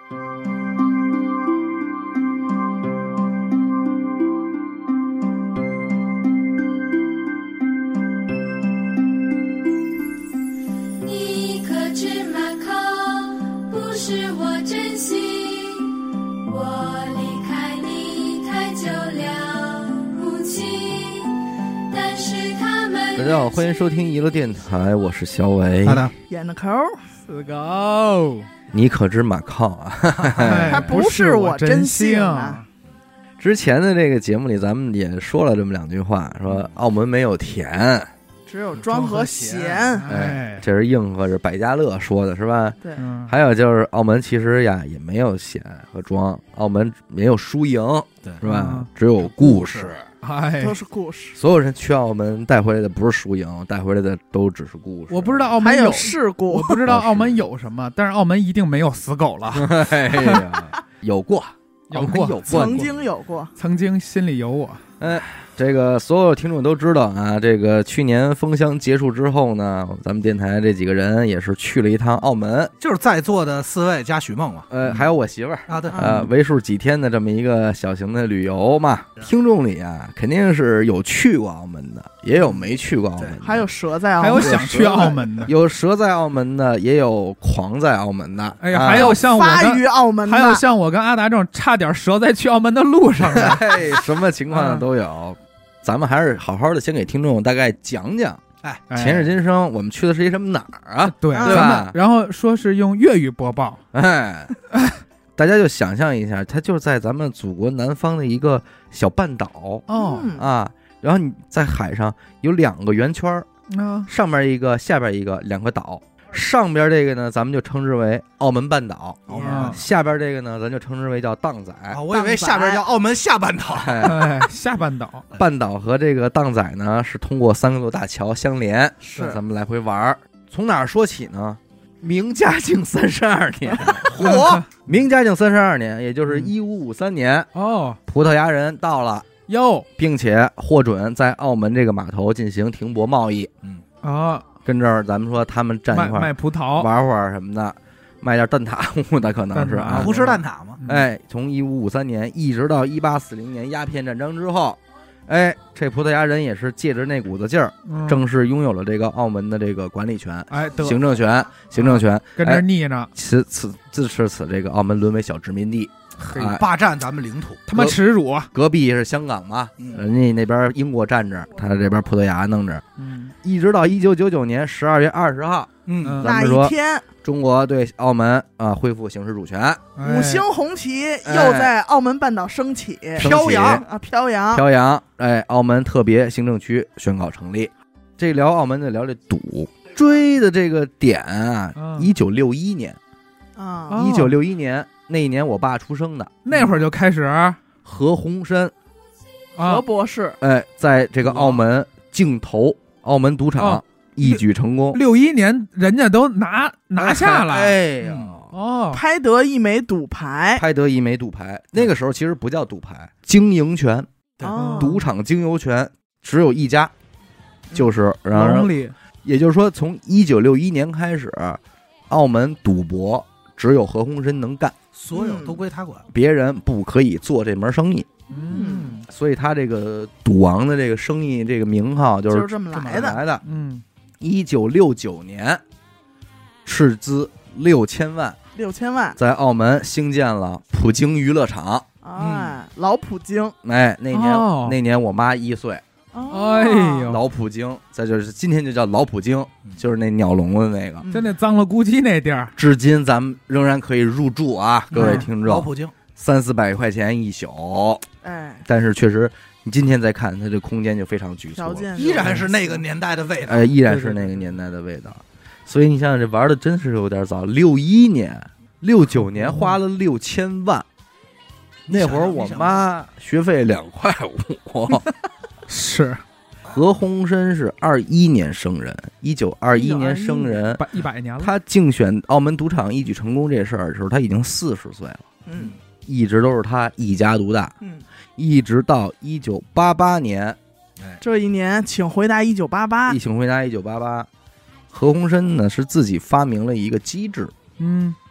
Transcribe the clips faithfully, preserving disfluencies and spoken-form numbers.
你可知马靠不是我真心，我离开你太久了，母亲，但是他们大家好，欢迎收听娱乐电台，我是小伟。 好的， 演的口四个， 你可知马靠啊？ 还不是我真性啊！ 之前的这个节目里，咱们也说了这么两句话，说澳门没有甜， 只有庄和咸。 哎，这是应和着百家乐说的是吧？ 对， 嗯， 还有就是澳门其实呀也没有咸和庄，澳门没有输赢， 对， 是吧？ 嗯只有故事。 哎， 都是故事。 所有人去澳门带回来的不是输赢，带回来的都只是故事。 我不知道澳门还有事故， 我不知道澳门有什么，但是澳门一定没有死狗了。 哎呀，有过， 有过有过， 曾经有过。 曾经心里有我。 哎，这个所有听众都知道啊，这个去年封箱结束之后呢，咱们电台这几个人也是去了一趟澳门， 就是在座的四位加许梦嘛， 呃，还有我媳妇儿啊，对， 呃，为数几天的这么一个小型的旅游嘛。听众里啊，肯定是有去过澳门的，也有没去过澳门的， 还有蛇在澳还门， 有想去澳门的， 有蛇在澳门的，也有狂在澳门的。 哎呀， 啊还有像我发跟于澳门的， 还有像我跟阿达这种差点折在去澳门的路上的。 哎，什么情况都有。咱们还是好好的先给听众大概讲讲， 哎， 前世今生我们去的是一什么哪儿啊？ 对啊对吧咱们然后说是用粤语播报， 哎，大家就想象一下，它就在咱们祖国南方的一个小半岛哦嗯啊，然后你在海上有两个圆圈儿， 啊， 上边一个，下边一个，两个岛。上边这个呢，咱们就称之为澳门半岛； 啊下边这个呢，咱就称之为叫荡仔。 啊，我以为下边叫澳门下半岛， 哎， 哎，下半岛半岛和这个荡仔呢是通过三座大桥相连， 是咱们来回玩儿。从哪儿说起呢？明嘉靖三十二年， 火明嘉靖三十二年，也就是一五五三年， 哦葡萄牙人到了， 哟并且获准在澳门这个码头进行停泊贸易。 嗯， 啊， 跟这儿咱们说他们站卖卖一块儿葡萄， 玩会儿什么的，卖点蛋挞物的可能是蛋挞啊。 胡吃蛋挞嘛， 嗯， 哎，从一五五三年一直到一八四零年鸦片战争之后，哎，这葡萄牙人也是借着那股子劲儿， 嗯正式拥有了这个澳门的这个管理权、 哎得行政权、行政权。 跟这儿哎腻着， 此此自持此，这个澳门沦为小殖民地。 嘿哎霸占咱们领土， 他妈耻辱啊！ 隔壁是香港嘛， 嗯人家那边英国站着，他这边葡萄牙弄着， 嗯一直到一九九九年十二月二十号， 嗯， 嗯那咱们说一天， 中国对澳门啊恢复行使主权， 哎五星红旗又在澳门半岛升起， 升起飘扬啊，飘扬， 飘扬，哎，澳门特别行政区宣告成立。这聊澳门就聊这赌，追的这个点啊嗯， 一九六一年， 啊， 哦一九六一年那一年我爸出生的， 那会儿就开始啊， 何鸿燊， 何博士， 哎，在这个澳门竞投澳门赌场哦一举成功， 六一年人家都拿拿下了， 哎呀， 哦， 拍得一枚赌牌， 拍得一枚赌牌。那个时候其实不叫赌牌，经营权， 哦赌场经营权只有一家，就是让人， 龙里也就是说从一九六一年开始，澳门赌博只有何鸿燊能干， 所有都归他管， 别人不可以做这门生意。 嗯所以他这个赌王的这个生意这个名号就就是是这么这么来的。 来的。 嗯一九六九年，斥资六千万， 六千万， 在澳门兴建了普京娱乐场。 哎，老普京， 哎，那年、 哦那年我妈一岁， 哦哎呦老普京，再就是今天就叫老普京，就是那鸟笼子那个。 嗯就那脏了咕叽那地儿， 至今咱们仍然可以入住啊，各位听众， 老普京， 三四百块钱一宿， 哎， 但是确实，你今天再看它这空间就非常局促， 条件依然是那个年代的味道， 呃，依然是那个年代的味道。所以你想想，这玩的真是有点早，六一年、六九年花了六千万，那会儿我妈学费两块五， 是何鸿燊是二一年生人，一九二一年生人， 百一百年了， 他竞选澳门赌场一举成功这事儿的时候，他已经四十岁了， 嗯一直都是他一家独大， 嗯， 一直到一九八八年， 这一年，请回答一九八八一。请回答一九八八，何鸿燊呢是自己发明了一个机制， 嗯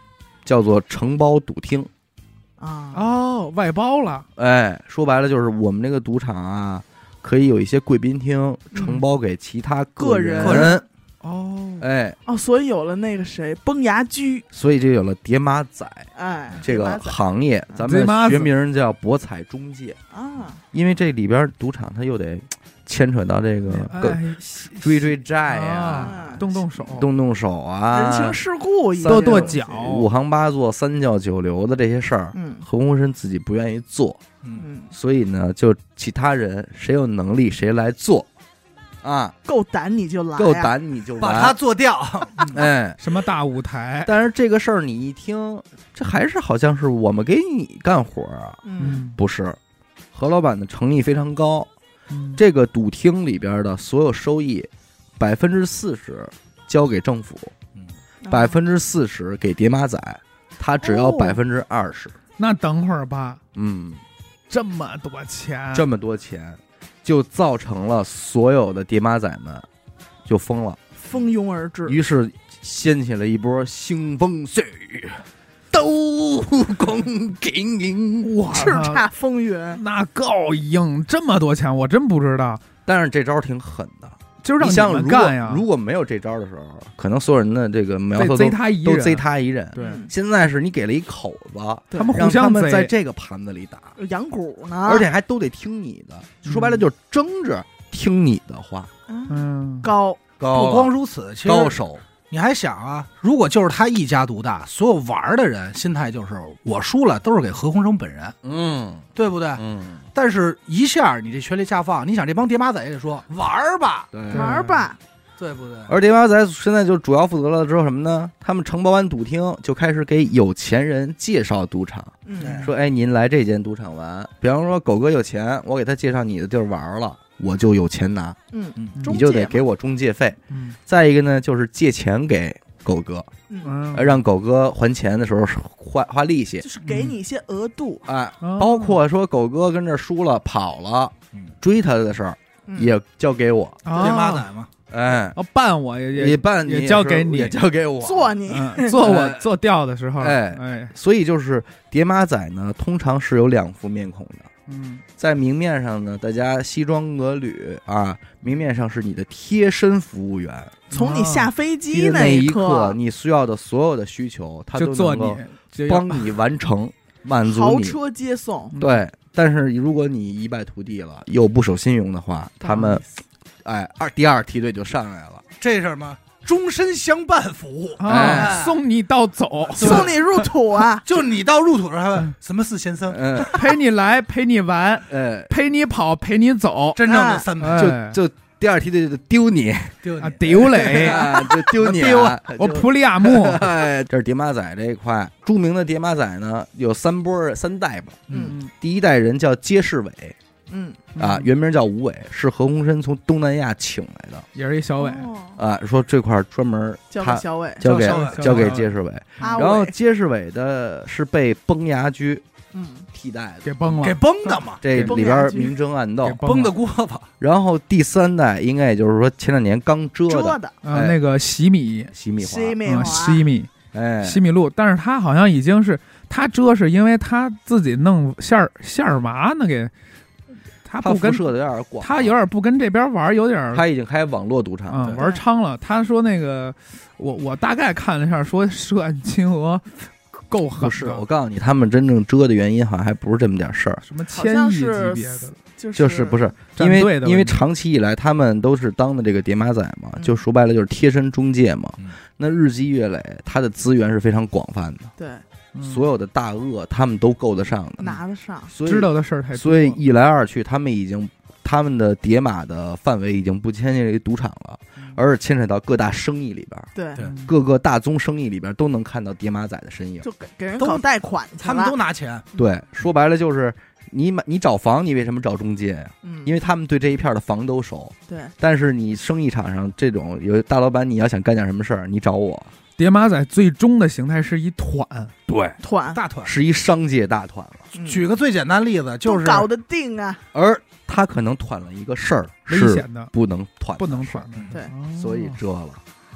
叫做承包赌厅。 啊， 哦，外包了， 哎，说白了就是我们这个赌场啊，可以有一些贵宾厅承包给其他个人。 人个人哦， 哎， 哦，所以有了那个谁崩牙驹， 所以就有了叠马仔哎， 这个叠马仔行业，咱叠马仔们学名叫博彩中介。 啊， 因为这里边赌场它又得牵扯到这个个哎， 追追债呀、 啊，动动手， 动动手啊、 人情世故一跺跺些脚， 五行八作、三教九流的这些事儿， 嗯何鸿燊自己不愿意做， 嗯， 嗯， 所以呢，就其他人谁有能力谁来做，啊， 够胆你就来， 够，胆你就把他来， 做掉。 哎。 什么大舞台， 但是这个事儿你一听，这还是好像是我们给你干活啊， 嗯， 不是？何老板的诚意非常高， 嗯， 这个赌厅里边的所有收益，百分之四十交给政府，百分之四十给叠马仔，他只要哦百分之二十。 那等会儿吧， 嗯， 这么多钱， 这么多钱，就造成了所有的叠马仔们就疯了， 蜂拥而至， 于是掀起了一波腥风血雨，斗公经营。 哇， 叱咤风云， 那够硬，这么多钱我真不知道， 但是这招挺狠的， 就是让你想，如们干呀果，如果没有这招的时候，可能所有人的这个苗头得都贼他一人， 都贼他一人。 对， 嗯现在是你给了一口子， 对他们互让他相贼们在这个盘子里打， 有养蛊呢， 而且还都得听你的。说白了就是争着听你的话。 嗯嗯， 高， 高不光如此，其实高手， 你还想啊，如果就是他一家独大，所有玩的人心态就是我输了都是给何鸿燊本人， 嗯对不对？ 嗯， 但是一下你这权力下放，你想这帮叠马仔也得说玩儿吧， 对。 对玩吧， 对不对？ 而叠马仔现在就主要负责了之后什么呢？他们承包完赌厅，就开始给有钱人介绍赌场， 嗯， 说：“哎，您来这间赌场玩，比方说狗哥有钱，我给他介绍你的地儿玩了，我就有钱拿， 嗯， 嗯， 中你就介嘛得给我中介费。 嗯再一个呢，就是借钱给狗哥， 嗯， 嗯呃让狗哥还钱的时候花花利息。 就是给你一些额度， 哎， 哦包括说狗哥跟这输了跑了嗯， 追他的事儿嗯也交给我， 啊叠马仔嘛， 哎， 哦，办我也也也办你也交给你也交给我， 做你， 嗯做我做调的时候， 哎哎， 所以就是叠马仔呢，通常是有两副面孔的。 嗯在明面上呢，大家西装革履啊，明面上是你的贴身服务员， 从你下飞其机实那一刻， 你需要的所有的需求，他都就做你能够就要帮你完成，满足你。 豪车接送， 对，但是如果你一败涂地了，又不守信用的话，他们哎二第二梯队就上来了。 这是什么？终身相伴服务， 啊哎送你到走， 送你入土啊， 就你到入土的时候还问什么是先生， 嗯， 陪你来陪你玩， 哎， 陪你跑陪你走， 真正的三哎陪就就第二梯队就丢你， 丢你啊丢嘞， 哎，就丢你丢啊， 我就普利亚木， 哎，这是叠马仔这一块，著名的叠马仔呢有三波三代吧。 嗯第一代人叫接世伟嗯， 啊，原名叫吴伟，是何鸿燊从东南亚请来的也是一小伟， 哦啊，说这块儿专门交给他小伟， 交给小伟交给小伟接世伟， 阿然后伟， 接世伟的是被崩牙驹嗯， 替代的， 给崩了， 给崩的嘛， 这崩里边牙驹明争暗斗给。 崩的了锅巴， 然后第三代应该也就是说前两年刚遮遮的的， 啊那个洗米， 西米华， 啊西米华， 西米哎， 西米露，但是他好像已经是他遮是因为他自己弄线儿线儿麻呢给，他不跟他辐射的有点广， 他有点不跟这边玩，有点儿他已经开网络赌场嗯了， 玩猖了。他说那个我我大概看了一下，说涉案金额够狠的， 不是，我告诉你，他们真正遮的原因好像还不是这么点事儿， 什么好像千亿级是别的， 就就是不是战因为因为队的问题长期以来他们都是当的这个叠马仔嘛， 嗯就说白了就是贴身中介嘛。 嗯那日积月累，他的资源是非常广泛的， 对， 嗯所有的大鳄他们都够得上的， 拿得上， 所以知道的事儿太多， 所以一来二去，他们已经他们的叠码的范围已经不牵涉于赌场了，而是牵扯到各大生意里边， 对， 对嗯各个大宗生意里边都能看到叠马仔的身影。 就给给人都搞贷款去了， 他们都拿钱， 对，说白了就是你买你找房，你为什么找中介呀？ 嗯， 因为他们对这一片的房都熟。 对， 但是你生意场上这种有大老板，你要想干点什么事儿，你找我。 叠马仔最终的形态是一团， 对， 团大团。 是一商界大团了。 嗯举个最简单例子，就是都搞得定啊， 而他可能团了一个事儿， 危是险的不能团， 不能团的， 对哦所以遮了。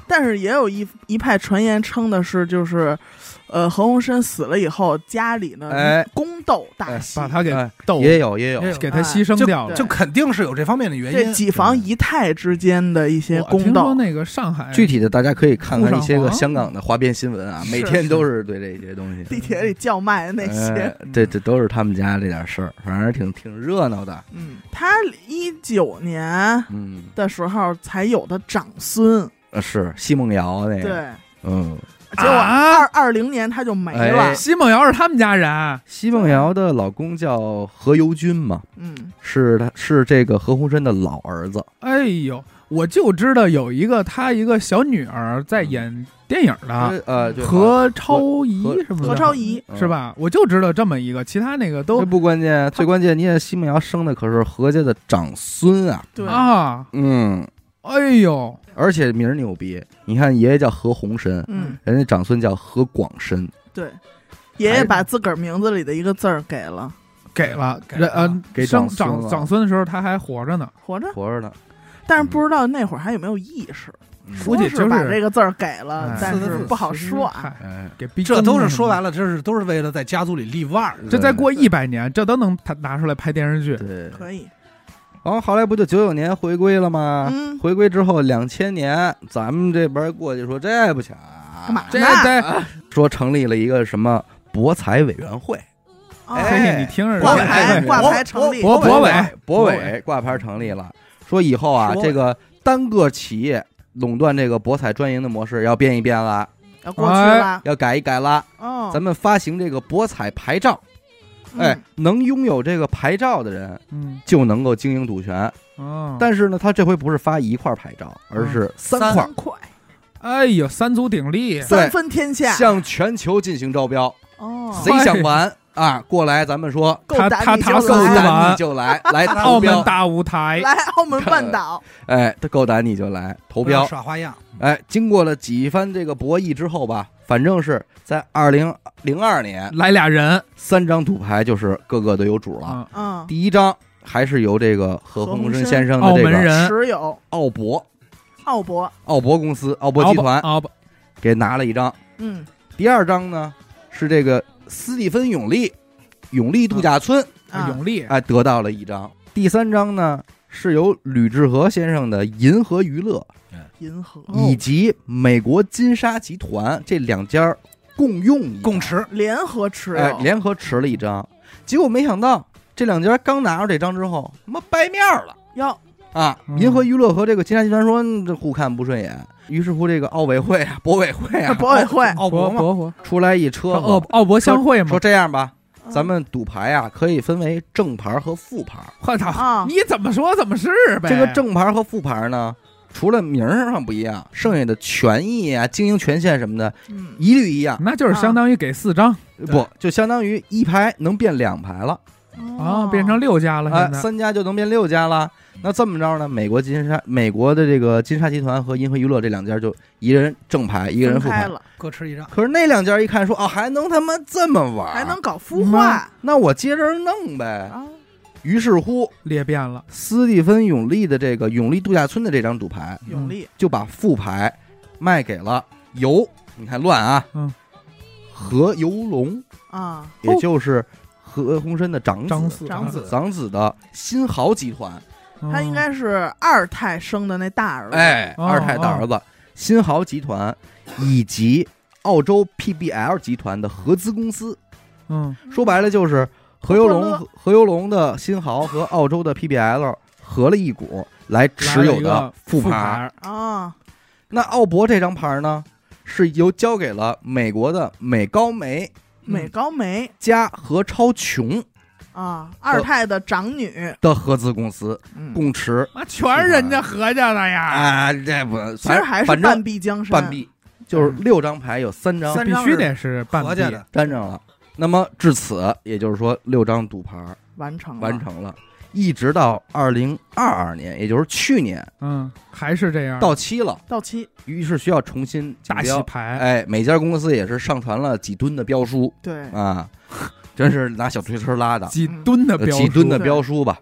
但是也有一一派传言称的是，就是，呃，何鸿燊死了以后，家里呢哎宫斗大戏， 把他给哎斗， 也有也有也有给他牺牲掉了。 就肯定是有这方面的原因。 这几房姨太之间的一些我宫斗， 听说那个上海具体的大家可以看看一些个顾上皇香港的花边新闻啊， 是每天都是对这些东西。 地铁里叫卖的那些。 哎，这这都是他们家这点事儿，反正挺挺热闹的。 嗯，他一九年嗯， 的时候才有的长孙， 呃是奚梦瑶那个， 对， 嗯， 结果啊二二零年他就没了。 哎奚梦瑶是他们家人， 奚梦瑶的老公叫何猷君嘛， 嗯， 是他是这个何鸿燊的老儿子。 哎呦，我就知道有一个他一个小女儿在演电影的， 呃，就何超仪何什么的， 何超仪嗯是吧？我就知道这么一个，其他那个都这不关键，最关键，你看奚梦瑶生的可是何家的长孙啊， 对， 啊， 嗯， 哎呦， 而且名儿牛逼，你看爷爷叫何鸿燊， 嗯， 人家长孙叫何广深， 对，爷爷把自个儿名字里的一个字儿给了， 给了， 给了呃， 给生长孙了长长孙的时候他还活着呢， 活着， 活着呢。 但是不知道那会儿还有没有意识， 估计就是说把这个字儿给了哎， 但四个字是不好其实说啊。 嗨哎， 给逼这都是说了。 白了，这是都是为了在家族里立腕儿。 这再过一百年，这都能他拿出来拍电视剧。 对， 可以， 然后后来不就九九年回归了吗？ 嗯回归之后两千年，咱们这边过去说这不巧， 干嘛这呢？ 得， 说成立了一个什么博彩委员会， 哦哎嘿，你听着， 挂这这牌挂牌成立， 博博伟博博委挂牌成立了，说以后啊， 博委这个单个企业垄断这个博彩专营的模式要变一变了， 要过去了， 要改一改了。 哦， 咱们发行这个博彩牌照，哎嗯， 能拥有这个牌照的人嗯就能够经营赌权。 哦， 但是呢，他这回不是发一块牌照，而是三块三，块， 哎呦，三足鼎立， 三分天下， 向全球进行招标。 哦， 谁想玩啊？过来，咱们说够他他他胆你就够够来， 胆你就来，来澳投标。 门大舞台， 来澳门半岛， 哎，他够胆你就来投不要标。 耍花样。 哎，经过了几番这个博弈之后吧，反正是在二零零二年， 来俩人三张赌牌就是个个都有主了。 啊， 嗯， 第一张还是由这个何鸿燊先生的澳这个门人持有奥博奥博， 奥博公司、奥博集团啊不， 给拿了一张。 嗯第二张呢是这个斯蒂芬永利永利度假村， 啊， 永利哎得到了一张。第三张呢是由吕志和先生的银河娱乐银河以及美国金沙集团这两家共用一张共持， 联合持有， 哎联合持了一张。结果没想到这两家刚拿着这张之后，他妈掰面了。 要啊， 嗯银河娱乐和这个金沙集团说嗯这互看不顺眼，于是乎这个奥委会啊、博委会啊博委会， 奥博嘛， 博博博， 出来一车奥子， 奥博相会嘛说，这样吧， 嗯咱们赌牌啊可以分为正牌和副牌。 我操啊， 你怎么说怎么是呗？ 这个正牌和副牌呢，除了名儿上不一样，剩下的权益啊、经营权限什么的嗯， 一律一样。 那就是相当于给四张不，就相当于一牌能变两牌了， 啊，变成六家了， 哎现，在三家就能变六家了。那这么着呢，美国金沙、美国的这个金沙集团和银河娱乐这两家就一人正牌，一个人副牌。 分开了， 各持一张。 可是那两家一看说，哦，还能他妈这么玩， 还能搞孵化那我接着弄呗。 啊， 于是乎， 裂变了， 斯蒂芬永利的这个永利度假村的这张赌牌， 永利就把副牌卖给了由你看乱啊， 嗯， 何猷龙， 啊， 也就是何鸿燊的长子张四长子长子的新豪集团， 他应该是二太生的那大儿子， 哎， 哦二太大儿子新豪集团以及澳洲 P B L 集团的合资公司， 嗯说白了就是何猷龙托乐何猷龙的新豪和澳洲的 P B L 合了一股来持有的副副牌。 啊， 那奥博这张牌呢，是由交给了美国的美高梅美高梅加何超琼啊，二太的长女， 的合资公司嗯， 共持。 啊，全是人家何家的呀， 啊，这不， 其实还是反正半壁江山， 半壁，就是六张牌有三张必三张须得是半壁何家的沾上了。那么至此，也就是说六张赌牌完成了完，成了，一直到二零二二年，也就是去年嗯，还是这样到期了， 到期， 于是需要重新竞大洗标。 牌， 哎，每家公司也是上传了几吨的标书对， 啊，真是拿小推车拉的， 几吨的呃标， 几吨的对标书吧。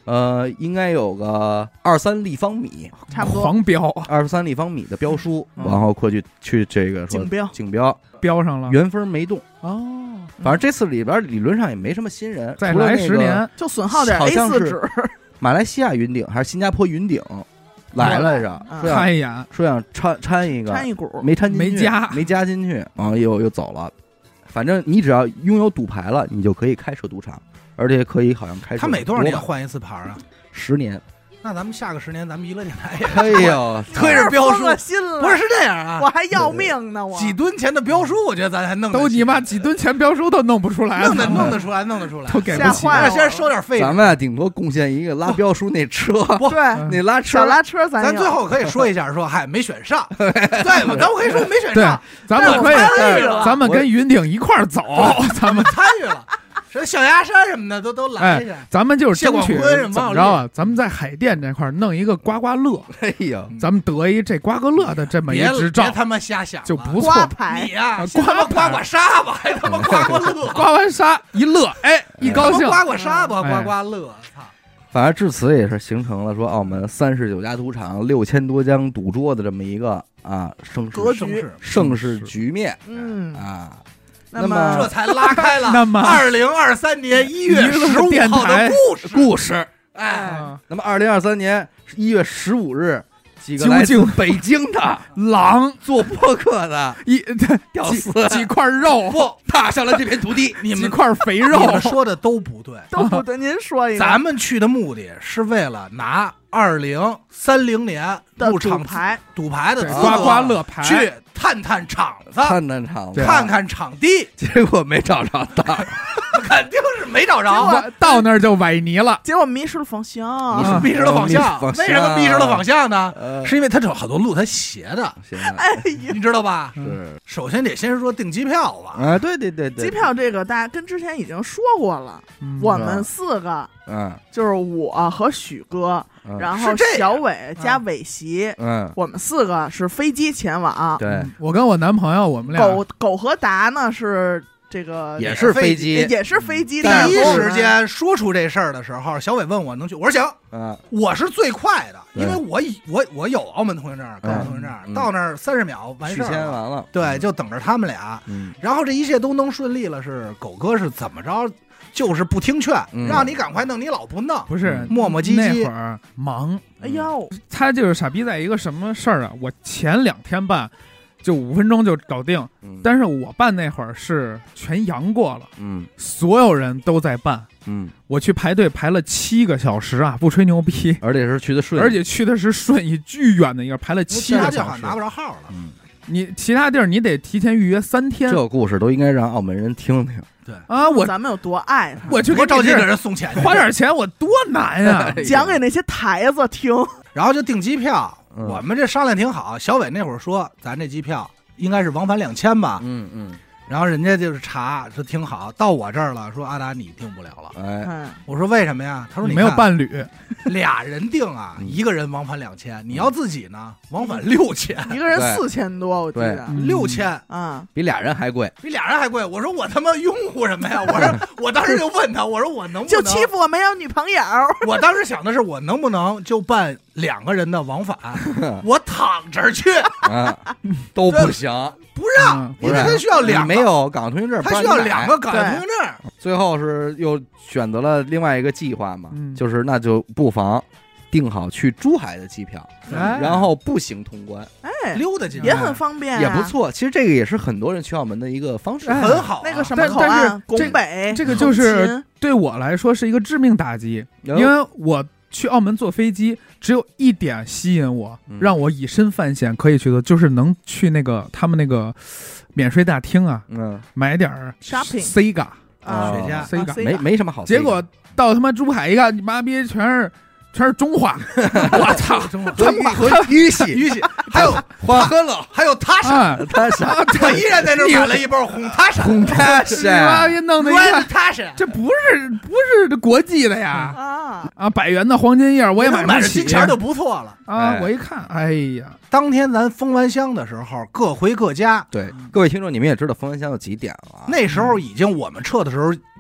呃，应该有个二三立方米， 差不多狂标二十三立方米的标书， 嗯然后过去去这个说竞标竞标， 标上了原封没动。 哦， 反正这次里边理论上也没什么新人， 再来除了那个十年， 就损耗点好 A 像是四纸， 马来西亚云顶还是新加坡云顶来来着， 嗯说想看一眼， 说想掺掺一个， 掺一股， 没掺进去， 没加没加进去，然后又又走了。反正你只要拥有赌牌了，你就可以开设赌场，而且可以好像开设。 他每多少年换一次牌啊？ 十年。 那咱们下个十年，咱们娱乐电台也哎呦， 推着标书疯了心了， 不是是这样啊？ 我还要命呢，我几吨钱的标书，我觉得咱还弄得起都你妈几吨钱标书都弄不出来， 弄得弄得出来，弄得出来， 都给不起。 吓坏了那先收点费用。 咱们啊，顶多贡献一个拉标书那车， 不对， 那拉车小拉车咱有咱最后可以说一下，说嗨没选上，对，我咱我可以说没选对上，， 咱们可以但是我参与了咱们跟云顶一块儿走，咱们参与了，说小牙山什么的都都来一下。 咱们就是争取谢广坤什么怎么着啊？咱们在海淀这块儿弄一个刮刮乐， 哎呦， 咱们得一这刮刮乐的这么一别执照别他妈瞎想了， 就不错。 刮牌你，呀， 啊先他妈刮牌刮刮痧吧，还他妈刮刮乐， 刮完痧一乐，哎，一高兴， 刮刮痧吧， 哎刮刮乐，操！ 反正至此也是形成了说澳门三十九家赌场、六千多张赌桌的这么一个啊盛世格局盛世， 盛世局面嗯， 啊。 那那么这才拉开了那么二零二三年一月十五电号的台故事。 故事， 哎， 啊那么二零二三年一月十五日，几个究来自竟北京的狼做播客的一几屌丝几块肉， 不踏上了这片土地， 你们几块肥你肉， 们说的都不对。 都不对，您说一个咱们去的目的是为了拿二零三零年的入场赌牌， 赌牌的资格对刮刮乐牌去探探场子， 看看场子， 看看场地， 结果没找着的， 肯定是没找着。 到到那儿就崴泥了。 结果迷失了方向， 啊迷失了方向， 迷失方向为什么迷失了方向呢？ 呃， 是因为它有好多路它斜的， 行哎呀， 你知道吧？ 是首先得先说订机票吧， 啊，对对对对， 机票这个大家跟之前已经说过了， 嗯我们四个嗯， 就是我和许哥， 嗯， 然后是这样小伟加伟席， 嗯， 我们四个是飞机前往。 对， 嗯我跟我男朋友，我们俩狗狗和达呢是这个也是飞飞机， 也是飞机， 第一但是时间说出这事儿的时候，小伟问我能去，我说行， 嗯， 我是最快的， 对因为我以我我有澳门通行证、高嗯铁通行证， 嗯到那儿三十秒完续事儿了。 签完了， 对，就等着他们俩。 嗯， 然后这一切都能顺利了，是狗哥是怎么着？就是不听劝， 嗯让你赶快弄，你老不弄， 不是磨磨唧唧那会。儿忙， 哎呦， 他就是傻逼在一个什么事儿啊？我前两天办，就五分钟就搞定， 嗯， 但是我办那会儿是全阳过了， 嗯所有人都在办， 嗯， 我去排队排了七个小时啊，不吹牛逼， 而且是去的顺， 而且去的是顺义，巨远的一个，排了七其他地好像个小时。 拿不着号了。 嗯， 你其他地儿你得提前预约三天这个故事都应该让澳门人听听， 啊！我咱们有多爱他， 我去多着急给给你这人送钱去， 花点钱，我多难呀！ 讲给那些台子听。 然后就订机票。 嗯我们这商量挺好，小伟那会儿说，咱这机票应该是往返两千吧。 嗯嗯， 然后人家就是查，说挺好。到我这儿了，说阿达你订不了了。 哎， 嗯， 我说为什么呀？他说你没有看伴侣， 俩人订啊， 嗯一个人往返两千，你要自己呢，往返六千， 一个人对四千多，我记得嗯六千啊， 比俩人还贵， 比俩人还贵。我说我他妈拥护什么呀？我说我当时就问他，我说我能不就能？ 欺负我没有女朋友。 我当时想的是，我能不能就办两个人的往返，我躺着去， 啊，都不行， 不让， 嗯因为他需要两个你没，有港通行证， 他需要两个。港对通行证。 最后是又选择了另外一个计划嘛， 嗯就是那就不妨订好去珠海的机票， 哎然后步行通关哎， 溜达进去也很方便， 也不。错。其实这个也是很多人去澳门的一个方式。 哎很好啊。 那个什么但但口岸， 是这拱北， 这个就是横琴对我来说是一个致命打击， 有因为我去澳门坐飞机，只有一点吸引我， 嗯让我以身犯险可以去的，就是能去那个他们那个免税大厅啊， 嗯， 买点儿 Shopping Sega， 啊， 雪茄啊 Sega 没 Sega 没什么好。 结果到他妈珠海一看，你妈逼全是全是中华，我操， 中华和和玉玺、 玉玺，还有花和老， 还有他啥？ 啊， 他啥？ 我依然在那儿买了一包红塔莎， 红他你妈啥？ 逼弄的一软看， 塔莎， 这不是不是这国际的呀啊， 啊，百元的黄金叶我也买买不起着金钱就不错了。 啊哎！ 我一看，哎呀， 当天咱封完箱的时候，各回各家。 对，各位听众，你们也知道封完箱有几点了啊？ 那时候已经我们撤的时候，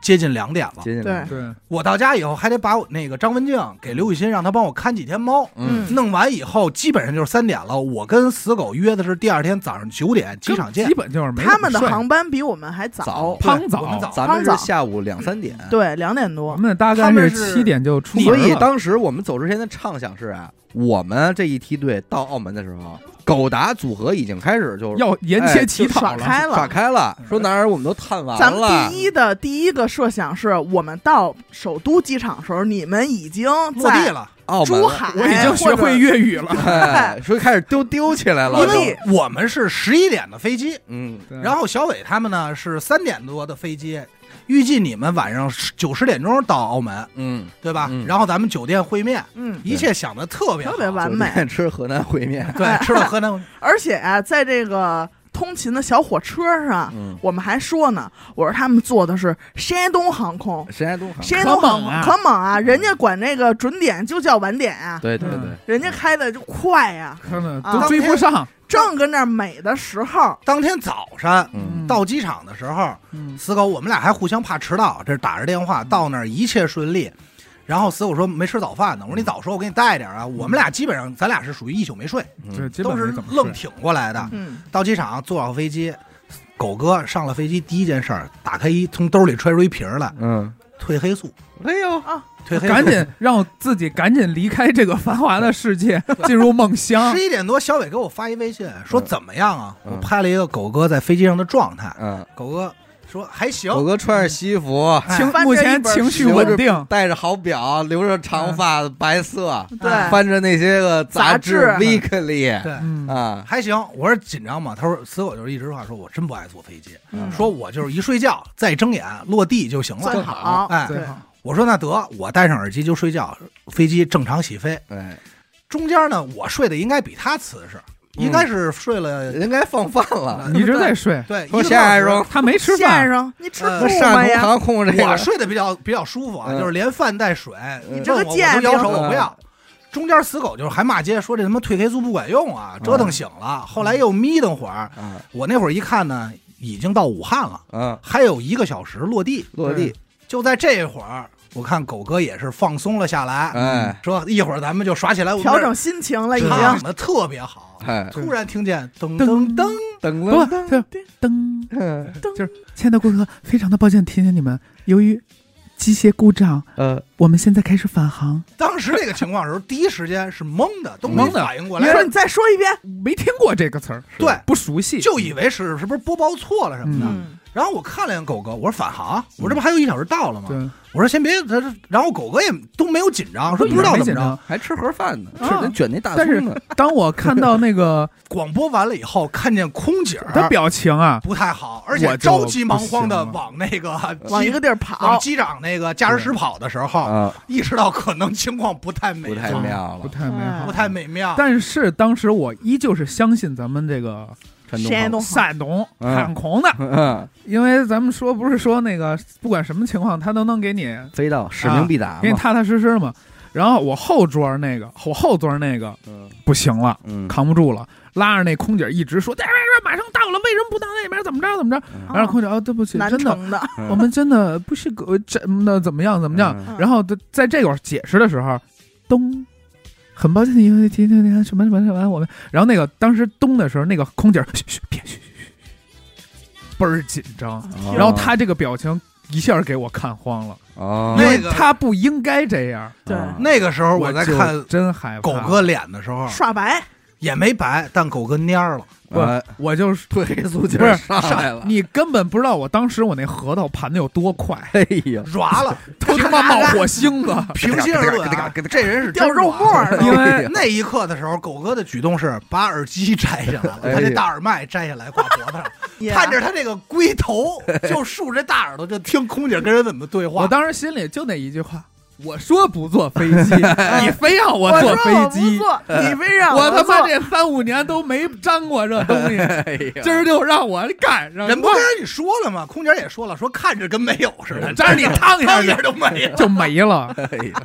接近两点了。 接近了对对， 我到家以后还得把我那个张文静给刘雨欣，让他帮我看几天猫。 嗯， 弄完以后基本上就是三点了。我跟死狗约的是第二天早上九点机场见基。本就是没他们的怎么睡航班比我们还早， 早汤早， 我们早咱们汤早是下午两三点， 对，两点多。 我们大概是他们是七点就出门了。 所以当时我们走之前的畅想是啊，我们这一梯队到澳门的时候，狗达组合已经开始就要沿街乞讨了， 耍开了耍开了，说哪儿我们都探完了。 咱们第一的第一个设想是我们到首都机场的时候，你们已经在落地了， 澳门珠海， 我已经学会粤语了。 哎，说开始丢丢起来了， 因落地为我们是十一点的飞机， 嗯， 对然后小伟他们呢是三点多的飞机，预计你们晚上九十点钟到澳门， 嗯， 对吧？ 嗯然后咱们酒店会面， 嗯， 一切想的特别好特别完美酒店吃河南烩面， 对，吃了河南， 而且啊，在这个通勤的小火车上， 嗯， 我们还说呢，我说他们坐的是山东航空， 山东航， 山东航空可猛啊可猛啊，人家管这个准点就叫晚点啊， 对对对， 人家开的就快呀、 可能啊都追不上。 正跟那儿美的时候， 当天早上嗯到机场的时候， 嗯， 死狗我们俩还互相怕迟到，这是打着电话到那儿一切顺利。然后死狗说没吃早饭呢，我说你早说，我给你带点啊。我们俩基本上咱俩是属于一宿没睡， 这基都是本没怎么睡愣挺过来的。 嗯， 到机场坐上飞机，狗哥上了飞机第一件事儿，打开一从兜里揣出一瓶儿来， 嗯， 褪黑素， 哎呦， 褪黑素。 赶紧让自己赶紧离开这个繁华的世界，进入梦乡十。一点多，小伟给我发一微信说怎么样啊？ 嗯我拍了一个狗哥在飞机上的状态， 嗯， 狗哥说还行， 狗哥穿着西服， 哎情翻着目前一本情绪书稳定， 戴着好表，留着长发，白色， 对， 翻着那些个杂志杂志 Weekly 对。 嗯， 啊， 还行，我说紧张吗？他说死狗就是一直话说，我真不爱坐飞机， 嗯说我就是一睡觉再睁眼落地就行了。 最好， 哎最好。 我说那得，我戴上耳机就睡觉，飞机正常起飞。 哎， 中间呢，我睡的应该比他瓷实，应该是睡了应该放饭了。 一直在睡， 对。 说一个多小时夏海荣， 他没吃先饭， 生，你吃呃吐上吗呀？ 东航空这我个， 睡得比较比较舒服啊， 嗯就是连饭带水， 你这个问我贱我都摇手命我不要。中间死狗就是还骂街，说这他妈褪黑素不管用啊，折腾醒了。后来又眯瞪会儿， 嗯我那会儿一看呢，已经到武汉了， 嗯， 还有一个小时落地。 落地， 就在这会儿，我看狗哥也是放松了下来， 哎说一会儿咱们就耍起来，我们调整心情了，已经。 唱的特别好。 哎， 突然听见噔噔噔， 等不了， 就噔， 嗯就是亲爱的顾客，非常的抱歉提醒你们，由于机械故障， 呃， 我们现在开始返航。 当时这个情况的时候，第一时间是懵的，都没懵的反应过来你，说你再说一遍， 没听过这个词儿， 对， 不熟悉， 就以为是是不是播报错了什么的。 嗯， 然后我看了眼狗哥，我说返航，我说这不还有一小时到了吗？ 对， 我说先别，他说然后狗哥也都没有紧张，说一不知道怎么着点没紧张。。 还吃盒饭呢， 啊吃人卷那大但是葱呢， 当我看到那个广播完了以后，看见空姐他儿表情啊， 不太好，而且我就着急忙慌的不行了往那个往一个地儿往跑， 机长那个驾驶室跑的时候， 啊， 意识到可能情况不太美不太好妙了， 不太美好不。太美妙。 但是当时我依旧是相信咱们这个山东航山东山东嗯航空的， 嗯， 因为咱们说不是说那个不管什么情况，他都能给你飞到使命必达嘛， 给你踏踏实实嘛。然后我后桌那个，我后座那个嗯不行了， 嗯， 扛不住了，拉着那空姐一直说：“这边马上到了，为什么不到那边？怎么着怎么着？” 嗯然后空姐哦，对不起， 南真的， 城的， 嗯我们真的不是个真的怎么样怎么样。 嗯然后在这会儿解释的时候，咚，很抱歉，因为今天什么什么什么我们，然后那个当时咚的时候，那个空姐嘘嘘别嘘嘘嘘，倍儿紧张， 哦然后他这个表情一下给我看慌了， 哦， 因为那个他不应该这样。 对， 啊那个时候我在就看真害怕狗哥脸的时候， 刷白， 也没白，但狗哥蔫儿了。 不哎我就是褪黑素劲不儿是上来了， 你根本不知道我当时我那核桃盘的有多快， 哎呀， 软了， 都他妈冒火星子。 平心而论啊，这人是真掉肉沫软儿了因为哎呀那一刻的时候，狗哥的举动是把耳机摘下来了， 哎呀他这大耳麦摘下来挂脖子上，看着他这个龟头，就竖着大耳朵，就听空姐跟人怎么对话。 我当时心里就那一句话：我说不坐飞机，你非让我我坐飞说我不机， 坐，你非让我他妈坐这三五年都没沾过这东西， 哎呀， 今儿就让我赶上， 人不跟人你说了吗？空姐也说了，说看着跟没有似的， 沾着你烫一下一下就没了。 就没了。 哎呀，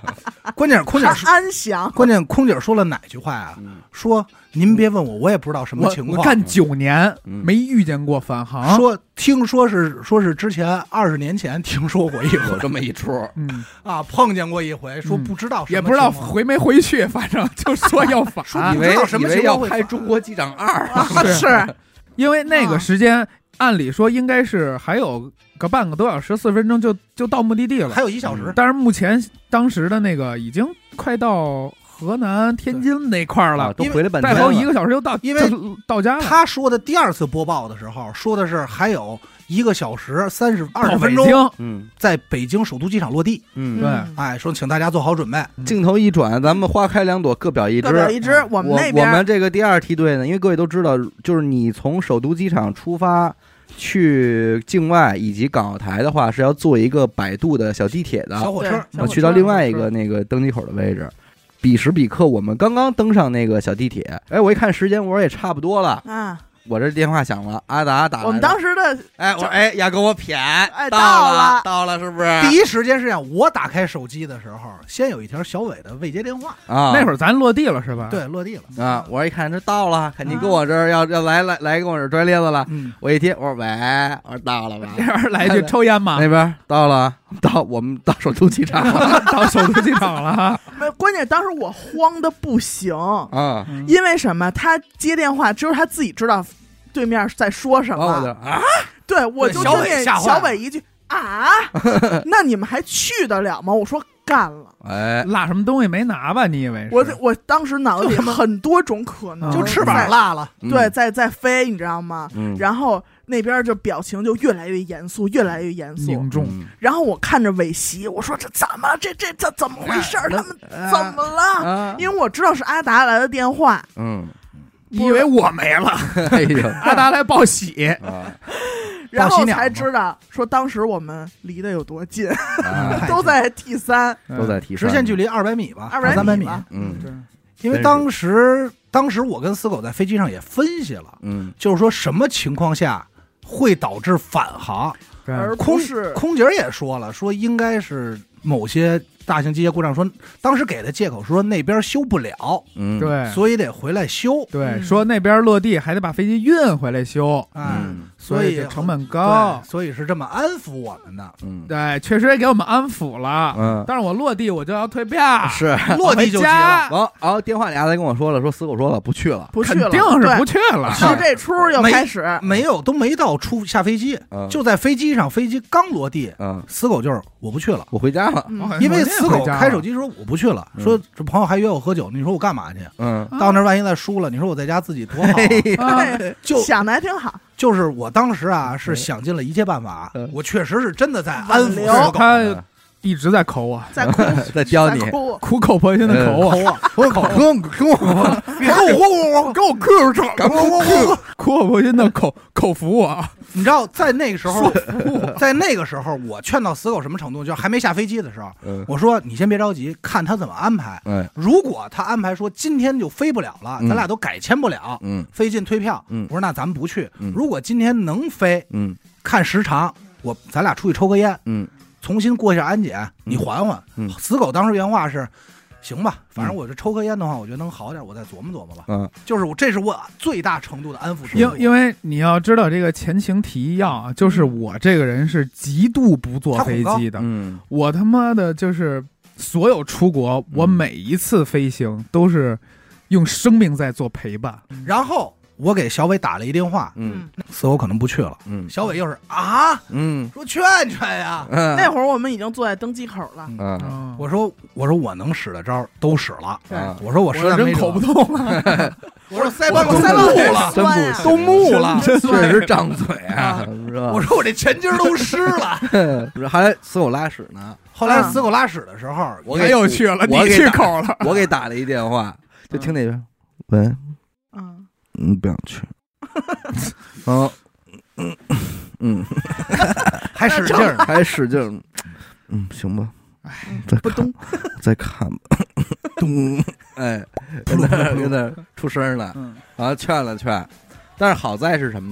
关键是空姐还安详。 关键空姐说了哪句话啊？说您别问我，我也不知道什么情况。 我干九年没遇见过返航。 说听说是说是之前二十年前听说过一回有这么一出， 嗯啊，碰见过一回，说不知道什么也不知道回没回去，反正就说要返， 以为以为要拍《中国机长二》 是因为那个时间。按理说应该是还有个半个多小时，四十分钟就就到目的地了， 还有一小时。 但是目前当时的那个已经快到河南、天津那块了， 都回来半天了，再后一个小时就到， 因为到家了。 他说的第二次播报的时候，说的是还有一个小时三十二十分钟， 嗯， 在北京首都机场落地。 嗯， 对， 哎，说请大家做好准备。 镜头一转，咱们花开两朵，各表一枝。 各表一枝。我们那边， 我们这个第二梯队呢，因为各位都知道，就是你从首都机场出发。去境外以及港澳台的话，是要坐一个摆渡的小地铁的小火车， 要去到另外一个那个登机口的位置。彼时彼刻，我们刚刚登上那个小地铁，哎，我一看时间，我说也差不多了啊。 我这电话响了，阿达打来我们当时的， 哎，我说哎要给我谝， 哎， 到了， 到了，是不是？ 第一时间是这样，我打开手机的时候，先有一条小伟的未接电话啊， 那会儿咱落地了是吧？ 对，落地了啊。我一看这到了，肯定跟我这儿要要来来来跟我这儿拽链子了。 嗯， 我一听，我说喂，我说到了吧？ 这边来一句抽烟吗？ 那边到了，到我们到首都机场了， 到首都机场了。 没，关键当时我慌的不行啊， 因为什么？他接电话只有他自己知道。对面在说什么？ 哦、啊， 对，我就听见小伟一句啊，那你们还去得了吗？我说干了。 哎， 落什么东西没拿吧？你以为是？ 我我当时脑子里很多种可能， 就翅膀落了， 对，在在飞，你知道吗？ 嗯、 然后那边就表情就越来越严肃，越来越严肃凝重。 然后我看着伟席，我说这怎么这这这怎么回事？他们怎么了？ 啊、 因为我知道是阿达来的电话。 嗯。 你以为我没了？ 哎呦， 阿达来报喜， 啊、 然后才知道说当时我们离得有多近，啊、都在 T 三， 都在 T 三， 直线距离二百米吧， 二百三百米。 嗯， 因为当时当时我跟死狗在飞机上也分析了， 嗯， 就是说什么情况下会导致返航， 而空是空姐也说了，说应该是某些。大型机械故障说，当时给的借口说那边修不了， 嗯， 对， 所以得回来修。 对， 嗯、 说那边落地还得把飞机运回来修， 嗯， 所以成本高， 所以是这么安抚我们的。 嗯， 对，确实也给我们安抚了。 嗯， 但是我落地我就要退票， 是落地就急了。 完，然后电话里阿才跟我说了，说死狗说了不去了， 不去了， 肯定是不去了。 就这出又开始， 没有都没到出下飞机， 嗯、 就在飞机上，飞机刚落地， 嗯， 死狗就是我不去了， 我回家了， 嗯、 因为死狗开手机。说我不去了，说这朋友还约我喝酒，你说我干嘛去？ 嗯， 到那万一再输了，你说我在家自己多好、啊哎，就想的还挺好。 就是我当时啊，是想尽了一切办法， 嗯、 我确实是真的在安抚死狗， 他一直在口我， 在哭， 在教你， 苦口婆心的口我， 我口跟我跟我别跟我我跟我客着，苦口婆心的口口服我。 你知道，在那个时候，在那个时候，我劝到死狗什么程度？就是还没下飞机的时候， 嗯、 我说你先别着急，看他怎么安排。 嗯、 如果他安排说今天就飞不了了， 嗯、 咱俩都改签不了， 嗯， 飞进退票。 嗯， 我说那咱们不去。 嗯、 如果今天能飞， 嗯， 看时长，我咱俩出去抽个烟， 嗯， 重新过一下安检，你缓缓。 嗯， 死狗当时原话是。行吧，反正我这抽颗烟的话，我觉得能好点，我再琢磨琢磨吧。 嗯， 就是我，这是我最大程度的安抚。 因因为你要知道这个前情提要啊，就是我这个人是极度不坐飞机的。 嗯， 我他妈的就是所有出国，我每一次飞行都是用生命在做陪伴。 嗯、然后我给小伟打了一电话， 嗯， 死狗可能不去了。 嗯， 小伟又是啊， 嗯， 说劝劝呀。 嗯， 那会儿我们已经坐在登机口了。 嗯， 嗯我说我说我能使的招都使了。 嗯、 我说我实在真口不动了。 我说腮帮子腮帮木了， 真不都木了， 确实张嘴啊，是吧？ 我说我这前筋都湿了。 还死狗拉屎呢。 后来死狗拉屎的时候， 我又去了，你去口了， 我给打了一电话，就听那边，喂， 嗯， 嗯，不想去。哦，嗯嗯， 还使劲儿， 还使劲儿，嗯，行吧， 哎， 不动， 再看吧，咚，哎，跟那跟那出声了，然后劝了劝，但是好在是什么呢？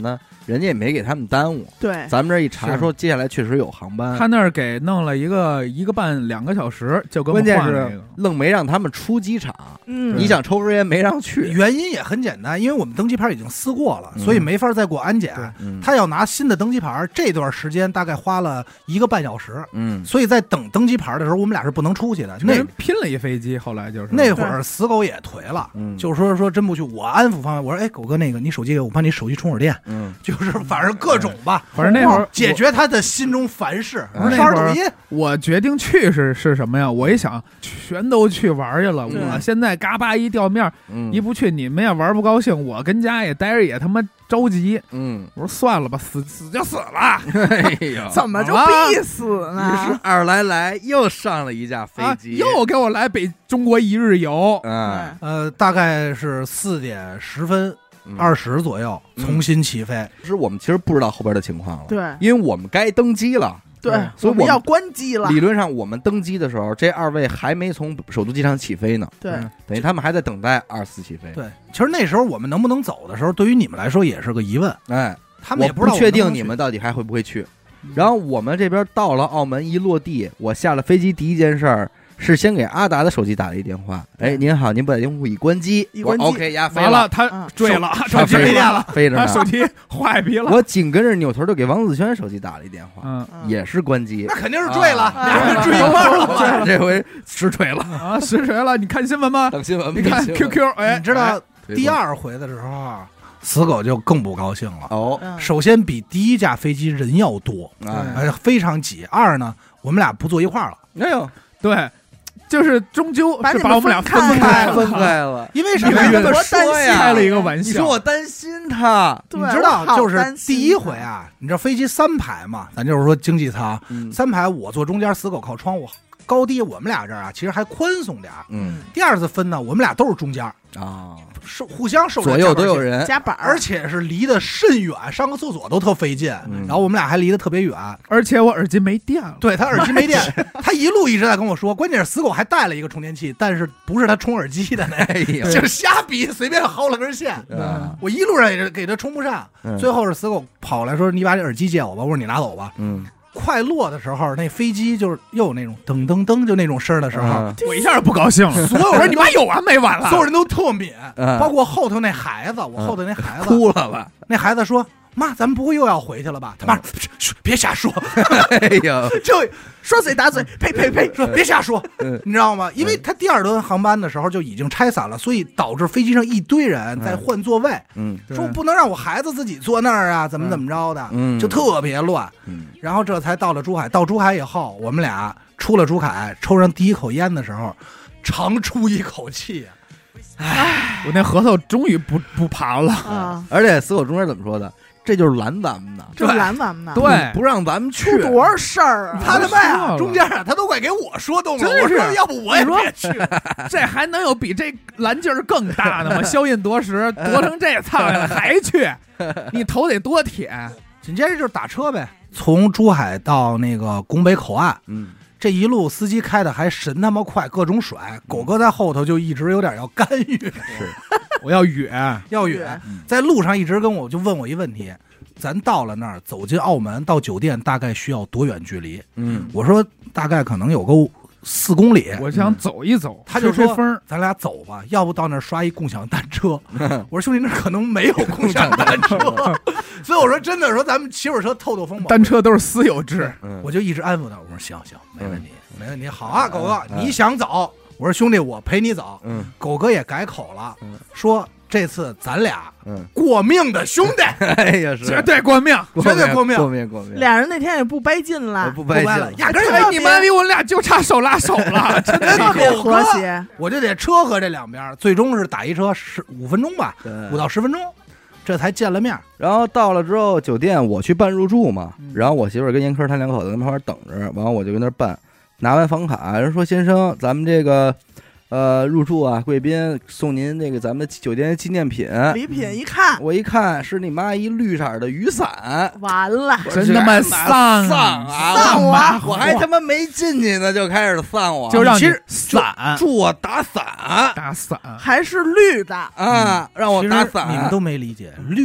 人家也没给他们耽误。 对， 咱们这一查是说，接下来确实有航班， 他那儿给弄了一个一个半两个小时，就给我们关键换了一是个。 愣没让他们出机场。 嗯， 你想抽根烟没让去， 原因也很简单，因为我们登机牌已经撕过了， 嗯所以没法再过安检。 嗯他要拿新的登机牌，这段时间大概花了一个半小时， 嗯， 所以在等登机牌的时候，我们俩是不能出去的。那那人拼了一飞机，后来就是那会儿死狗也颓了， 嗯就是说说真不去，我安抚方面，我说哎，狗哥那个你手机给我，帮你手机充会儿电， 嗯， 就是反正各种吧， 反正那会儿解决他的心中烦事。 嗯我说那会儿刷会儿抖音， 我决定去是是什么呀？我一想，全都去玩去了， 对我现在嘎巴一掉面， 嗯一不去你们也玩不高兴，我跟家也待着也他妈着急。 嗯， 我说算了吧，死死就死了。 哎呀， 怎么就啊必死于是呢？ 二来来又上了一架飞啊机， 又给我来北中国一日游， 啊， 呃，大概是四点十分嗯二十左右嗯重新起飞。 是我们其实不知道后边的情况了， 对因为我们该登机了。 对， 所以我们我们要关机了。 理论上，我们登机的时候，这二位还没从首都机场起飞呢， 对， 嗯等于他们还在等待二四起飞。 对，其实那时候我们能不能走的时候，对于你们来说也是个疑问， 哎， 他们也知道我不确定我能不能去你们到底还会不会去。然后我们这边到了澳门，一落地，我下了飞机第一件事儿是先给阿达的手机打了一电话，哎，您好，您把电话已关机， 已关机我 OK 呀，飞完了， 了， 他嗯坠了， 手手机飞没电了， 飞着呢。 他手机坏逼了。 我紧跟着扭头就给王子轩手机打了一电话， 嗯嗯也是关机那，肯定是坠了， 啊俩人坠一块儿了。 这回实锤了。 啊，实锤了！你看新闻吗？ 等新闻， 你看 Q Q，哎你，知道哎第二回的时候啊，死狗就更不高兴了。 哦， 嗯首先比第一架飞机人要多， 哎， 哎，非常挤。二呢，我们俩不坐一块儿了， 哎呦， 对，就是终究把你是把我们俩分分开了， 分开了。 因为什你们越么呀？ 多担心呀开了一个玩笑。 你说我担心他， 对你知道， 我好就是担心第一回啊，你知道飞机三排嘛，咱就是说经济舱， 嗯三排我坐中间，死狗靠窗户，高低我们俩这儿啊，其实还宽松点儿。 嗯第二次分呢，我们俩都是中间， 啊， 受互相受着左右都有夹板线， 人， 夹板儿， 而且是离得甚远，上个厕所都特费劲。 嗯然后我们俩还离得特别远， 而且我耳机没电了。 对他耳机没电，他一路一直在跟我说，关键是死狗还带了一个充电器，但是不是他充耳机的那， 哎呀， 就是瞎逼，随便薅了根线。 啊我一路上也是给他充不上， 嗯最后是死狗跑来说：“你把这耳机借我吧。”我说：“你拿走吧。 嗯，” 快落的时候，那飞机就是又有那种噔噔噔就那种声的时候， 啊我一下就不高兴了。 所有人我说你妈有完没完了？ 所有人都特敏， 嗯包括后头那孩子，我后头那孩子， 哭了吧？ 那孩子说：“妈，咱们不会又要回去了吧？”他妈，嘘嘘别瞎说， 哎呀， 就说嘴打嘴，呸呸呸！ 说别瞎说， 嗯你知道吗？因为他第二轮航班的时候就已经拆散了，所以导致飞机上一堆人在换座位， 嗯对说不能让我孩子自己坐那儿啊，怎么怎么着的， 嗯， 就特别乱。 嗯然后这才到了珠海，到珠海以后，我们俩出了珠海，抽上第一口烟的时候，长出一口气。 我那核桃终于不不爬了。 啊， 而且死狗中间怎么说的？这就是拦咱们的， 这拦咱们呢， 对不让咱们去出，多少事儿啊！ 他他妈说呀， 了中间啊，他都快给我说动了。 真是我说要不我也别去。 这还能有比这蓝劲儿更大的吗？消印夺食夺成这苍蝇了还去，你头得多铁？ 紧接着就是打车呗，从珠海到那个拱北口岸， 嗯这一路司机开的还神他妈快，各种甩。狗哥在后头就一直有点要干预， 是， 我要远， 要远，在路上一直跟我就问我一问题：咱到了那儿，走进澳门到酒店大概需要多远距离？ 嗯我说大概可能有个四公里。 我想走一走， 他就说吹吹风儿。 咱俩走吧，要不到那儿刷一共享单车。我说兄弟，那儿可能没有共享单车，所以我说真的说咱们骑会儿车透透风吧。 单车都是私有制， 嗯， 我就一直安抚他，我说行行，没问题，没问题，好啊，狗哥，你想走？我说兄弟，我陪你走。 嗯狗哥也改口了嗯， 说这次咱俩嗯， 过命的兄弟， 哎呀，是绝对过命。 绝对过命过命过命， 俩人那天也不掰劲了， 不掰掰了， 劲， 压根儿哎， 也你妈逼，我俩就差手拉手了，真的特别和谐。 我就得车和这两边，最终是打一车十五分钟吧， 对五到十分钟，这才见了面。 然后到了之后，酒店我去办入住嘛， 嗯然后我媳妇儿跟严科他两口子跟旁边等着，完了我就跟那儿办，拿完房卡，人说先生，咱们这个呃入住啊，贵宾送您这个咱们的酒店纪念品。 礼品一看， 我一看是你妈一绿色的雨伞， 完了， 真他妈丧丧啊！ 丧我啊我还他妈没进去呢，就开始丧我， 就让你其实伞祝我打伞打伞， 还是绿的， 啊，让我其实打伞。 你们都没理解，绿的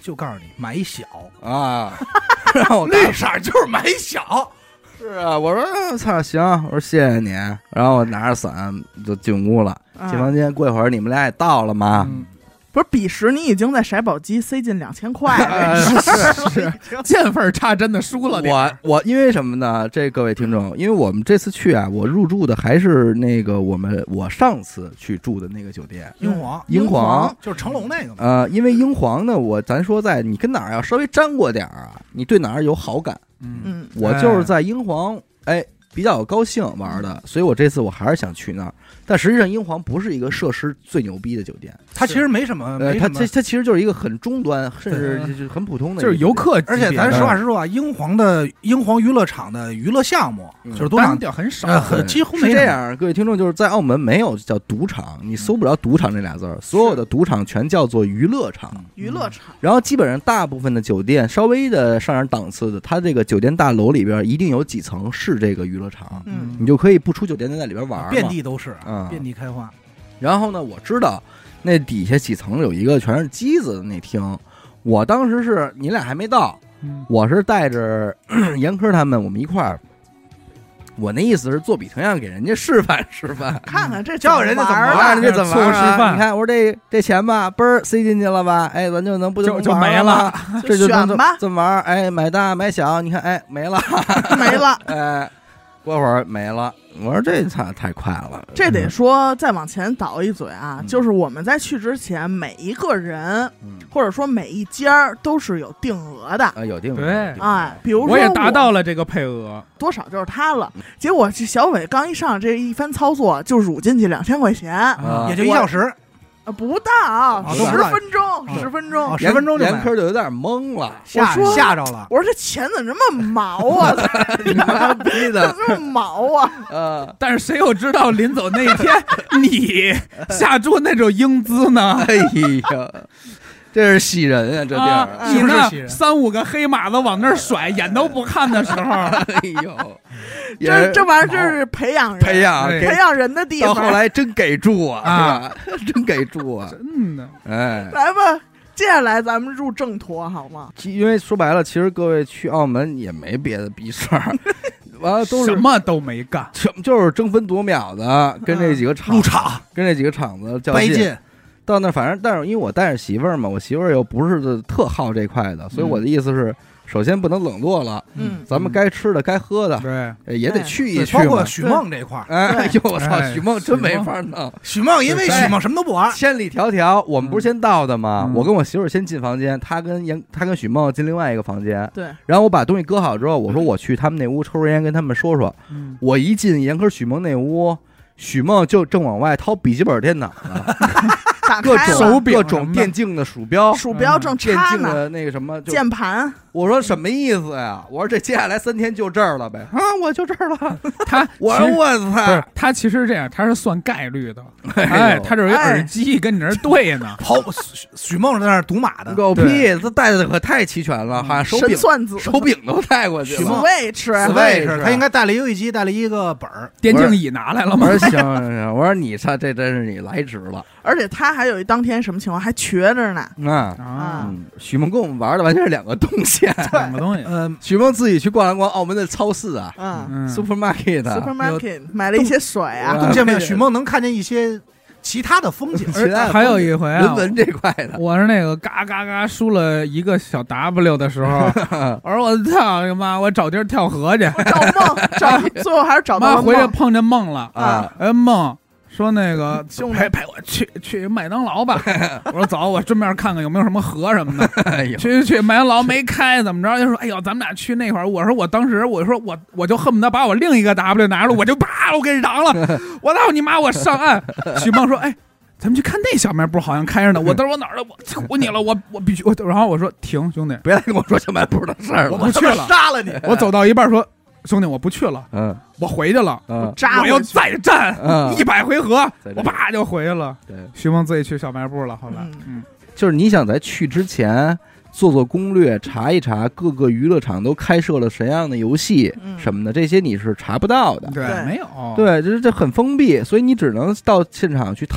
就告诉你买一小啊，然后绿色就是买一小。 是啊，我说操行，我说谢谢你，然后我拿着伞就进屋了，进房间。过一会儿你们俩也到了吗？ 嗯不是，彼时你已经在骰宝机塞进两千块了， 是见份差真的输了点。 我我因为什么呢？这各位听众，因为我们这次去啊，我入住的还是那个我们我上次去住的那个酒店， 英皇， 英皇就是成龙那个嘛。 呃，因为英皇呢，我咱说在你跟哪儿要稍微沾过点儿啊，你对哪儿有好感。 嗯， 嗯， 我就是在英皇，哎，比较高兴玩的，所以我这次我还是想去那儿。但实际上，英皇不是一个设施最牛逼的酒店， 它其实没什么， 呃， 没什么它它它其实就是一个很中端，甚至就是很普通的， 就是游。客级别的， 而且咱实话实说啊，英皇的英皇娱乐场的娱乐项目嗯就是赌场单调很少， 呃，很几乎是没什么。 这样，各位听众，就是在澳门没有叫赌场，你搜不着赌场这俩字儿，所有的赌场全叫做娱乐场。 娱乐场， 然后基本上大部分的酒店稍微的上点档次的，它这个酒店大楼里边一定有几层是这个娱乐场， 嗯你就可以不出酒店在里边玩嘛， 遍地都是， 嗯遍地开花。 然后呢，我知道那底下几层有一个全是机子的那厅，我当时是你俩还没到， 嗯我是带着严科他们我们一块儿。我那意思是做比腾样给人家示范示范， 看看这教人家怎么玩玩儿我看这怎么玩凑合啊？ 示范你看我说这这钱吧，嘣儿塞进去了吧？哎，咱就能不就就能玩了没了吗？这就能选吧， 这么玩？哎，买大买小，你看，哎，没了， 没了。 哎，过会儿没了。我说这操太快了， 这得说再往前倒一嘴啊， 嗯就是我们在去之前，每一个人嗯或者说每一家儿都是有定额的。 啊，有定对有定哎，比如说我也达到了这个配额， 多少就是他了。结果这小伟刚一上这一番操作，就乳进去两千块钱， 啊也就一小时， 呃，不到不到十分钟，十分钟哦。十分钟就严买科就有点懵了， 吓我说吓着了。 我说这钱怎么这么毛啊？ 你妈逼怎么的， 这么毛啊？ 呃， 但是谁又知道临走那一天你下注那种英姿呢？ 哎呀，这是喜人啊，这地啊儿， 你那是不是喜人三五个黑马子往那儿甩，眼都不看的时候， 哎呦，也这是这玩意儿真是培养人， 培养对给培养人的地到方。 后来真给住啊， 啊是吧？真给住啊， 真的哎。 来吧，接下来咱们入正途好吗？ 其因为说白了，其实各位去澳门也没别的逼事儿，完了都是什么都没干， 什么就是争分夺秒的跟这几个厂入场跟这几个厂子较劲。 白金， 到那反正，但是因为我带着媳妇儿嘛，我媳妇儿又不是特好这块的，所以我的意思是，首先不能冷落了， 嗯， 咱们该吃的该喝的对， 呃也得对对去一去嘛。 包括许梦这块儿， 哎呦我操， 哎许梦真没许梦法弄， 许梦因为对许梦什么都不玩， 千里迢迢，我们不是先到的吗？ 嗯我跟我媳妇儿先进房间，她跟严，她跟许梦进另外一个房间， 对， 然后我把东西搁好之后，我说我去他们那屋抽根烟，跟他们说说。 嗯， 我一进严科许梦那屋，许梦就正往外掏笔记本电脑呢， 打各种开了手柄各种什么的电竞的鼠标、 鼠标正电插呢， 竞的那个什么，就键盘我说什么意思呀？我说这接下来三天就这儿了呗？啊，我就这儿了。 他我说其实我不是操！ 他其实这样，他是算概率的， 哎哎， 呦他这有一耳机跟你那儿对呢， 跑许许梦在那儿赌马的， 狗屁， 对这带的可太齐全了，好像手柄神算子手柄都带过去许梦了。 Switch， Switch 是他应该带了游戏机，带了一个本儿， 电竞椅拿来了吗我？说行行行，我说你操，这真是你来值了而且他还有一当天什么情况，还瘸着呢。 啊！ 啊， 嗯，许梦跟我们玩的完全是两个动线。 什么东西？ 嗯， 许梦自己去逛了逛澳门的超市啊嗯嗯， ，supermarket， ，supermarket 买了一些水啊， 啊动线没有，许梦能看见一些其他的风景， 其他的还有一回啊， 人文这块的， 我是那个嘎嘎嘎输了一个小 W 的时候，我说我操你妈，我找地儿跳河去， 找梦找，最后还是找到妈了梦回去碰见梦了， 啊， 哎梦。说那个兄弟陪陪我去去麦当劳吧，我说走，我顺便看看有没有什么河什么的。 哎呦， 去去麦当劳没开，怎么着？就说哎呦，咱们俩去那会儿，我说我当时我说我我就恨不得把我另一个 W 拿出来，我就啪我给嚷了，我操你妈！我上岸。许梦说哎。咱们去看那小卖部，好像开着呢。我当时我哪儿了？我求你了，我我必须我。然后我说停，兄弟， 别再跟我说小卖部的事儿了。 我不去了。 杀了你！ 我走到一半说，兄弟，我不去了， 嗯我回去了。 嗯我要扎回去再战嗯一百回合， 再战我啪就回去了。 对， 徐梦自己去小卖部了，后来嗯嗯， 就是你想在去之前做做攻略，查一查各个娱乐场都开设了什么样的游戏嗯什么的，这些你是查不到的。 对， 对没有， 对，这这很封闭，所以你只能到现场去探。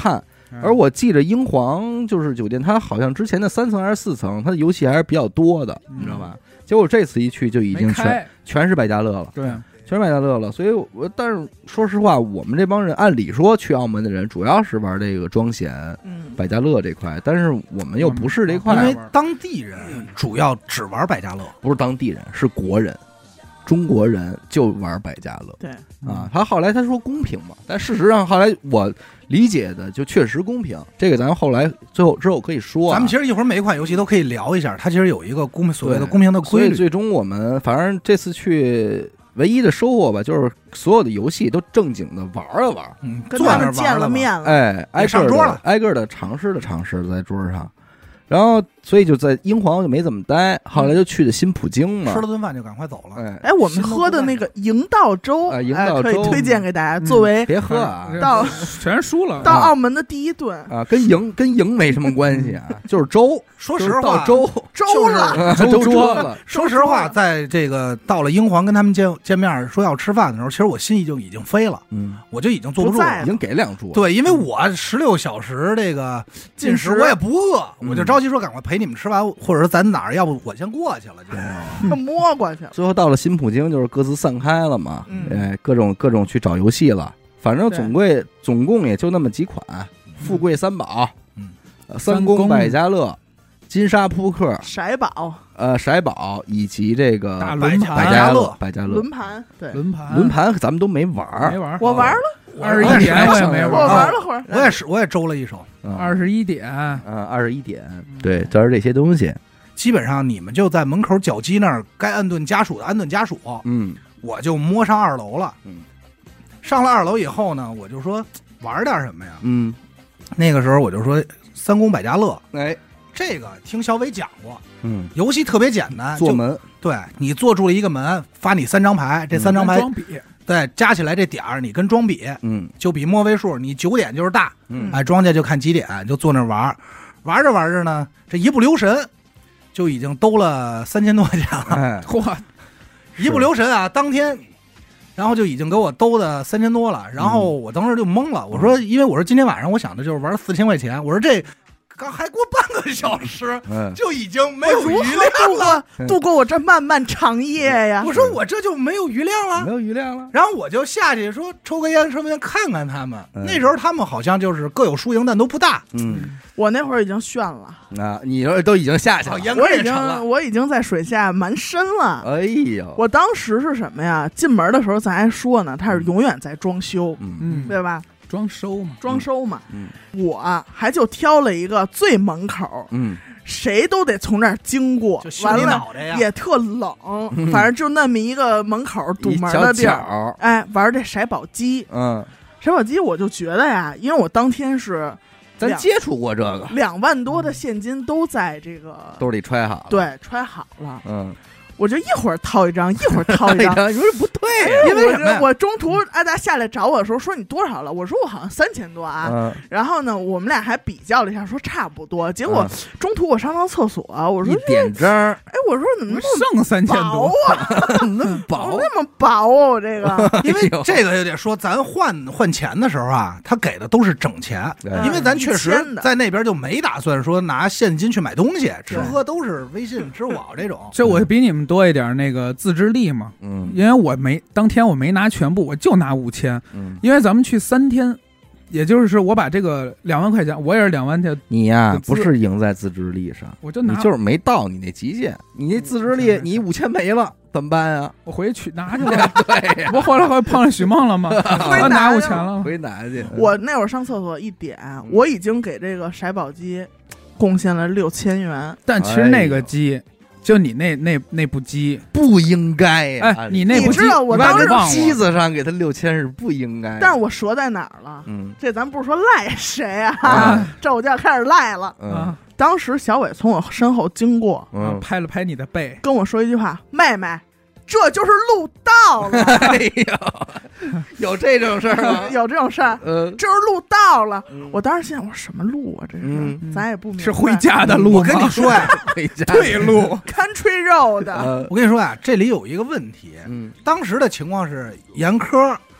而我记着英皇就是酒店，它好像之前的三层还是四层，它的游戏还是比较多的，你知道吧？结果这次一去就已经全全是百家乐了， 对， 全是百家乐了。所以我但是说实话，我们这帮人按理说去澳门的人主要是玩这个庄闲、 嗯， 百家乐这块，但是我们又不是这块， 因为当地人主要只玩百家乐， 不是当地人，是国人。中国人就玩百家乐， 对啊，他后来他说公平嘛，但事实上后来我理解的就确实公平，这个咱们后来最后之后可以说、啊。 咱们其实一会儿每一款游戏都可以聊一下，它其实有一个公所谓的公平的规律。 最终我们反正这次去唯一的收获吧，就是所有的游戏都正经的玩了玩， 嗯， 跟他们见了面了， 哎，挨个的挨个的尝试的尝试在桌上。然后，所以就在英皇就没怎么待，后来就去的新葡京嘛， 吃了顿饭就赶快走了。 哎， 哎，我们喝的那个营道粥， 啊，营道粥、 哎、可以推荐给大家，作为别喝啊， 到全输了， 到澳门的第一顿啊，跟赢跟赢没什么关系啊，就是粥。 说实话， 粥粥了， 粥粥了。 说实话，在这个到了英皇跟他们见见面说要吃饭的时候，其实我心意就已经飞了， 嗯， 我就已经坐不住了， 已经给两注了。 对，因为我十六小时这个进食，我也不饿，我就着急说赶快陪你们吃完，或者说咱哪儿，要不我先过去了， 就摸过去了。 最后到了新葡京，就是各自散开了嘛， 嗯、 哎，各种各种去找游戏了。反正总归总共也就那么几款，富贵三宝， 嗯， 三公百家乐。金沙扑克、 骰宝、 呃骰宝以及这个大轮盘、 百家乐、百家乐轮盘，对轮盘轮盘咱们都没玩儿， 没玩儿， 我玩了， 二十一点我也没玩， 我玩了会儿， 我也是我也周了一手， 二十一点， 嗯，二十一点，对，就是这些东西， 基本上你们就在门口脚鸡那儿，该安顿家属的安顿家属， 嗯， 我就摸上二楼了， 嗯， 上了二楼以后呢，我就说玩点什么呀， 嗯， 那个时候我就说三公百家乐， 哎。 这个听小伟讲过， 嗯， 游戏特别简单， 坐门， 对你坐住了一个门，发你三张牌，这三张牌装笔， 对，加起来这点儿你跟装笔， 嗯， 就比末位数，你九点就是大， 嗯， 哎，庄家就看几点，就坐那玩，玩着玩着呢，这一不留神，就已经兜了三千多块钱了， 哎， 嚯， 一不留神啊，当天。然后就已经给我兜的三千多了，然后我当时就懵了，我说，因为我说今天晚上我想的就是玩四千块钱，我说这刚还过半个小时， 嗯， 就已经没有余量度过度过我这漫漫长夜呀！ 我说我这就没有余量了， 没有余量了。 然后我就下去说抽根烟，顺便看看他们。嗯、那时候他们好像就是各有输赢，但都不大。 嗯， 我那会儿已经炫了啊！你说都已经下去了， 我已经我已经在水下蛮深了。 哎呦！ 我当时是什么呀？进门的时候咱还说呢，他是永远在装修， 嗯， 对吧？ 装修嘛， 装修嘛， 嗯， 我还就挑了一个最门口， 嗯， 谁都得从这儿经过，完了也特冷， 嗯、 反正就那么一个门口堵门的地儿，哎，玩这骰宝机， 嗯， 骰宝机我就觉得呀，因为我当天是咱接触过这个， 两万多的现金都在这个兜里揣好了， 对，揣好了， 嗯。 我就一会儿掏一张，一会儿掏一张， 你说不对、 啊，因为什么？我中途阿达下来找我的时候说你多少了？我说我好像三千多啊。 嗯、 然后呢，我们俩还比较了一下，说差不多。结果中途我上趟厕所，我说一点张， 哎，我说怎么剩三千多啊？ 那么薄， 那么薄啊！我这个， 因为这个就得说，咱换换钱的时候啊，他给的都是整钱，因为咱确实在那边就没打算说拿现金去买东西，吃喝都是微信、支付宝这种。 这我比你们多一点那个自制力嘛， 嗯， 因为我没当天我没拿全部，我就拿五千， 嗯， 因为咱们去三天，也就是我把这个两万块钱，我也是两万的。 你呀，不是赢在自制力上， 我就拿， 你就是没到你那极限，你那自制力，你五千没了怎么办啊？ 我回去取拿去了。 对呀， 我后来后来碰上许梦了吗？我拿五千了， 回拿去。 我那会儿上厕所一点，我已经给这个骰宝机贡献了六千元， 但其实那个机。就你那那那部机不应该呀！ 哎，你那部机， 你知道我当时机子上给他六千是不应该。 但是我折在哪儿了？ 嗯， 这咱不是说赖谁啊？啊这我就要开始赖了。 嗯， 当时小伟从我身后经过， 嗯， 拍了拍你的背， 跟我说一句话：“妹妹，这就是路到了。” 哎呦，有这种事儿吗？ 有这种事儿。 呃， 这是路到了。我当时心想，我说什么路啊？这是， 嗯、 咱也不明白。 是回家的路。 我跟你说呀， 回家退路 ，Country Road。 呃、 我跟你说呀，这里有一个问题。 嗯， 当时的情况是严科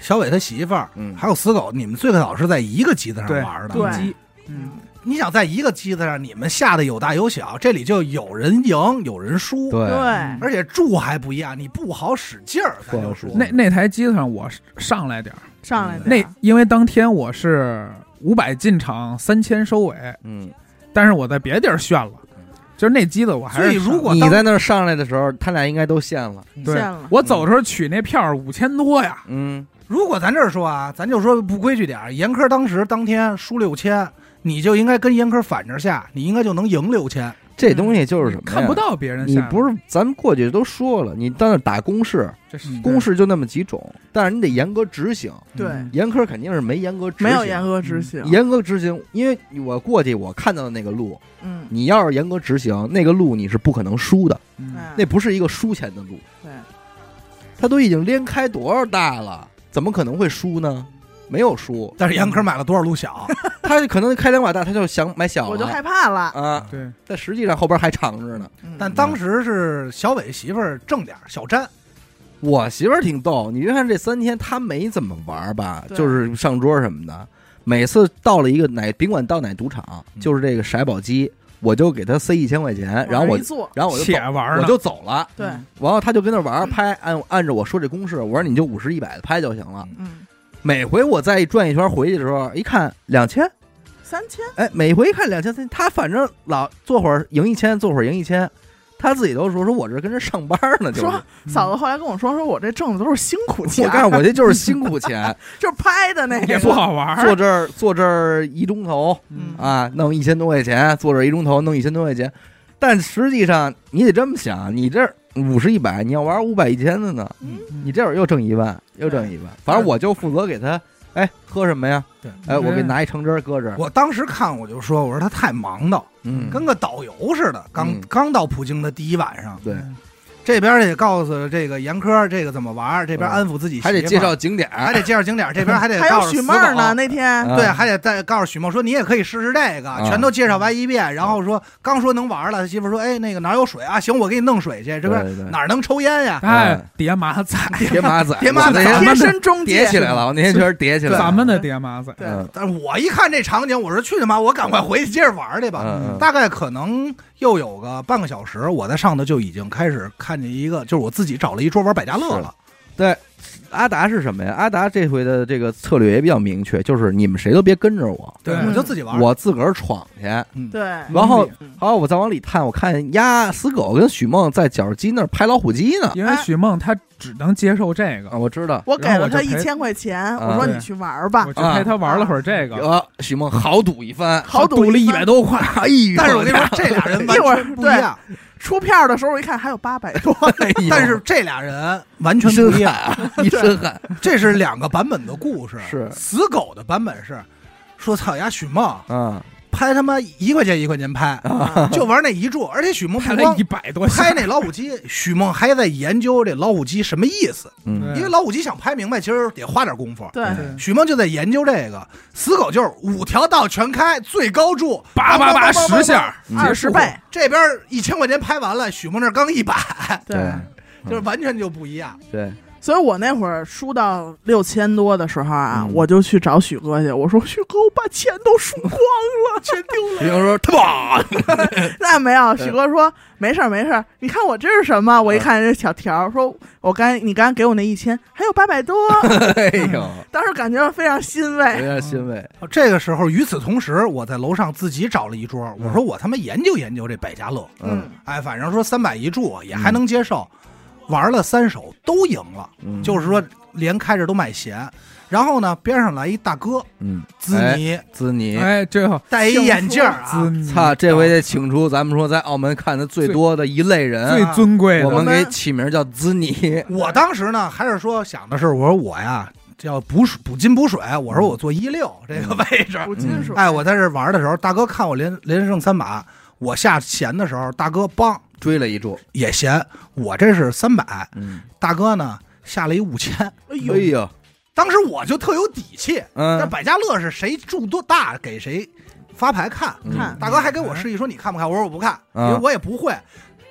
小伟他媳妇儿， 嗯还有死狗，你们最早是在一个机子上对玩的。 对机，嗯， 你想在一个机子上，你们下的有大有小，这里就有人赢，有人输， 对对， 而且柱还不一样，你不好使劲儿，咱就说那那台机子上我上来点儿， 上来那因为当天我是五百进场，三千收尾， 嗯， 但是我在别地儿炫了，就是那机子我还是所以如果你在那儿上来的时候，他俩应该都现了。 对现了， 我走的时候取那票五千多呀， 嗯， 如果咱这儿说啊，咱就说不规矩点儿，严科当时当天输六千，你就应该跟严科反着下，你应该就能赢六千。 这东西就是什么呀？ 看不到别人下的， 你不是，咱们过去都说了，你到那打公式， 这是公式就那么几种，但是你得严格执行。 对， 严科肯定是没严格执行， 没有严格执行， 严格执行，因为我过去我看到的那个路， 嗯， 你要是严格执行，那个路你是不可能输的， 嗯哎那不是一个输钱的路。 对， 他都已经连开多少大了，怎么可能会输呢？没有输， 但是严科买了多少路小？ 他可能开两把大，他就想买小了， 我就害怕了。 啊。 对， 但实际上后边还长着呢。 嗯但当时是小伟媳妇儿正点儿小詹， 我媳妇儿挺逗，你别看这三天她没怎么玩吧， 对就是上桌什么的。每次到了一个哪，甭管到哪赌场， 嗯就是这个骰宝机，我就给她塞一千块钱，然后我一坐， 然后我就走且玩呢我就走了。 对， 然后他就跟那玩拍，按按着我说这公式，我说你就五十一百的拍就行了。 嗯， 每回我再转一圈回去的时候，一看两千， 三千， 哎，每回一看两千三，他反正老坐会儿赢一千，坐会儿赢一千，他自己都说说我这跟这上班呢，就是说嫂子后来跟我说，说我这挣的都是辛苦钱， 我告诉我这就是辛苦钱， 就是拍的那也个， 不好玩儿， 坐这儿坐这儿一钟头嗯啊，弄一千多块钱，坐这儿一钟头弄一千多块钱，但实际上你得这么想，你这五十一百，你要玩五百一千的呢， 嗯你这会儿又挣一万，又挣一万，反正我就负责给他，哎，喝什么呀？ 对， 哎，我给拿一橙汁儿搁这儿， 我当时看我就说，我说他太忙叨， 嗯， 跟个导游似的。刚、 嗯刚到普京的第一晚上， 对， 这边得告诉这个严科这个怎么玩，这边嗯安抚自己媳妇儿， 还得介绍景点儿， 还得介绍景点，这边还得还有告诉许妹儿呢， 死狗那天啊对，还得再告诉许梦说你也可以试试这个， 啊全都介绍完一遍，然后说刚说能玩了，他媳妇说哎那个哪有水啊？行，我给你弄水去，这边对对哪儿能抽烟呀？ 哎，叠马仔， 叠马仔， 叠马仔我那天贴身中介叠起来了，我那天确实叠起来了， 咱们的叠马仔， 对嗯但是我一看这场景，我说去他妈，我赶快回去接着玩去吧。 嗯嗯大概可能又有个半个小时，我在上头就已经开始看见一个，就是我自己找了一桌玩百家乐了。 对，阿达是什么呀？阿达这回的这个策略也比较明确，就是你们谁都别跟着我， 对， 嗯我就自己玩。 我自个儿闯去。 嗯， 对， 然后嗯， 好，我再往里探，我看呀，死狗跟许梦在绞肉机那儿拍老虎机呢。 因为许梦他只能接受这啊， 个， 我知道。 我给然后我就陪了他一千块钱， 啊对我说你去玩吧我，就陪他玩了会儿这个， 呃，许梦豪赌一番， 好赌了一一番百多块， 哎呦， 但是我跟你说，这俩人完全不一样。 出票的时候我一看还有八百多， 哎呦但是这俩人完全一身不一样， 汗啊，一身汗， 这是两个版本的故事。 是死狗的版本是说操呀，许梦啊， 拍他妈一块钱一块钱拍，就玩那一注，而且许梦不光拍了一百多下拍那老虎机，许梦还在研究这老虎机什么意思， 嗯因为老虎机想拍明白，其实得花点功夫。 对， 嗯许梦就在研究这个，死狗就是五条道全开，最高注叭叭叭十下， 嗯二十倍， 这边一千块钱拍完了，许梦那刚一百， 对。 对就是完全就不一样。 对， 所以我那会儿输到六千多的时候啊， 嗯我就去找许哥去，我说许哥，我把钱都输光了，钱丢了。 比如说他妈， 那没有，许哥说没事儿没事儿，你看我这是什么？我一看这小条，说我刚你刚给我那一千，还有八百多， 哎呦， 当时感觉非常欣有慰。 点欣慰。 这个时候，与此同时，我在楼上自己找了一桌，我说我他妈研究研究这百家乐， 嗯哎，反正说三百一注也还能接受，玩了三手都赢了， 嗯， 就是说连开着都卖闲。然后呢，边上来一大哥， 嗯， 兹尼， 兹尼， 哎，这个戴一眼镜儿啊滋，你操，这回得请出咱们说在澳门看的最多的一类人， 最尊贵的， 我们我们给起名叫兹尼。 我当时呢，还是说想的是，我说我呀，叫补水补金补水，我说我做一六这个位置， 不金属， 哎，我在这玩的时候，大哥看我连连胜三把，我下闲的时候，大哥梆追了一注， 也闲，我这是三百， 嗯， 大哥呢下了一五千， 哎哎呦， 呦， 当时我就特有底气。但嗯， 百家乐是谁注多大给谁发牌看， 嗯看大哥还给我示意说你看不看？我说我不看，因为我也不会。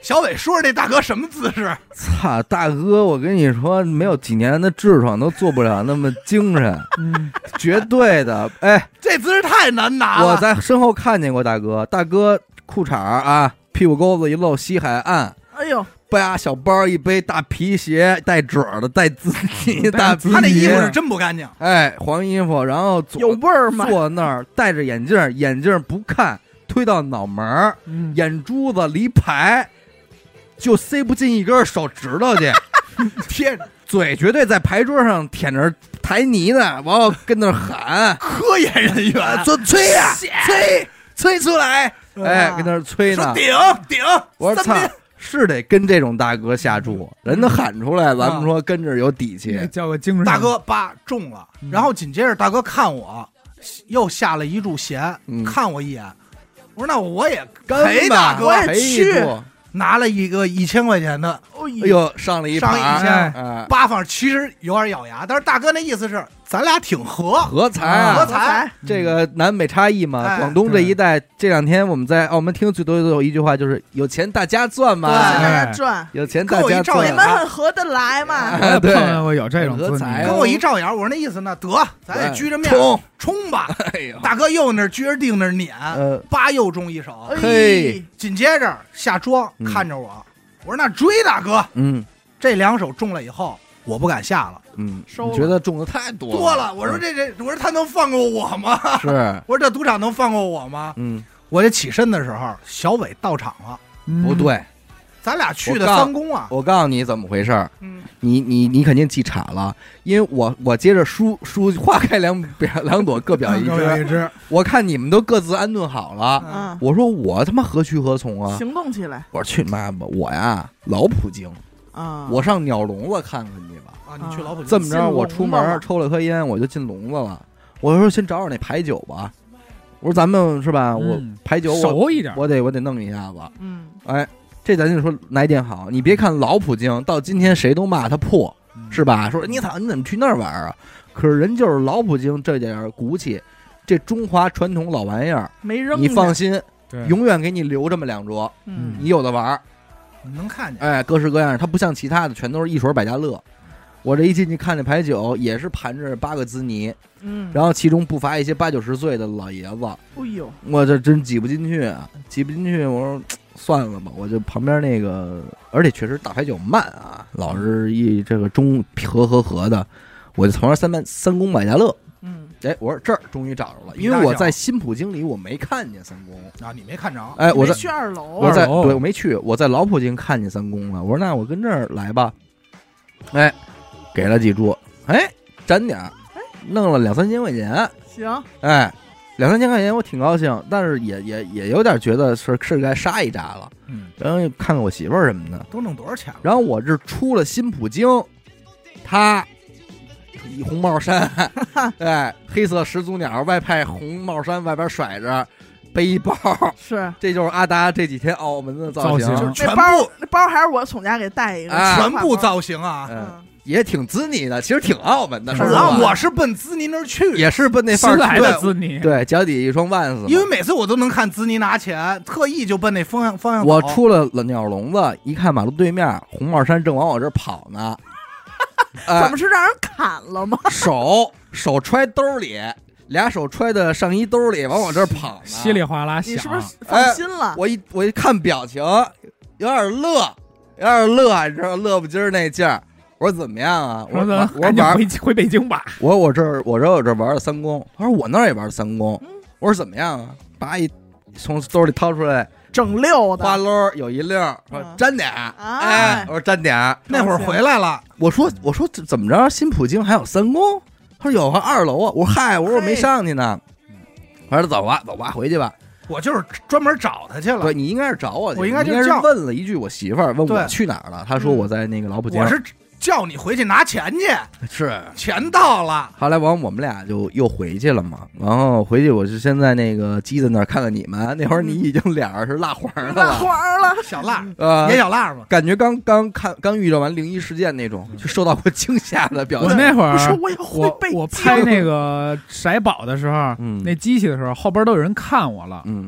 小伟说说这大哥什么姿势？ 操，大哥，我跟你说，没有几年的痔疮都做不了那么精神， 嗯， 绝对的。哎， 这姿势太难拿了。 我在身后看见过大哥，大哥裤衩啊，屁股沟子一露西海岸， 哎呦， 背小包一背，大皮鞋，带褶的，带字尼，大皮鞋。 他那衣服是真不干净。 哎，黄衣服，然后左有味儿吗？ 坐那儿戴着眼镜，眼镜不看，推到脑门儿， 嗯眼珠子离排就塞不进一根手指头去， 天， 嘴绝对在牌桌上舔着台泥呢，完后跟那儿喊科研人员说催呀，催催出来，哎，跟那儿催呢。 说顶顶， 我说操，是得跟这种大哥下注，人都喊出来，咱们说跟着有底气。 那叫个精神。 大哥叭中了，然后紧接着大哥看我，又下了一注弦， 嗯看我一眼，我说那我也跟陪大哥我也陪一去注， 拿了一个一千块钱的哎哎呦，上了一上一盘千哎， 八方，其实有点咬牙，但是大哥那意思是咱俩挺合， 合财啊啊合财。 这个南北差异嘛， 哎广东这一带这两天我们在澳门听最多的有一句话就是有钱大家赚嘛， 对大哎家赚， 有钱大家跟我一照赚眼你们很合得来嘛？ 哎我也对碰见过有这种子女合财哦跟我一照眼，我说那意思呢，得咱也拘着面冲冲吧。 哎呦， 大哥又那儿撅着腚那儿撵， 呃， 叭又中一手， 嘿， 紧接着下庄嗯看着我，我说那追大哥， 嗯这两手中了以后，我不敢下了， 嗯， 收了你觉得中的太多多了。我说这这，我说他能放过我吗？ 是， 我说这赌场能放过我吗？ 嗯， 我这起身的时候，小伟到场了， 嗯不，对， 咱俩去的我告三公啊。 我告诉你怎么回事儿， 嗯， 你你你肯定记岔了，因为我我接着书书花开两表两朵，各表一各表一枝。 枝。 我看你们都各自安顿好了， 嗯， 我说我他妈何去何从啊？ 行动起来我说去你妈吧，我呀老普京， 啊！ 我上鸟笼子看看去吧。 啊，你去老普京这么着， 进笼我出子了门抽了颗烟，我就进笼子了。我说先找找那牌九吧，我说咱们是吧？我嗯牌九我熟一点， 我得我得弄一下子。 嗯， 哎，这咱就说哪一点好？你别看老普京到今天谁都骂他破，是吧？说你操你怎么去那儿玩啊？可是人就是老普京这点骨气，这中华传统老玩意儿， 没扔， 你放，心， 对永远给你留这么两桌， 嗯， 你有的玩儿。 你能看见。 哎，各式各样，它不像其他的全都是一水百家乐。我这一进去看这牌九，也是盘着八个滋泥， 嗯， 然后其中不乏一些八九十岁的老爷子， 哎呦， 我这真挤不进去啊，挤不进去。我说算了吧，我就旁边那个，而且确实打牌九慢啊，老是一这个中和和和的，我就从那三班三公百家乐。 嗯， 哎，我说这儿终于找着了，因为我在新普京里我没看见三公。 啊，你没看着？ 哎，我在没去二楼， 我在二楼对我没去，我在老普京看见三公了。我说那我跟这儿来吧，哎，给了几注，哎，沾点儿，弄了两三千块钱， 行， 哎，两三千块钱我挺高兴，但是也也也有点觉得是是该杀一扎了。 嗯， 然后看看我媳妇儿什么的， 都弄多少钱了？ 然后我这出了新普京，他一红帽衫，哎，黑色始祖鸟外派红帽衫，外边甩着背一包， 是这就是阿达这几天澳门的造型， 造型全那包部那包还是我从家给带一个， 哎全部造型啊！ 嗯， 嗯， 也挺滋你的，其实挺澳门的， 是是吧？ 然后我是奔兹尼那儿去的， 也是奔那范儿新来的对滋泥， 对，脚底一双万斯嘛， 因为每次我都能看兹尼拿钱，特意就奔那方向方向走。 我出了鸟笼子，一看马路对面红帽衫正往我这儿跑呢， 怎呃么，是让人砍了吗？ 手手揣兜里，俩手揣的上衣兜里，往我这儿跑呢。 稀里哗啦响， 你是不是放心了？ 我一我一看表情，有点乐，有点乐，你知道乐不劲儿那劲儿。我说怎么样啊？我我说我说赶紧玩， 回回北京吧。 我说我这儿我说我这儿玩了三公，他说我那儿也玩了三公嗯。 我说怎么样啊？叭一从兜里掏出来整溜的， 花篓有一溜儿，说嗯沾点儿， 哎哎，我说沾点儿。 那会儿回来了， 我说我说怎怎么着？新普京还有三公？他说有啊，二楼啊。我说嗨，我说我没上去呢。我说走吧，走吧，回去吧。 我就是专门找他去了对。你应该是找我去， 我应该你应该是就叫问了一句我媳妇儿，问我对去哪儿了。她说嗯我在那个老普京。 我是叫你回去拿钱去， 是。 钱到了。 后来完我们俩就又回去了嘛，然后回去我是先在那个机子那儿看看你们，那会儿你已经脸儿是蜡黄的那了， 花儿了， 小辣， 呃也，小辣嘛。 感觉刚刚看刚遇到完灵异事件那种，就受到过惊吓的表我情。 那会儿你说我要回我北京， 我拍那个骰宝的时候， 嗯那机器的时候，后边都有人看我了。 嗯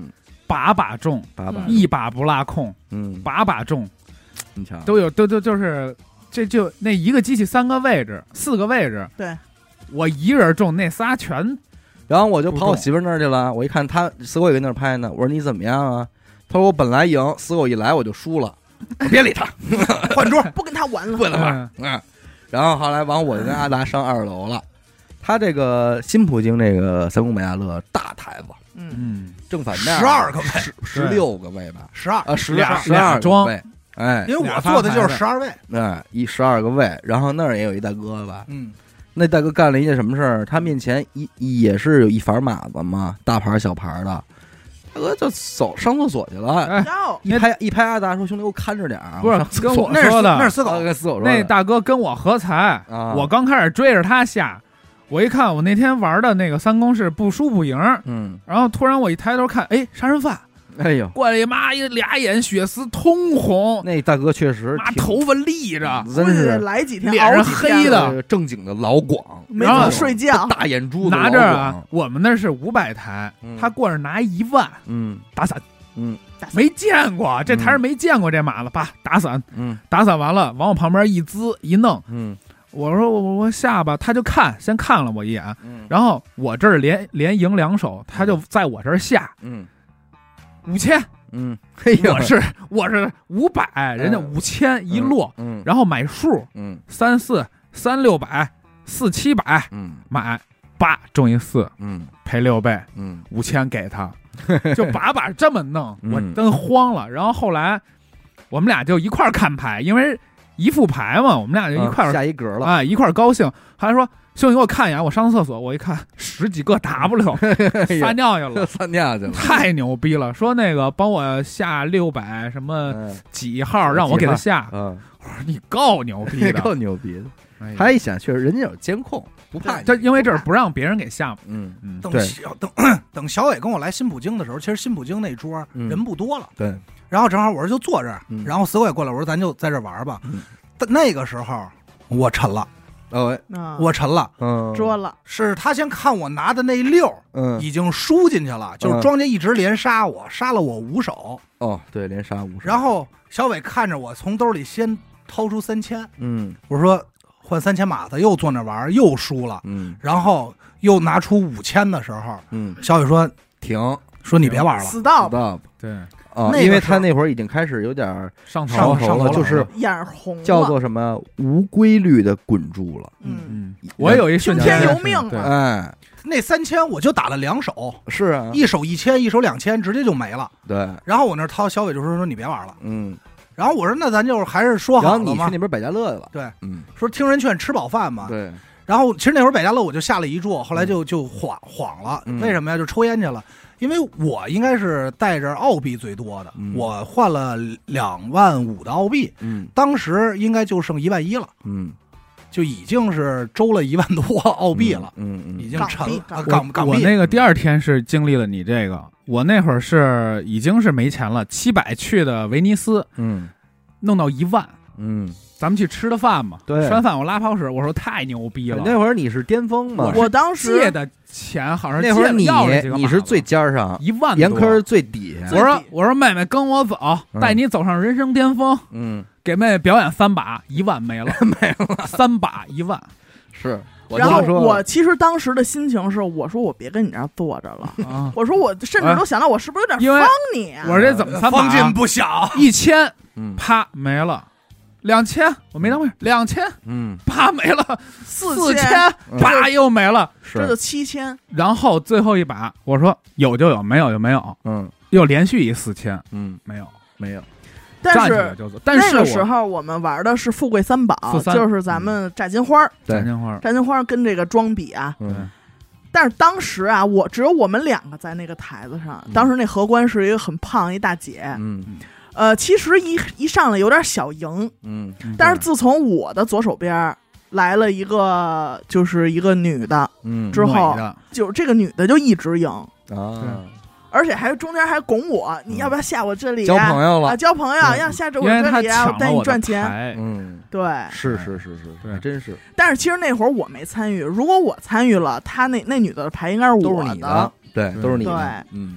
把把中， 把把， 一把不落空， 嗯， 把把中， 你瞧， 都有，都都就是这就那一个机器三个位置，四个位置， 对， 我一人中，那仨全然后我就跑我媳妇那儿去了，我一看他死狗也跟那儿拍呢，我说你怎么样啊？他说我本来赢，死狗一来我就输了，我别理他， 换桌， 不跟他玩了。 对了吧？嗯，然后后来完我就跟阿达上二楼了，他这个新普京这个三宫美亚乐大台子， 嗯， 嗯， 正反面十二个位， 十十六个位吧， 十二啊十俩十二个俩装位，哎， 因为我做的就是十二位， 哎一十二个位，然后那儿也有一大哥吧， 嗯， 那大哥干了一件什么事儿？他面前一也是有一盘码子嘛，大盘小盘的，大哥就走上厕所去了， 哎要一拍一拍阿达说：“兄弟，给我看着点儿。” 不是上厕所跟我那是说的， 那是死狗， 跟死狗说那的大哥跟我合财， 啊我刚开始追着他下，我一看我那天玩的那个三公是不输不赢， 嗯， 然后突然我一抬头看，哎，杀人犯哎呦， 过来，妈一俩眼血丝通红， 那大哥确实挺妈头发立着， 真是来几天， 脸上熬几天黑的呃正经的老广， 没怎么然后睡觉， 大眼珠子拿着啊老广， 我们那是五百台， 嗯他过来拿一万嗯打伞， 嗯没见过这台上没见过这马子，叭打伞， 嗯打伞完了往我旁边一滋一弄， 嗯我说我我我下吧，他就看先看了我一眼， 嗯然后我这儿连连赢两手，他就在我这儿下嗯五千， 嗯，哎呦， 我是我是五百，人家五千一摞， 嗯然后买数嗯三四三六百四七百嗯买，八中一四嗯赔六倍， 嗯五千给他，就把把这么弄， 嗯我真慌了。然后后来我们俩就一块儿看牌，因为一副牌嘛，我们俩就一块儿、 下一格了， 啊一块儿高兴。还说兄弟给我看一眼，我上厕所，我一看十几个 W 撒尿去了。 撒尿去了， 太牛逼了！说那个帮我下六百什么嗯几号，让我给他下。 嗯， 我说你够牛逼的， 够牛逼的。 哎呀他一想，确实人家有监控，不怕你。 这因为这是不让别人给下嘛。 嗯嗯， 等对小等等小伟跟我来新普京的时候，其实新普京那桌嗯人不多了， 对， 然后正好我说就坐这儿， 嗯然后死狗也过来，我说咱就在这玩吧嗯。 但那个时候我沉了， 哦啊我沉了， 嗯捉了， 是他先看我拿的那溜嗯已经输进去了，就是庄家一直连杀我，杀了我五手， 哦对，连杀五十， 然后小伟看着我从兜里先掏出三千， 嗯我说换三千码子，又坐那玩又输了， 嗯然后又拿出五千的时候， 嗯小伟说停说你别玩了， 死到 stop 对， 啊， 那个因为时候他那会儿已经开始有点上头上头了， 上头了就是眼红了， 叫做什么无规律的滚珠了。 嗯， 嗯，我也有一瞬听间天由命对了， 哎， 那三千我就打了两手， 是啊， 一手一千，一手两千，直接就没了。 对， 然后我那掏，小伟就说说你别玩了。 嗯， 然后我说那咱就是还是说然好了吗？ 后你去那边百家乐去了， 对， 嗯， 说听人劝，吃饱饭嘛。 对， 然后其实那会儿百家乐我就下了一注，后来就就晃晃了。 嗯为什么呀？就抽烟去了。因为我应该是带着澳币最多的， 嗯我换了两万五的澳币， 嗯当时应该就剩一万一了， 嗯， 就已经是周了一万多澳币了， 嗯嗯， 已经港币沉了啊港币我港港币。 那个第二天是经历了你这个，我那会儿是已经是没钱了，七百去的威尼斯， 嗯弄到一万， 嗯， 咱们去吃的饭嘛， 对吃完饭我拉泡屎，我说太牛逼了， 那会儿你是巅峰嘛， 我当时借的钱好像那会儿你要了几个你是最尖儿上， 一万多严科最底下， 我说我说妹妹跟我走， 嗯带你走上人生巅峰， 嗯， 给妹妹表演三把，一万没了，没了，三把一万， 是，我然后就说我其实当时的心情是，我说我别跟你这儿坐着了， 啊！ 我说我甚至都想到我是不是有点因为帮你啊？ 我说这怎么三把方进不小， 一千， 嗯啪没了，两千我没当回事，两千嗯啪没了， 四四千嗯啪又没了， 这就是七千， 然后最后一把我说有就有，没有就没有， 嗯又连续一四千， 嗯没有， 没有， 但站起来是就走。但是那个时我候我们玩的是富贵三宝富，三就是咱们炸金花儿， 对展金花， 炸金花儿跟这个装比啊。 嗯但是当时啊，我只有我们两个在那个台子上。 嗯当时那荷官是一个很胖一大姐， 嗯呃，其实一一上来有点小赢， 嗯但是自从我的左手边儿来了一个，就是一个女的， 嗯之后美的就是这个女的就一直赢， 啊， 而且还中间还拱我，你要不要下我这里、啊？ 交朋友了啊，，交朋友， 嗯要下这我因为他这里啊，我带抢了我的你赚钱。 牌， 嗯， 对， 是是是是， 对还真是， 但是其实那会儿我没参与，如果我参与了，她那那女的的牌应该是都我是你的，对， 对都是你的对， 嗯，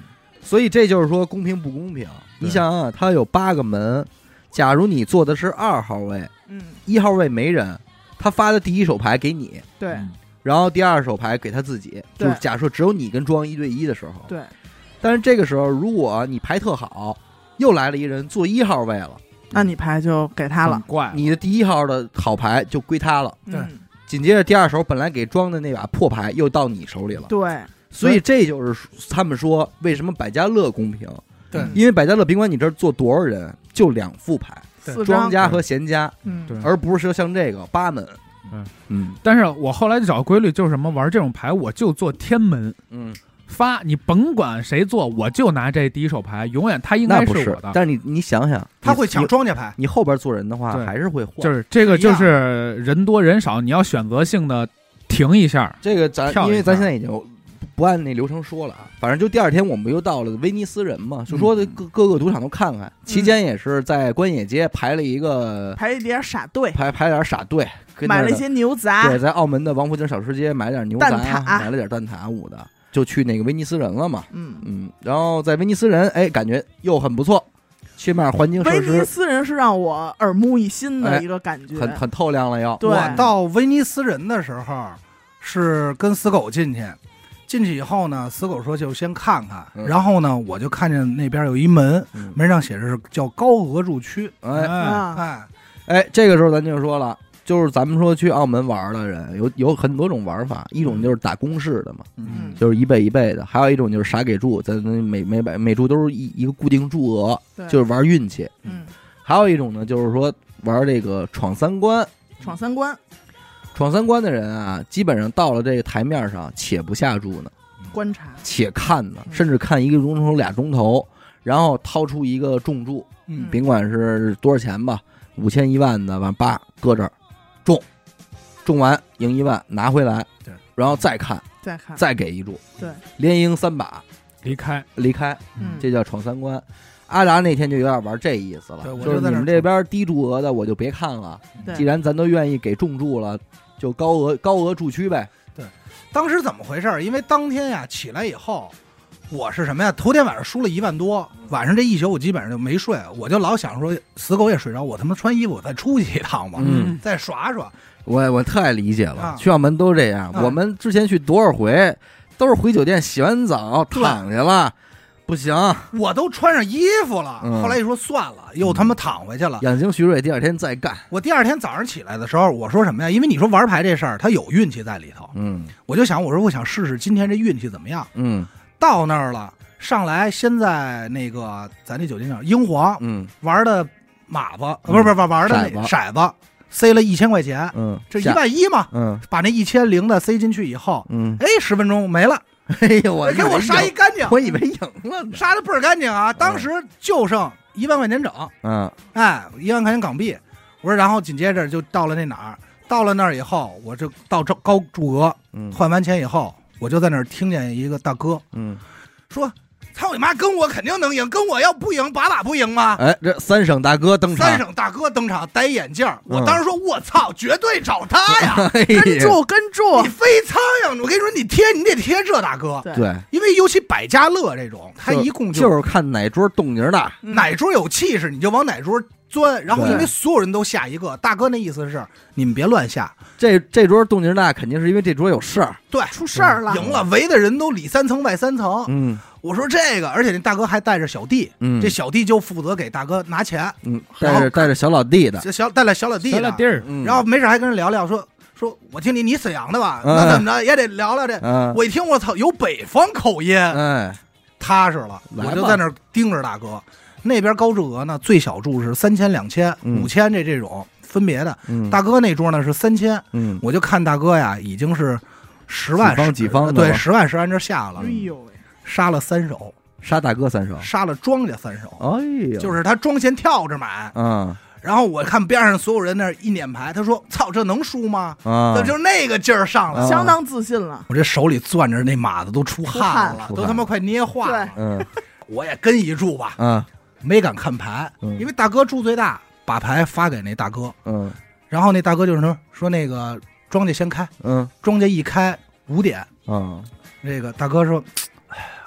所以这就是说公平不公平？你想想，它有八个门，假如你坐的是二号位， 嗯， 一号位没人，他发的第一手牌给你， 对嗯然后第二手牌给他自己，就对是假设只有你跟庄一对一的时候。 对， 但是这个时候，如果你牌特好，又来了一人坐一号位了， 那你牌就给他了很。怪， 你的第一号的好牌就归他了。 对嗯紧接着第二手本来给庄的那把破牌又到你手里了。 对， 所以这就是他们说为什么百家乐公平， 对因为百家乐宾馆你这儿坐多少人就两副牌， 对四张， 庄家和闲家， 嗯， 对而不是说像这个八门。 嗯嗯但是我后来就找个规律，就是什么玩这种牌，我就做天门嗯， 发，你甭管谁做，我就拿这第一手牌，永远他应那不是该我的。 但是你你想想， 他会抢你庄家牌， 你后边做人的话对还是会换。 就是这个， 一样就是人多人少，你要选择性的停一下。 这个咱跳一下因为咱现在已经不按那流程说了啊，反正就第二天我们又到了威尼斯人嘛，就说各各个赌场都看看，期间也是在关野街排了一个排了一点傻队， 排排点傻队，跟那儿的买了一些牛杂， 对，在澳门的王府井小吃街买了点牛杂， 蛋挞买了点蛋挞舞的，就去那个威尼斯人了嘛。 嗯， 嗯，然后在威尼斯人，哎，感觉又很不错，起码环境设威尼施斯人是让我耳目一新哎的一个感觉， 很很透亮了又。 对我到威尼斯人的时候是跟死狗进去，进去以后呢，死狗说就先看看， 嗯然后呢，我就看见那边有一门， 嗯门上写着是叫高额入区， 哎啊， 哎， 哎，这个时候咱就说了，就是咱们说去澳门玩的人有有很多种玩法，一种就是打公式的嘛， 嗯就是一倍一倍的，还有一种就是傻给注，咱每每百每注都是一一个固定注额， 对， 就是玩运气。 嗯， 还有一种呢，就是说玩这个闯三关。 闯三关， 闯三关的人啊，基本上到了这个台面上，且不下注呢， 观察， 且看呢， 嗯甚至看一个钟头、俩钟头，然后掏出一个重注， 嗯甭管是多少钱吧，五千、一万的，完叭搁这儿，中，中完赢一万拿回来， 对， 然后再看， 再看， 再给一注， 对， 连赢三把离开， 离开， 嗯， 这叫闯三关。阿达那天就有点玩这意思了对，我就是就在那儿你们这边低注额的我就别看了， 对既然咱都愿意给重注了，就高额高额注区呗。 当时怎么回事？因为当天呀起来以后，我是什么呀？头天晚上输了一万多，晚上这一宿我基本上就没睡，我就老想说死狗也睡着，我他妈穿衣服我再出去一趟吧， 嗯再耍耍。 我我太理解了， 啊去澳门都这样。 啊我们之前去多少回，都是回酒店洗完澡对躺下了，不行， 我都穿上衣服了， 嗯后来一说算了，又他妈躺回去了。 养精蓄锐，第二天再干。 我第二天早上起来的时候，我说什么呀？因为你说玩牌这事儿，它有运气在里头， 嗯我就想，我说我想试试今天这运气怎么样。 嗯到那儿了，上来先在那个咱这酒店叫英皇嗯玩的马子，不是不是玩玩的那骰子骰子，塞了一千块钱， 嗯， 这一下万一嘛， 嗯把那一千零的塞进去以后， 嗯， 哎，十分钟没了， 哎呦，我给我杀一赢， 干净， 我以为赢了呢。 杀的倍儿干净啊！当时就剩一万块钱整， 嗯哎，一万块钱港币。我说，然后紧接着就到了那哪儿，到了那儿以后，我就到这高注额， 嗯换完钱以后，我就在那儿听见一个大哥嗯， 说：“操你妈，跟我肯定能赢，跟我要不赢，把把不赢吗？” 哎，这三省大哥登场， 三省大哥登场，戴眼镜儿，我嗯当时说：“我操，绝对找他呀！ 哎跟呀住跟住你，飞苍蝇，我跟你说，你贴你得贴这大哥， 对， 对， 因为尤其百家乐这种，他一共就是看哪桌动静大。 嗯哪桌有气势，你就往哪桌钻。然后对因为所有人都下一个，大哥那意思是你们别乱下， 这这桌动静大，肯定是因为这桌有事儿。 对， 出事儿了， 赢了，围的人都里三层外三层。 嗯我说这个，而且那大哥还带着小弟， 嗯， 这小弟就负责给大哥拿钱， 嗯然后带着带着小老弟的， 这小带了小老弟的， 小老弟儿， 嗯然后没事还跟人聊聊，说说我听你你沈阳的吧， 嗯那怎么着也得聊聊这。 嗯， 我一听我操，有北方口音， 哎， 踏实了， 来吧我就在那儿盯着大哥。那边高注额呢，最小注是三千、两千、 嗯五千这这种分别的。 嗯大哥那桌呢是三千， 嗯我就看大哥呀已经是十万几方几方的对， 了十万十万这下了哎，呦喂， 杀了三手， 杀大哥三手， 杀了庄家三手， 哎呀， 就是他庄先跳着买， 嗯然后我看边上所有人那儿一撵牌，他说：“操，这能输吗？” 啊那，就是那个劲儿上来了， 啊相当自信了， 我这手里攥着那马子都出汗了， 出汗都他妈快捏化了。 嗯我也跟一注吧， 啊没敢看牌， 嗯因为大哥注最大，把牌发给那大哥， 嗯然后那大哥就是说说那个庄家先开， 嗯庄家一开五点， 啊这个大哥说：“哎呀，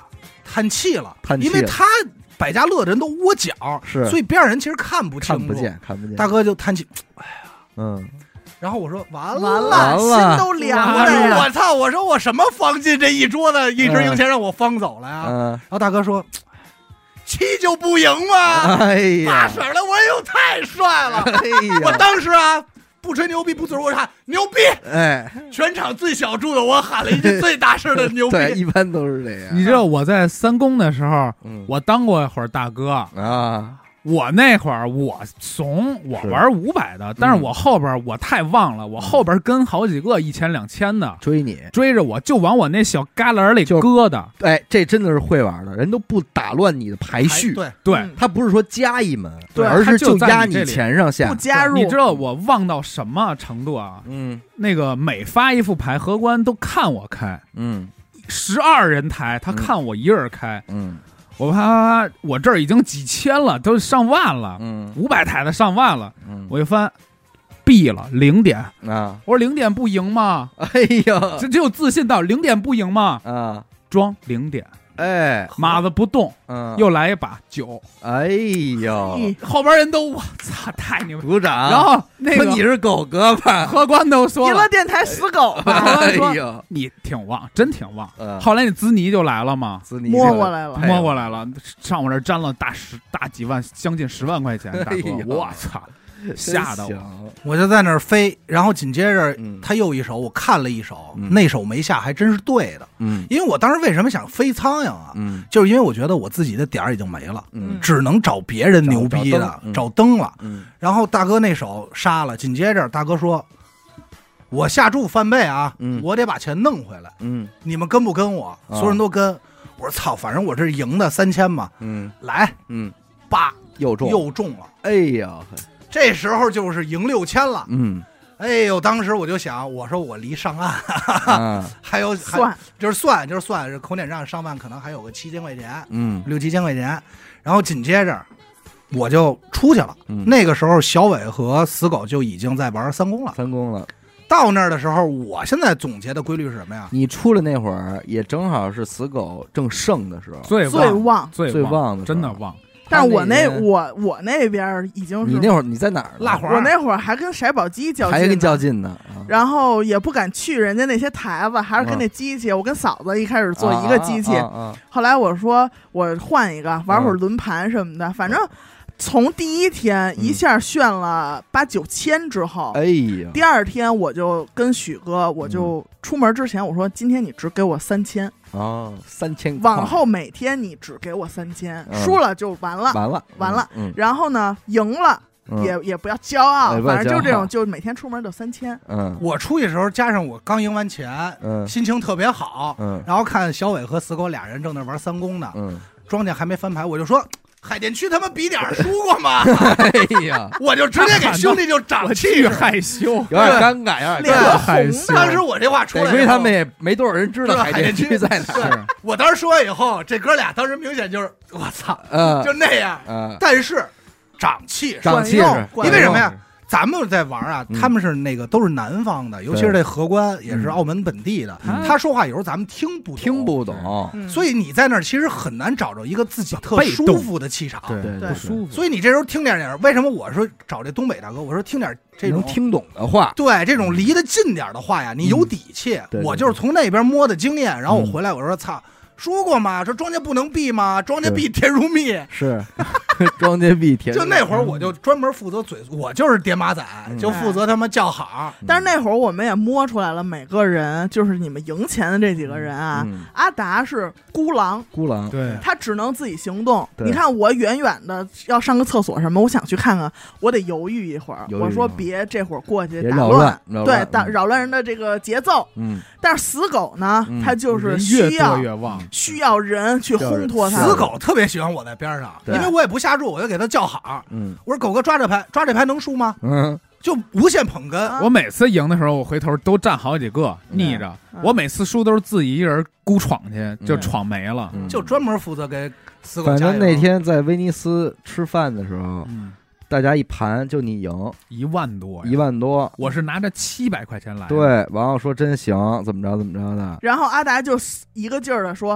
叹气了， 叹气了因为他百家乐的人都窝角， 是所以边上人其实看不清楚， 看不见，看不见。 大哥就叹气， 嗯， 然后我说完了， 完完了心都凉我了呀！ 说我操！我说我什么方进这一桌子一直赢钱让我方走了呀？ 嗯， 然后大哥说：“气就不赢吗？ 哎呀， 大婶儿的，我哟太帅了！ 哎呀， 我当时啊，不吹牛逼，不嘴我喊牛逼， 哎， 全场最小柱的我喊了一句最大声的牛逼。 对，一般都是这样。 你知道我在三公的时候， 嗯我当过一会儿大哥。 啊， 我那会儿我怂，我玩五百的，但是我后边我太旺了，我后边跟好几个一千两千的追你， 追着我，就往我那小旮旯里就是搁的。 哎，这真的是会玩的，人都不打乱你的排序。 对， 对， 嗯他不是说加一门， 对而是他就在压你你这里钱上下不。加入， 你知道我旺到什么程度啊？ 嗯那个每发一副牌，荷官都看我开， 嗯十二人台，他看我一人开， 嗯我啪啪啪，我这儿已经几千了，都上万了， 嗯五百台的上万了， 嗯， 我一翻，毙了零点， 啊， 我说零点不赢吗？ 哎呀这只有自信到零点不赢吗？ 啊， 装零点， 哎， 马子不动， 嗯， 又来一把九， 哎呦， 咦后边人都我操太牛逼， 鼓掌。 然后那个说你是狗哥吧？ 荷官都说了， 娱乐电台死狗吧， 荷官说哎呦， 你挺旺，真挺旺。 嗯后来那兹尼就来了嘛， 兹尼摸过来了哎呦摸过来了，上我这儿沾了大十大几万，将近十万块钱，大哥， 哎呦我操，吓得我。 我。 我就在那儿飞，然后紧接着嗯他又一手，我看了一手， 嗯那手没下，还真是对的。 嗯因为我当时为什么想飞苍蝇啊？ 嗯就是因为我觉得我自己的点儿已经没了， 嗯只能找别人牛逼的找找灯嗯找灯了。 嗯然后大哥那手杀了，紧接着大哥说：“我下注翻倍啊， 嗯我得把钱弄回来， 嗯你们跟不跟我？” 啊所有人都跟。我说：“操，反正我这赢的三千嘛， 嗯来嗯， 八又中， 又中了。 哎呀， 这时候就是赢六千了。 嗯哎呦，当时我就想，我说我离上岸啊还有还算就是算就是算是口点账上万，可能还有个七千块钱， 嗯六七千块钱。然后紧接着我就出去了。 嗯， 那个时候小伟和死狗就已经在玩三公了。 三公了。 到那儿的时候，我现在总结的规律是什么呀？ 你出来那会儿也正好是死狗正盛的时候， 最最旺旺。 最最旺的时候真的旺。 但是我那他年我我那边已经是你那会儿你在哪儿呢？ 辣滑我那会儿还跟骰宝机较劲呢， 还跟较劲呢啊！ 然后也不敢去人家那些台子，还是跟那机器。我跟嫂子一开始做一个机器， 啊啊啊后来我说我换一个，玩会儿轮盘什么的。反正从第一天一下炫了八九千之后， 哎呀， 第二天我就跟许哥，我就出门之前我说今天你只给我三千， 哦，三千块， 往后每天你只给我三千， 嗯输了就完了。 完了完了， 嗯， 然后呢，赢了嗯也也不要骄傲哎，不要反正就这骄傲种，就每天出门就三千。 嗯我出去的时候，加上我刚赢完钱， 嗯心情特别好。 嗯然后看小伟和死狗俩人正在玩三公呢， 嗯， 庄家还没翻牌，我就说海淀区他妈比点儿输过吗？ 哎呀， 我就直接给兄弟就长我巨气势。 害羞， 有点尴尬，有点脸尴尬。 红害羞的， 当时我这话出来以后， 得亏他们也没多少人知道知道海淀区在哪儿。 是我当时说完以后，这哥俩当时明显就是我操， 嗯就那样。 嗯， 但是长气势， 长气势管用，管因为什么呀用？ 咱们在玩啊， 嗯他们是那个都是南方的，尤其是这荷官也是澳门本地的， 嗯他说话有时候咱们听不懂听不懂。 嗯所以你在那儿其实很难找着一个自己特被动舒服的气场。 对对不舒服。 所以你这时候听点点，为什么我说找这东北大哥？我说听点这种能听懂的话， 对这种离得近点的话呀，你有底气。 嗯对对我就是从那边摸的经验，然后我回来我说操。说过吗？说庄家不能闭吗？庄家闭甜如蜜。 是庄家币甜。 就那会儿我就专门负责嘴，我就是爹妈仔， 嗯就负责他妈叫好。 但是那会儿我们也摸出来了，每个人就是你们赢钱的这几个人啊， 嗯阿达是孤狼， 孤狼， 对， 他只能自己行动。 对你看我远远的要上个厕所什么，我想去看看，我得犹豫一会儿。 犹豫我说一会儿别这会儿过去别打扰乱扰对乱嗯打扰乱人的这个节奏。 嗯， 但是死狗呢， 嗯他就是人越多需要越旺。 需要人去烘托他。 死狗特别喜欢我在边上， 对因为我也不下注，我就给他叫好。 嗯我说狗哥抓这牌，抓这牌能输吗？ 嗯， 就无限捧哏。 啊我每次赢的时候，我回头都站好几个逆着。 嗯我每次输都是自己一人孤闯去，就闯没了。 嗯就专门负责给死狗反加油。 正那天在威尼斯吃饭的时候， 嗯， 大家一盘就你赢一万多呀， 一万多， 我是拿着七百块钱来的。 对，然后说真行，怎么着怎么着的， 然后阿达就一个劲儿的说：“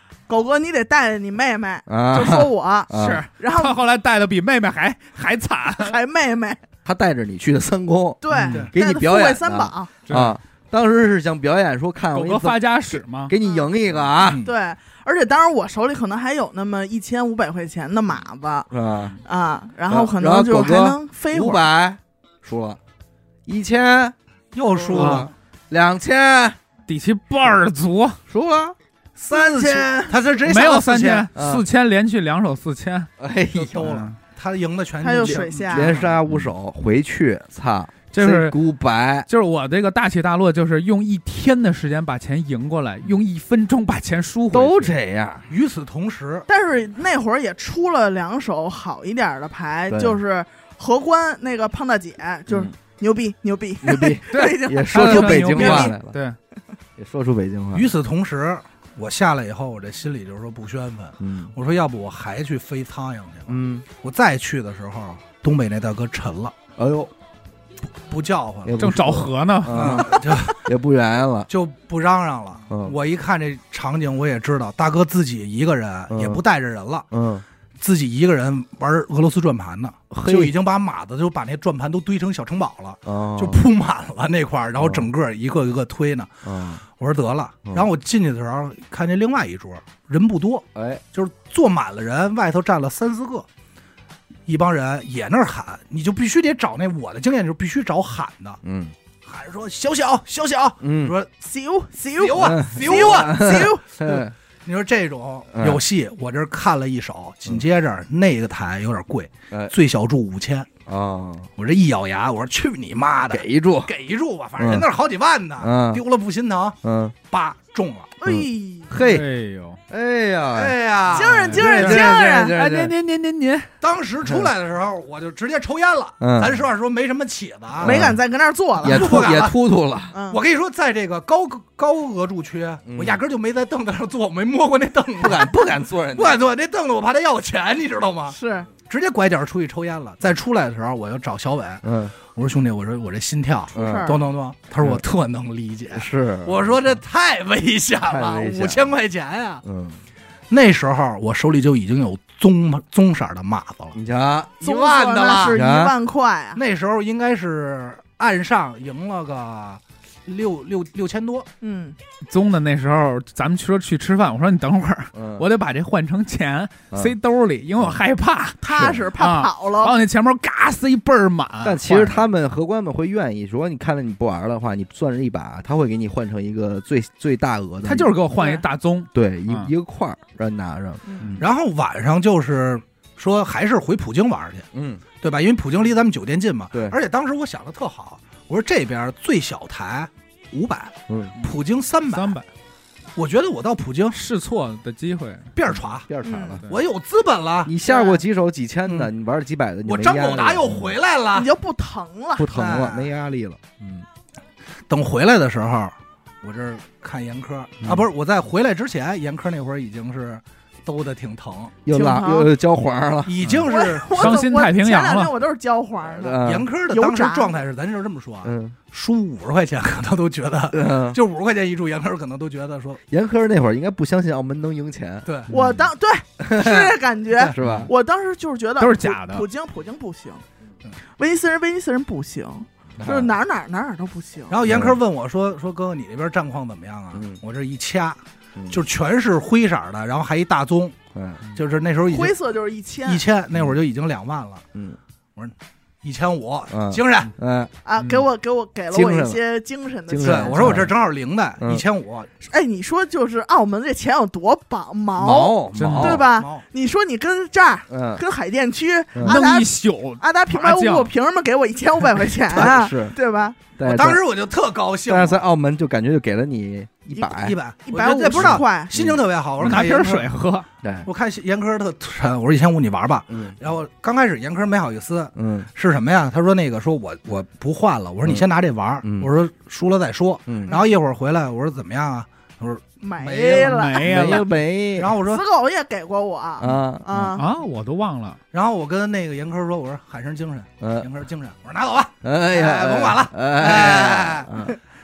狗哥你得带着你妹妹， 啊， 就说我， 啊是， 然后他后来带的比妹妹还还惨， 还妹妹， 他带着你去的三公对嗯， 给你带着富贵表演呢三宝， 啊，当时是想表演说看我给你怎么狗哥发家史嘛， 给你赢一个啊， 嗯对，而且当时我手里可能还有那么一千五百块钱的码子是吧？ 啊，然后可然后能就狗哥还能飞五会儿。 百输了，一千又输了啊，两千底气倍儿足， 输了，三千， 他这直接没有下四三千， 啊四千连续两手四千， 哎呦， 就兜了，他赢的全他就进去水下连杀五手回去，操， 就是 say goodbye， 就是我这个大起大落，就是用一天的时间把钱赢过来，用一分钟把钱输回去， 都这样， 与此同时， 但是那会儿也出了两手好一点的牌， 对就是荷官那个胖大姐，就是嗯牛逼牛逼， 牛逼， 对，已经也说出北京话来了， 对， 也说出北京话， 与此同时，我下来以后，我这心里就是说不宣愤。 嗯我说要不我还去飞苍蝇去了。 嗯， 我再去的时候，东北那大哥沉了， 哎呦， 不叫唤了， 也不正找河呢， 啊， 嗯，就也不远了， 就不嚷嚷了。 嗯我一看这场景，我也知道大哥自己一个人嗯也不带着人了， 嗯， 自己一个人玩俄罗斯转盘呢， 嘿就已经把马子就把那转盘都堆成小城堡了， 哦， 就铺满了那块儿，然后整个一个一个推呢。 嗯， 我说得了， 嗯然后我进去的时候看见另外一桌人不多， 哎， 就是坐满了人，外头站了三四个，一帮人也那儿喊，你就必须得找那我的经验就是必须找喊的， 嗯喊着说小小小小， 嗯， 说咻牛咻啊牛啊， 咻， 哎你说这种嗯有戏，我这儿看了一手，紧接着那个台有点贵， 哎最小注五千， 啊， 我这一咬牙，我说去你妈的， 给一注， 给一注吧，反正人那儿好几万呢， 嗯丢了不心疼， 嗯， 叭中了， 哎， 嘿， 哎呦， 哎呀， 哎呀， 精神精神对精神， 对哎，您您您您您， 当时出来的时候，我就直接抽烟了。 嗯咱实话说，没什么起子啊。 没敢再跟那儿坐了， 也突也不敢了突突了， 嗯， 我跟你说，在这个高高额柱区， 嗯我压根儿就没在凳子上坐，我没摸过那凳子， 不敢不敢坐人家， 不敢坐那凳子，我怕他要我钱，你知道吗？ 是直接拐角出去抽烟了。再出来的时候，我就找小伟， 嗯我说兄弟，我说我这心跳事儿嗯， 咚咚咚，他说我特能理解。 是， 我说这太危险了太危，险五千块钱呀！ 嗯， 那时候我手里就已经有棕棕色的马子了， 你瞧， 一万的了。 那是一万块啊， 那时候应该是岸上赢了个六六六千多， 嗯， 宗的那时候，咱们说去吃饭，我说你等会儿， 嗯， 我得把这换成钱嗯塞兜里，因为我害怕， 踏实怕跑了， 把我那钱包嘎塞倍儿满。 但其实他们荷官们会愿意，如果你看着你不玩的话，你攥着一把，他会给你换成一个最最大额的， 他就是给我换一大宗， 对一嗯一个块儿让你拿着， 嗯然后晚上就是说还是回普京玩去， 嗯， 对吧？因为普京离咱们酒店近嘛。 对而且当时我想的特好，我说这边最小台五百， 嗯， 普京三百， 三百我觉得我到普京试错的机会， 边儿歘， 边儿铲了。 对我有资本了， 你下过几手几千的， 嗯你玩几百的，你我张没压力狗达又回来了你。就不疼了， 不疼了， 哎没压力了。嗯等回来的时候，我这儿看严科嗯啊，不是我在回来之前，严科那会儿已经是兜的挺疼， 又拉挺疼又交黄了。 已经我是我伤心太平洋了我前两天我都是焦黄的， 嗯严科的油当时炸状态是，咱就这么说啊， 嗯输五十块钱可能都觉得， 嗯， 就五十块钱一注，严科可能都觉得说， 严科那会儿应该不相信澳门能赢钱， 对， 我当对是这感觉， 是吧？ 我当时就是觉得都是假的普普京普京不行嗯， 威尼斯人威尼斯人不行，就是哪儿哪儿哪儿哪儿都不行。 然后严科问我说：“说哥哥，你那边战况怎么样啊？” 嗯我这一掐， 嗯就全是灰色的，然后还一大棕， 嗯就是那时候已经灰色就是一千一千，那会儿就已经两万了， 嗯一千五嗯， 精神。 哎啊， 嗯给我给我给了我精神了一些精神的精对， 神了钱。 我说我这正好零的， 嗯一千五哎，你说就是澳门这钱有多薄毛， 毛真的毛对？吧？ 毛你说你跟这儿嗯， 跟海淀区嗯阿达弄一宿， 阿达平白无故麻将凭什么给我一千五百块钱啊？ 是， 对吧？ 但是我当时我就特高兴， 但是在澳门就感觉就给了你一百一，百，我一百五觉得这不知道， 十块， 心情特别好。我说拿瓶看严科水，喝， 对， 我看严科特沉，我说一千五你玩吧。 嗯然后刚开始严科没好意思， 嗯是什么呀？他说那个说我我不换了，我说你先拿这玩儿， 嗯我说输了再说。 嗯， 然后一会儿回来，我说怎么样啊？他说没没了了。 没没了没， 然后我说死狗也给过我啊啊啊！ 啊，我都忘了， 然后我跟那个严科说，我说喊声精神， 嗯， 严科精神，我说拿走吧。 哎呀， 哎甭管了哎，嗯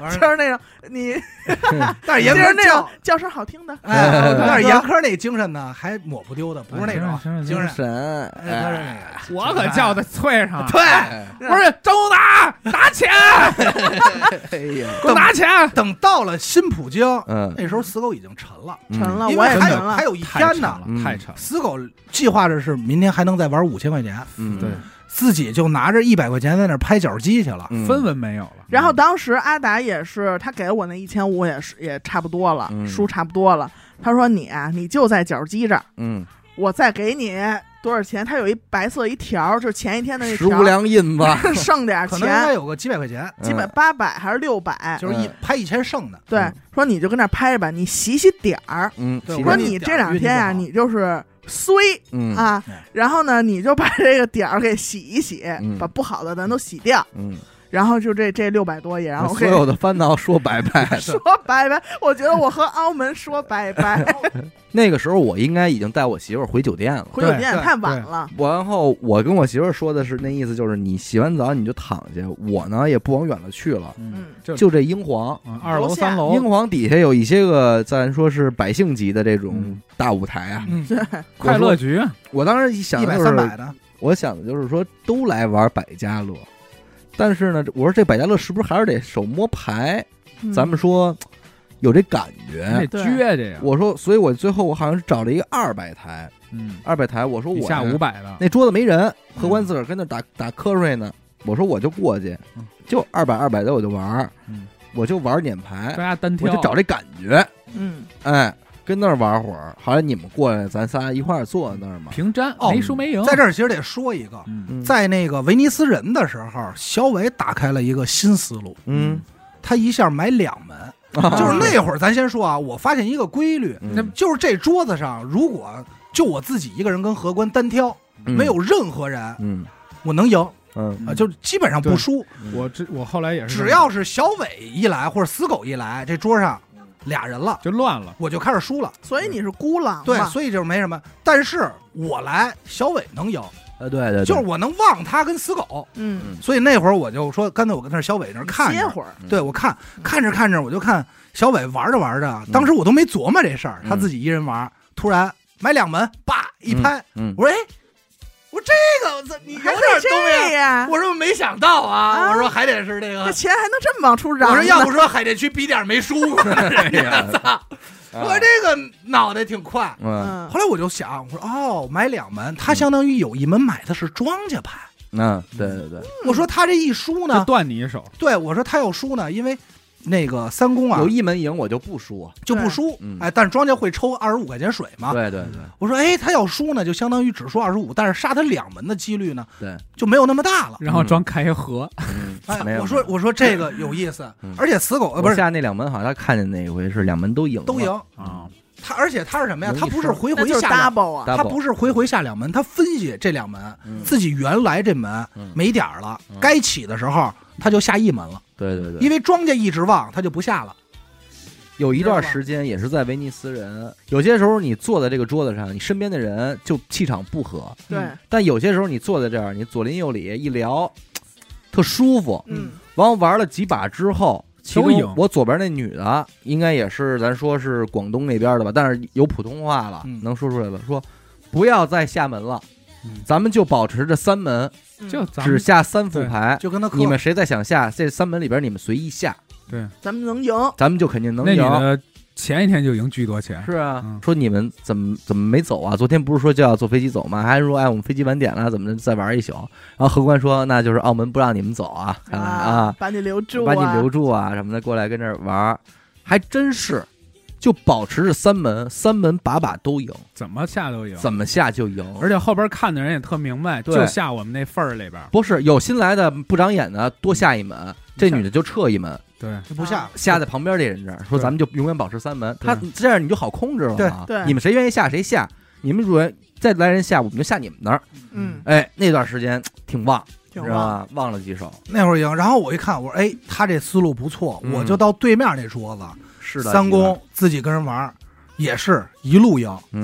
完了， 就是那种你， 但是就严苛叫是那种，叫声好听的， 哎， 嗯但是严苛那精神呢，还抹不丢的，不是那种行精神。 神， 哎，他是那个， 我可叫他催上， 对， 哎不是周达拿钱， 哎呀， 给我拿钱， 等到了新普京， 嗯， 那时候死狗已经沉了， 嗯沉了， 因我也为还有沉了还有一太沉天呢了，，太沉了， 死狗计划着是明天还能再玩五千块钱， 嗯， 对， 自己就拿着一百块钱在那儿拍脚机去了。 嗯分文没有了。 然后当时阿达也是，他给我那一千五也是也差不多了， 嗯输差不多了。他说你啊，你就在脚机这儿， 嗯， 我再给你多少钱？他有一白色一条，就是前一天的那条， 十五两银子， 剩点可能应该钱， 有个几百块钱， 基本八百还是六百。 就是一嗯拍一千剩的。 对嗯， 说你就跟那儿拍吧，你洗洗点儿。 嗯， 对其实说你这两天啊，你就是衰嗯啊嗯， 然后呢，你就把这个点儿给洗一洗， 嗯把不好的咱都洗掉， 嗯， 然后就这这六百多也让我所给有的烦恼说拜拜。 说拜拜。我觉得我和澳门说拜拜， 那个时候我应该已经带我媳妇儿回酒店了。 回酒店对太晚了。 然后我跟我媳妇儿说的是那意思，就是你洗完澡你就躺下，我呢也不往远了去了， 嗯， 就就这英皇。 嗯二楼楼下三楼英皇底下有一些个咱说是百姓级的这种嗯大舞台啊。 嗯， 对， 快乐局， 我当时一想一百就是三百的， 我想的就是说都来玩百家乐，但是呢，我说这百家乐是不是还是得手摸牌？ 嗯咱们说有这感得觉。 对撅着呀。 我说，所以我最后我好像是找了一个二百台， 嗯， 二百台。我说你下我呀五百的， 那桌子没人，客官自个儿跟那打打瞌睡呢。我说我就过去嗯， 就二百二百的我就玩儿， 嗯， 我就玩撵大牌， 家单挑， 我就找这感觉， 嗯， 哎，跟那儿玩会儿。好像你们过来，咱仨一块儿坐在那儿嘛。 平战， 哦没输没赢， 在这儿其实得说一个， 嗯， 嗯在那个威尼斯人的时候，小伟打开了一个新思路， 嗯， 他一下买两门。就是那会儿，咱先说啊，我发现一个规律， 嗯那就是这桌子上，如果就我自己一个人跟荷官单挑， 嗯没有任何人， 嗯我能赢嗯啊，就基本上不输。 我这我后来也是， 只要是小伟一来或者死狗一来，这桌上俩人了， 就乱了， 我就开始输了。 所以你是孤狼对， 嘛？ 所以就是没什么。但是我来，小伟能赢， 呃，对对，对就是我能忘他跟死狗。 嗯， 所以那会儿我就说，干脆我跟那小伟那儿看着， 歇会儿， 对我看看着看着，我就看小伟玩着玩着，当时我都没琢磨这事儿， 嗯他自己一人玩，突然买两门，叭一拍， 嗯， 我说哎，我说这个我操，你有点还可以东西这样， 我说没想到啊， 啊我说还得是这个这，钱还能这么往出嚷呢？ 我说要不说海淀区比点没输过呢，人家操，我说这个脑袋挺快。 嗯嗯， 后来我就想，我说哦，买两门，他相当于有一门买的是庄家牌。 嗯，对对对， 我说他这一输就呢， 断你一手， 对我说他要输呢，因为那个三公啊有一门赢我就不输。 就不输嗯， 哎，但是庄家会抽二十五块钱水嘛。 对对对我说哎，他要输呢，就相当于只输二十五，但是杀他两门的几率呢对， 就没有那么大了。 然后装开一盒， 嗯， 哎没，有我说我说这个有意思嗯， 而且死狗呃不是我下那两门好像他看见那一回是两门都赢了， 都赢啊， 他，而且他是什么呀？ 容易他不是胜回那就是回下两， double 啊， double 他不是回回下两门，他分析这两门嗯自己原来这门嗯没点儿了嗯， 该起的时候他就下一门了， 对对对， 因为庄家一直旺，他就不下了。 有一段时间也是在威尼斯人，有些时候你坐在这个桌子上，你身边的人就气场不合， 对， 但有些时候你坐在这儿，你左邻右里一聊，特舒服。 嗯， 完了玩了几把之后，其中都赢我左边那女的应该也是咱说是广东那边的吧，但是有普通话了， 嗯能说出来了，说不要再下门了， 嗯咱们就保持着三门， 嗯只就咱们下三副牌。 就跟他磕你们谁再想下这三门里边，你们随意下， 对咱们能赢， 咱们就肯定能那女赢。 的前一天就赢巨多钱， 是啊， 嗯说你们怎么怎么没走啊？昨天不是说就要坐飞机走吗？还说哎，我们飞机晚点了，怎么着再玩一宿？然后荷官说那就是澳门不让你们走啊，看来啊， 把你留住， 把你留，住啊什么的，过来跟这儿玩，还真是，就保持着三门，三门把把都赢， 怎么下都赢， 怎么下就赢。 而且后边看的人也特明白， 对就下我们那份儿里边， 不是有新来的不长眼的多下一门，这女的就撤一门， 对， 就不下。 下在旁边这人这儿，说咱们就永远保持三门，他对这样你就好控制了嘛。 对对你们谁愿意下谁下，你们如果再来人下，我们就下你们那儿。 嗯， 哎，那段时间挺旺， 挺旺， 知道吧？忘了几手。 那会儿赢，然后我一看，我说哎，他这思路不错， 嗯我就到对面那桌子， 是的， 三公自己跟人玩，也是一路赢。 嗯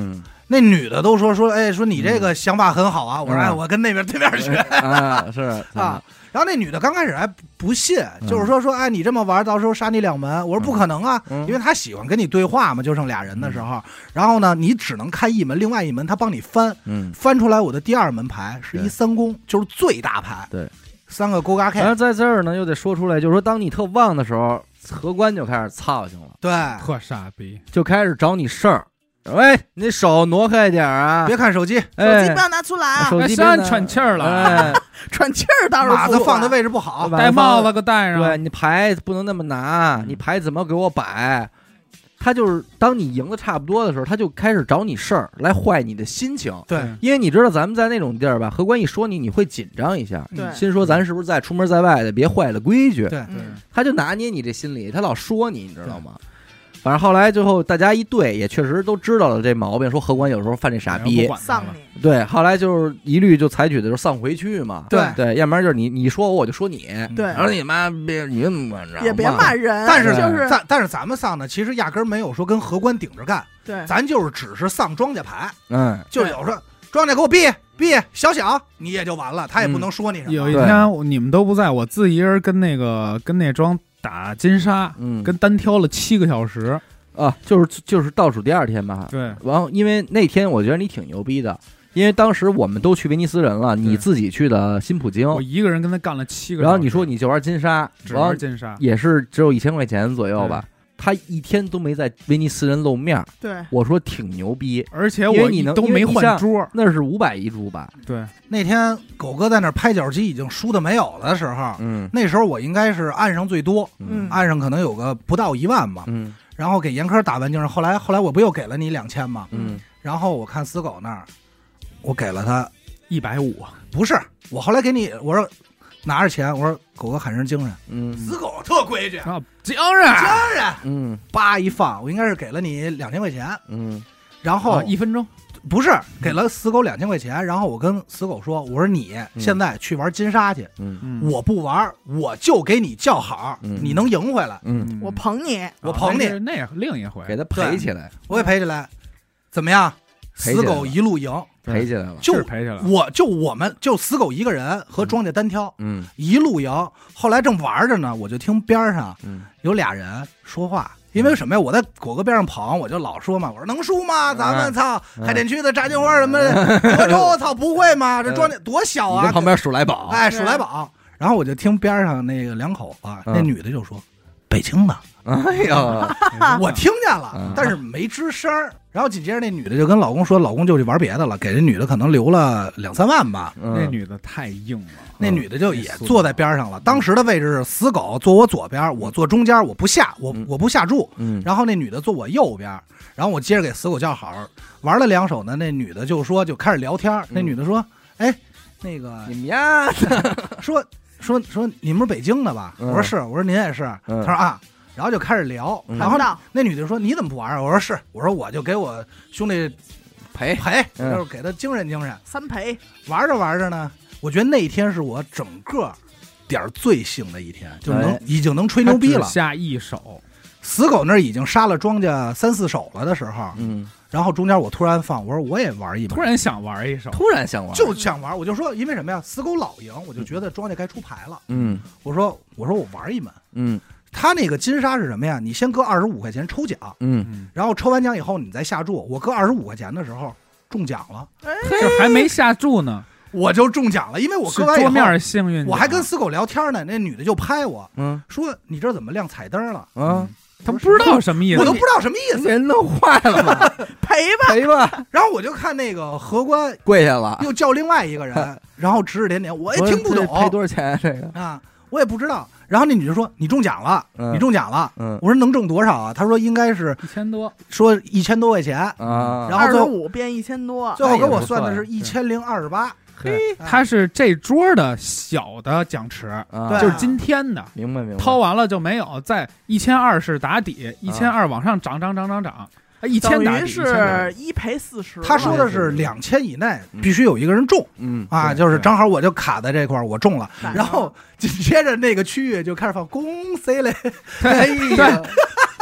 那女的都说说，哎，说你这个想法很好啊。我说， 嗯哎，我跟那边对面学啊，是啊。然后那女的刚开始还不信，就是说说，哎，你这么玩，到时候杀你两门。我说不可能啊， 嗯因为他喜欢跟你对话嘛，就剩俩人的时候。然后呢，你只能看一门，另外一门他帮你翻， 嗯， 翻出来我的第二门牌是一三公，就是最大牌。 对， 三个勾嘎 K。 然后在这儿呢，又得说出来，就是说，当你特旺的时候，荷官就开始操心了， 对， 特傻逼， 就开始找你事儿。喂，你那手挪开点啊！ 别看手机， 手哎机不要拿出来啊！ 手机哎让你喘气儿了， 哎， 喘气儿倒是马子不放的位置不好， 戴帽子给戴上。 对你牌不能那么拿，你牌怎么给我摆？他就是当你赢的差不多的时候，他就开始找你事儿来坏你的心情。 对， 因为你知道咱们在那种地儿吧，荷官一说你，你会紧张一下， 对心说咱是不是在出门在外的，别坏了规矩。 对， 嗯他就拿捏你这心理，他老说你，你知道吗？反正后来最后大家一对，也确实都知道了这毛病，说荷官有时候犯这傻逼， 丧你。 对，后来就是一律就采取的就是丧回去嘛， 对对，要不然就是你你说我我就说你， 对然后你妈别你怎么着， 也别骂人， 但是就是但但是咱们丧呢，其实压根儿没有说跟荷官顶着干， 对， 咱就是只是丧庄稼牌， 嗯， 就有说庄稼给我闭闭小小，你也就完了，他也不能说你什么。 有一天我你们都不在，我自己一人跟那个跟那庄打金沙， 嗯， 跟单挑了七个小时。 啊，就是就是倒数第二天吧， 对， 然后因为那天我觉得你挺牛逼的，因为当时我们都去威尼斯人了，你自己去的新普京， 我一个人跟他干了七个小时。 然后你说你就玩金沙， 只玩金沙， 也是只有一千块钱左右吧。他一天都没在威尼斯人露面， 对， 我说挺牛逼， 而且我你能都没换桌， 那是五百一注吧？ 对， 那天狗哥在那拍脚机已经输的没有了的时候， 嗯， 那时候我应该是岸上最多， 嗯岸上可能有个不到一万吧， 嗯， 然后给严科打完精神，后来后来我不又给了你两千吗？ 嗯， 然后我看死狗那儿，我给了他一百五， 不是，我后来给你我说拿着钱，我说狗哥喊声精神， 嗯， 死狗特规矩， 啊，精神， 精神， 嗯， 叭一放，我应该是给了你两千块钱， 嗯， 然后、 啊、一分钟不是给了死狗两千块钱，然后我跟死狗说，我说你现在去玩金沙去， 嗯， 我不玩，我就给你叫好， 嗯、 你能赢回来， 嗯， 我捧你， 我捧你， 啊、那另一回给他赔起来， 我也赔起来，怎么样？死狗一路赢， 赔起来了， 就赔起来了。 我就我们就死狗一个人和庄稼单挑， 嗯， 一路赢。后来正玩着呢，我就听边上有俩人说话，因为什么呀？我在果哥边上跑，我就老说嘛，我说能输吗？咱们操海淀区的炸金花什么的，德州我操不会吗？这庄稼多小啊！ 旁边数来宝， 哎，数来宝。然后我就听边上那个两口子，那女的就说北京的。 哎呀， 我听见了，但是没吱声儿。然后紧接着那女的就跟老公说，老公就去玩别的了，给这女的可能留了两三万吧。 那女的太硬了， 那女的就也坐在边上了。当时的位置是死狗坐我左边，我坐中间，我不下，我我不下注。然后那女的坐我右边，然后我接着给死狗叫好，玩了两手呢。那女的就说就开始聊天，那女的说，哎，那个你们家说说说你们是北京的吧？我说是，我说您也是。他说啊。然后就开始聊，然后那女的说：“你怎么不玩啊？”我说：“是，我说我就给我兄弟赔赔，就是给他精神精神， 三赔。 玩着玩着呢，我觉得那一天是我整个点最兴的一天，就是能已经能吹牛逼了。 下一手， 死狗那已经杀了庄稼三四手了的时候， 嗯， 然后中间我突然放，我说我也玩一把， 突然想玩一手， 突然想玩， 就想玩，我就说因为什么呀？死狗老赢，我就觉得庄稼该出牌了。 嗯， 我说我说我玩一门， 嗯。 他那个金沙是什么呀？你先搁二十五块钱抽奖， 嗯， 然后抽完奖以后你再下注。我搁二十五块钱的时候中奖了， 这还没下注呢， 我就中奖了，因为我搁完桌面幸运， 我还跟死狗聊天呢，那女的就拍我， 嗯， 说你这怎么亮彩灯了？ 嗯， 他不知道什么意思， 我都不知道什么意思， 给人弄坏了吧？ 赔吧， 赔吧。 然后我就看那个荷官跪下了， 又叫另外一个人，然后指指点点，我也听不懂， 赔多少钱这个啊？我也不知道。然后那女的说：“你中奖了， 嗯、 你中奖了。” 嗯， 我说能中多少啊？她说应该是一千多， 说一千多块钱啊。 然后最后五变一千多， 最后给我算的是一千零二十八。 嘿，它是这桌的小的奖池， 啊、 就是今天的， 明白明白。 掏完了就没有，在一千二是打底，一千二往上涨涨涨涨涨。一千打底是一赔四十， 他说的是两千以内必须有一个人中， 嗯啊，就是正好我就卡在这块儿，我中了，然后紧接着那个区域就开始放恭喜嘞， 哎呀，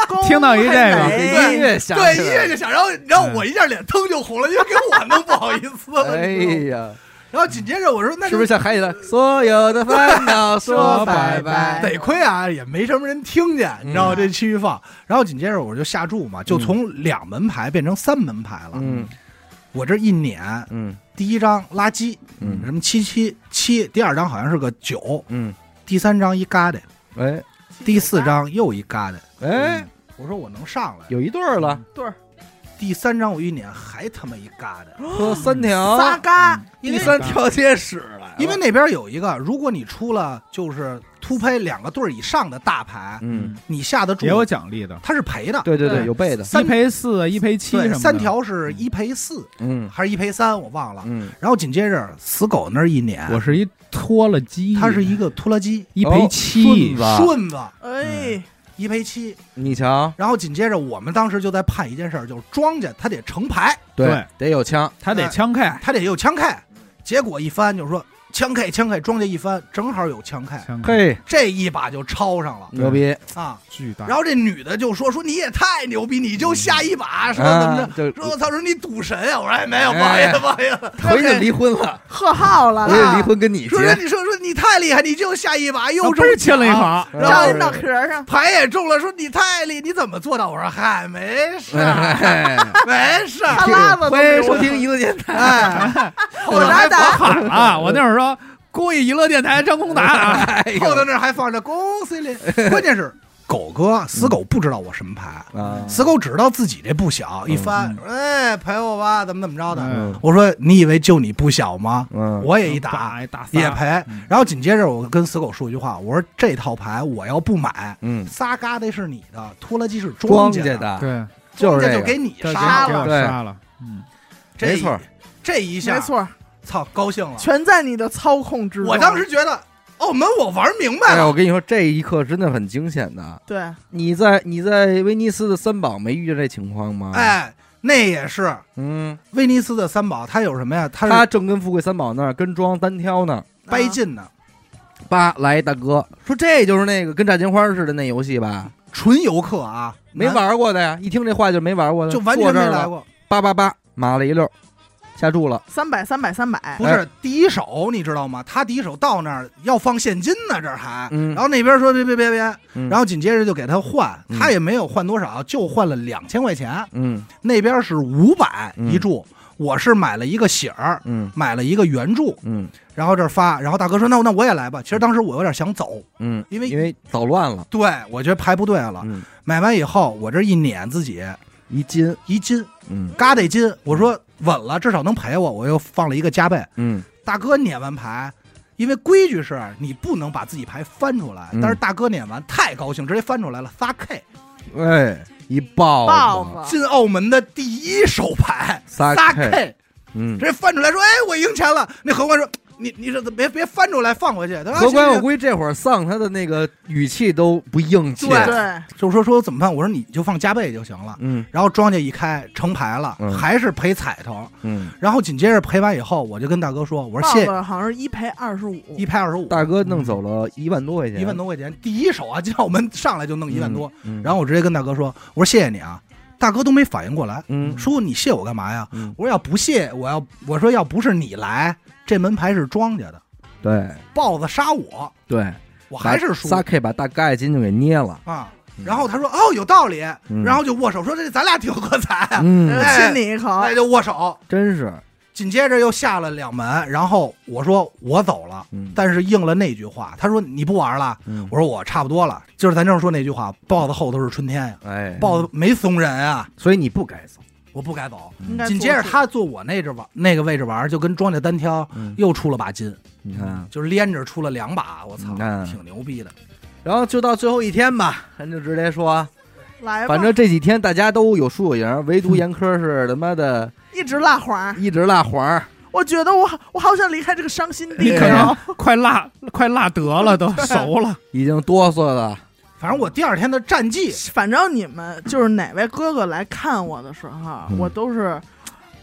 听到一这个对音乐响对， 起来音乐就响，然后你知道我一下脸腾就红了，因为给我弄不好意思了。 哎你知道吗呀， 然后紧接着我说那是不是像海底的所有的烦恼说拜拜拜？ 得亏啊，也没什么人听见，你知道吗？这期一放，然后紧接着我就下注嘛，就从两门牌变成三门牌了。 嗯我这一撵， 嗯第一张垃圾， 嗯什么七七七，第二张好像是个九， 嗯， 第三张一疙瘩， 哎第四张又一疙瘩。 哎， 我说我能上来， 有一对儿了， 对儿第三张我一撵还他妈一疙瘩， 喝三条， 仨嘎， 因为第三条街使来了， 因为那边有一个，如果你出了就是突胚两个对儿以上的大牌， 嗯， 你下的注也有奖励的， 它是赔的。 对对对， 对有背的， 一赔四，一赔七什对， 么的， 三条是一赔四嗯还是一赔三，我忘了。 嗯， 然后紧接着死狗那儿一撵， 我是一拖了鸡， 它是一个拖拉机， 一赔七， 哦顺子哎， 一赔七。 你瞧， 然后紧接着我们当时就在判一件事儿，就是庄稼它得成牌， 对， 得有枪， 他得枪开， 它得有枪 K。结果一翻就是说枪 K 枪 K，庄稼一翻正好有枪 K， 枪开嘿， 这一把就抄上了牛逼， 啊。 巨大， 然后这女的就说说你也太牛逼，你就下一把，说怎么着？ 啊就说我操，说你赌神啊！我说哎没有，不好哎意思，不好意思。 回去离婚了， 贺号了， 回去离婚跟你说说结， 你说说你太厉害，你就下一把又中又嘣亲了一奖， 口， 然后照你脑壳上， 牌也中了，说你太厉，你怎么做到？我说嗨，没事儿， 哎没事儿。 哈喇子都欢迎流了收听娱乐电台， 哎， 我来打， 喊了，我那会儿说公益娱乐电台张公达啊， 哎呦后头那儿还放着恭喜你。关键是狗哥死狗不知道我什么牌， 啊， 死狗只知道自己这不小，一翻嗯说哎赔我吧，怎么怎么着的。 嗯我说你以为就你不小吗？ 嗯， 我也一打打一打仨也赔嗯。 然后紧接着我跟死狗说一句话，我说这套牌我要不买， 嗯， 仨嘎的是你的，拖拉机是庄稼稼的， 对， 就是这个庄稼就给你这杀了。 给我对杀了，嗯， 这没错， 这一下没错， 操，高兴了。 全在你的操控之中。 我当时觉得澳门我玩明白哎，我了， 跟你说，这一刻真的很惊险的。 对， 你在你在威尼斯的三宝没遇见这情况吗？， 哎，那也是嗯， 威尼斯的三宝，它有什么呀？它他是正跟富贵三宝那儿跟庄单挑呢， 掰劲呢， 叭来一大哥说这就是那个跟炸金花似的那游戏吧？ 纯游客啊， 没玩过的呀，一听这话就没玩过的， 就完全没来过。 叭叭叭码了一溜，下注了。 三百三百三百， 不是第一手，你知道吗？他第一手到那儿要放现金呢，这儿还， 嗯然后那边说别别别别， 嗯然后紧接着就给他换， 嗯他也没有换多少，就换了两千块钱。 嗯那边是五百嗯一注，我是买了一个喜儿， 嗯买了一个圆注， 嗯然后这儿发，然后大哥说那那我也来吧。其实当时我有点想走， 嗯， 因为因为捣乱了， 对我觉得牌不对了。 嗯， 买完以后，我这一撵自己一斤， 一斤， 嗯嘎得斤，我说稳了，至少能赔我，我又放了一个加倍。 嗯大哥撵完牌，因为规矩是你不能把自己牌翻出来， 嗯但是大哥撵完太高兴，直接翻出来了仨 K， 哎，一豹豹子， 进澳门的第一手牌仨仨 K K， 嗯直，接翻出来说，哎，我赢钱了。那荷官说，你你这别别翻出来放回去。他说荷官， 行行我估计这会儿丧他的那个语气都不硬气， 对对， 就说说怎么办？我说你就放加倍就行了。 嗯然后庄稼一开成牌了， 嗯还是赔彩头。 嗯， 然后紧接着赔完以后，我就跟大哥说，我说豹谢子好像是一赔二十五， 一赔二十五， 大哥弄走了一万多块钱， 一万多块钱，第一手啊，进澳门上来就弄一万多。 嗯，嗯然后我直接跟大哥说，我说谢谢你啊。大哥都没反应过来， 嗯说你谢我干嘛呀？ 嗯我说要不谢，我要我说要不是你来，这门牌是庄稼的， 对豹子杀我， 对， 我还是输仨 K 把大盖金就给捏了， 啊。 嗯然后他说哦有道理， 嗯然后就握手说这咱俩挺合财啊， 嗯， 哎亲你一口， 哎就握手。 真是， 紧接着又下了两门，然后我说我走了， 嗯， 但是应了那句话，他说你不玩了， 嗯我说我差不多了，就是咱正说那句话，豹子后头是春天呀， 哎， 豹子没怂人啊， 所以你不该走， 我不该走。 应该紧接着做他坐我那阵玩那个位置玩，就跟庄稼单挑， 嗯， 又出了把金， 你看， 就是连着出了两把，我操你看， 挺牛逼的。 然后就到最后一天吧，咱就直接说， 来吧， 反正这几天大家都有输有赢，唯独严科是他妈的一直拉黄。 一直拉黄儿， 我觉得我好我好想离开这个伤心地你可哦。 能快落快落得了，都熟了， 已经哆嗦了， 反正我第二天的战绩， 反正你们就是哪位哥哥来看我的时候， 嗯我都是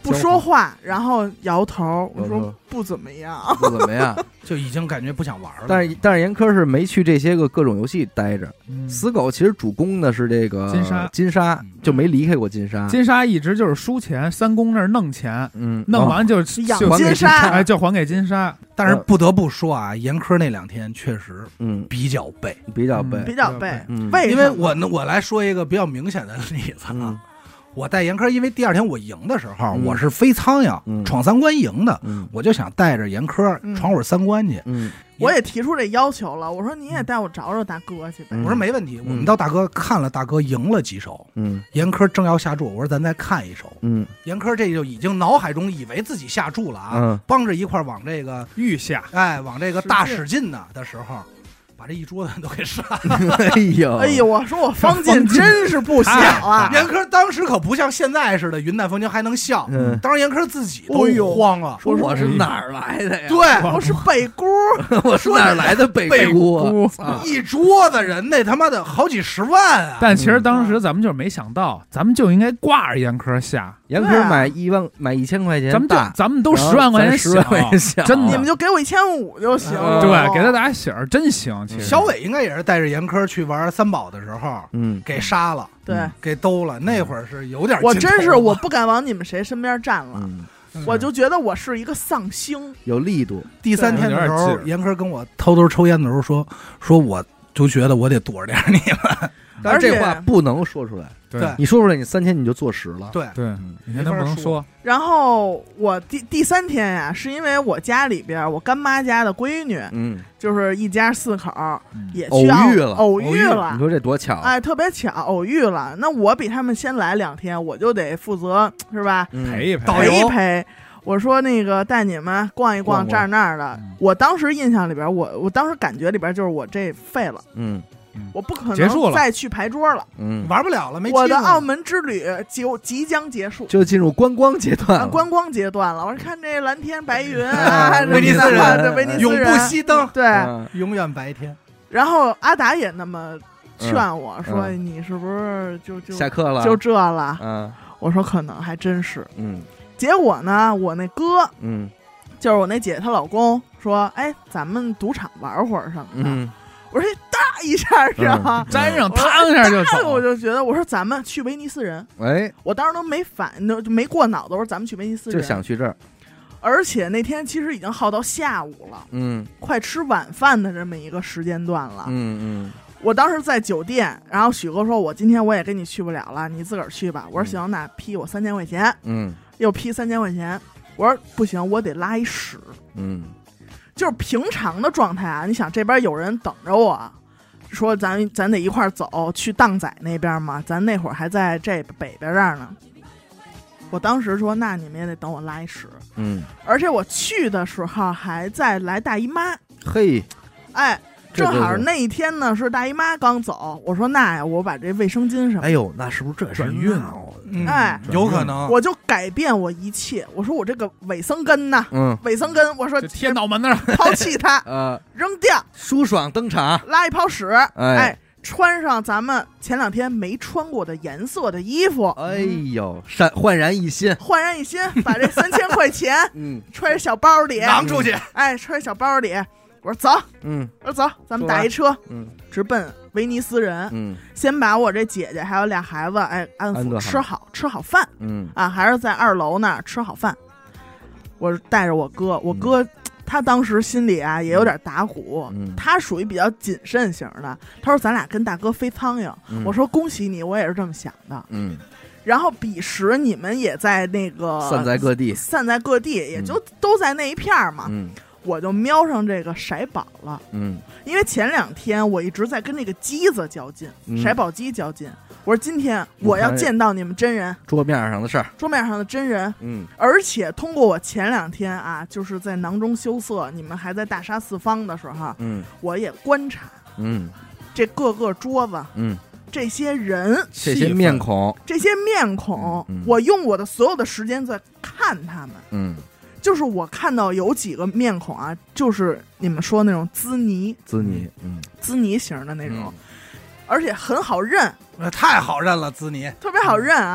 不说话，然后摇头，我说摇头不怎么样。 不怎么样。 就已经感觉不想玩了。 但是但是严科是没去这些个各种游戏待着。 嗯死狗其实主攻的是这个金沙金沙嗯就没离开过金沙。 金沙一直就是输钱，三公那儿弄钱， 嗯， 弄完就养就金沙哎，就还给金沙。 但是不得不说啊，严科那两天确实嗯比较背， 比较背， 比较背， 嗯为因为什么我呢，我来说一个比较明显的例子啊。 嗯我带严科，因为第二天我赢的时候， 嗯我是飞苍蝇、 嗯闯三关赢的， 嗯我就想带着严科嗯闯会儿三关去。 嗯我也提出这要求了，我说你也带我找找大哥去呗。 嗯我说没问题， 嗯我们到大哥看了，大哥赢了几手， 嗯严科正要下注，我说咱再看一手。 嗯严科这就已经脑海中以为自己下注了啊， 嗯帮着一块儿往这个御下哎往这个大使使劲呢的时候，把这一桌子人都给杀了。 哎呦哎呦，我说我方劲真是不小啊！ 严科当时可不像现在似的云淡风轻还能笑， 嗯当时严科自己都哎呦慌了， 说我是哪儿来的呀？ 对， 我是北姑， 我是哪儿来的北北姑？ 一桌子人那他妈的好几十万啊！ 但其实当时咱们就是没想到，咱们就应该挂着严科下， 严科买一万买一千块钱咱们就大， 咱们都十万块钱十万块钱小， 真的你们就给我一千五就行了。 对，给他打喜儿真行。其实小伟应该也是带着严科去玩三宝的时候嗯给杀了， 对， 给兜了。那会儿是有点， 我真是我不敢往你们谁身边站了， 嗯我就觉得我是一个丧星。 有力度， 第三天的时候， 有点劲儿严科跟我偷偷抽烟的时候说，说我就觉得我得躲着点你们。 但是这而且话不能说出来， 对对你说出来，你三天你就坐实了。 对， 对， 嗯你看能不能说？ 然后我第第三天呀，是因为我家里边我干妈家的闺女， 嗯， 就是一家四口嗯也去澳偶遇了偶遇偶遇了你。说这多巧？ 哎，特别巧，偶遇了。那我比他们先来两天，我就得负责是吧？ 嗯陪一陪， 导游陪一陪。我说那个带你们逛一逛逛这儿那儿的。 嗯我当时印象里边，我我当时感觉里边就是我这废了， 嗯我不可结束了能再去牌桌了。 嗯， 玩不了了，没我的机会了澳门之旅就即将结束。 就进入观光阶段啊， 了。 观光阶段了。我说看这蓝天白云啊， 哎威尼斯这人对威尼斯永不人熄灯， 对。 嗯永远白天。 然后阿达也那么劝我说：“ 嗯你是不是就就下课了， 就这了嗯？” 我说：“可能还真是。 嗯” 结果呢，我那哥嗯就是我那姐她老公说：“哎，咱们赌场玩会儿什么的。 嗯， 我说：“哒一下，知道吗？ 沾上烫一下就哎我走。 就觉得，我说咱们去威尼斯人， 哎， 我当时都没反，都就没过脑子。我说咱们去威尼斯就人， 想去这儿。 而且那天其实已经耗到下午了， 嗯快吃晚饭的这么一个时间段了。 嗯嗯我当时在酒店，然后许哥说：“我今天我也跟你去不了了，你自个儿去吧。”我说：“行，那批我三千块钱， 嗯又批三千块钱。”我说：“不行，我得拉一屎。 嗯就是平常的状态啊，你想这边有人等着我，说咱咱得一块儿走去荡仔那边嘛，咱那会儿还在这北边这儿呢。我当时说：“那你们也得等我拉一屎。” 嗯， 而且我去的时候还在来大姨妈， 嘿， 哎。 这正好就是那一天呢是大姨妈刚走，我说那呀，我把这卫生巾什么的， 哎呦，那是不是这转运啊？ 嗯哎有可能。 我就改变我一切。我说我这个伪僧根呐， 嗯伪僧根，我说就贴脑门那儿， 抛弃它， 呃， 扔掉， 舒爽登场。 拉一泡屎， 哎哎，穿上咱们前两天没穿过的颜色的衣服， 哎呦，闪焕然一新。 焕然一新，把这三千块钱嗯揣着小包里， 拿出去， 哎，揣小包里。我说走， 嗯我说走，咱们打一车， 嗯直奔威尼斯人。 嗯先把我这姐姐还有俩孩子，哎，安抚安顿好吃好吃好饭嗯啊，还是在二楼那儿吃好饭。我带着我哥，我哥、嗯、他当时心里啊也有点打鼓， 嗯、 他属于比较谨慎型的。他说：“咱俩跟大哥飞苍蝇。嗯”我说：“恭喜你，我也是这么想的。” 嗯。 然后彼时你们也在那个散在各地， 散在各地，也就都在那一片嘛。 嗯。 我就瞄上这个骰宝了， 嗯， 因为前两天我一直在跟那个机子较劲， 嗯、 骰宝机较劲。我说今天我要见到你们真人， 桌面上的事儿， 桌面上的真人。 嗯， 而且通过我前两天啊，就是在囊中羞涩，你们还在大杀四方的时候， 嗯， 我也观察， 嗯， 这各个桌子， 嗯， 这些人， 这些面孔， 这些面孔， 嗯嗯、 我用我的所有的时间在看他们， 嗯。 就是我看到有几个面孔啊，就是你们说那种滋泥， 滋泥，嗯， 滋泥型的那种， 嗯、 而且很好认， 太好认了，滋泥特别好认啊！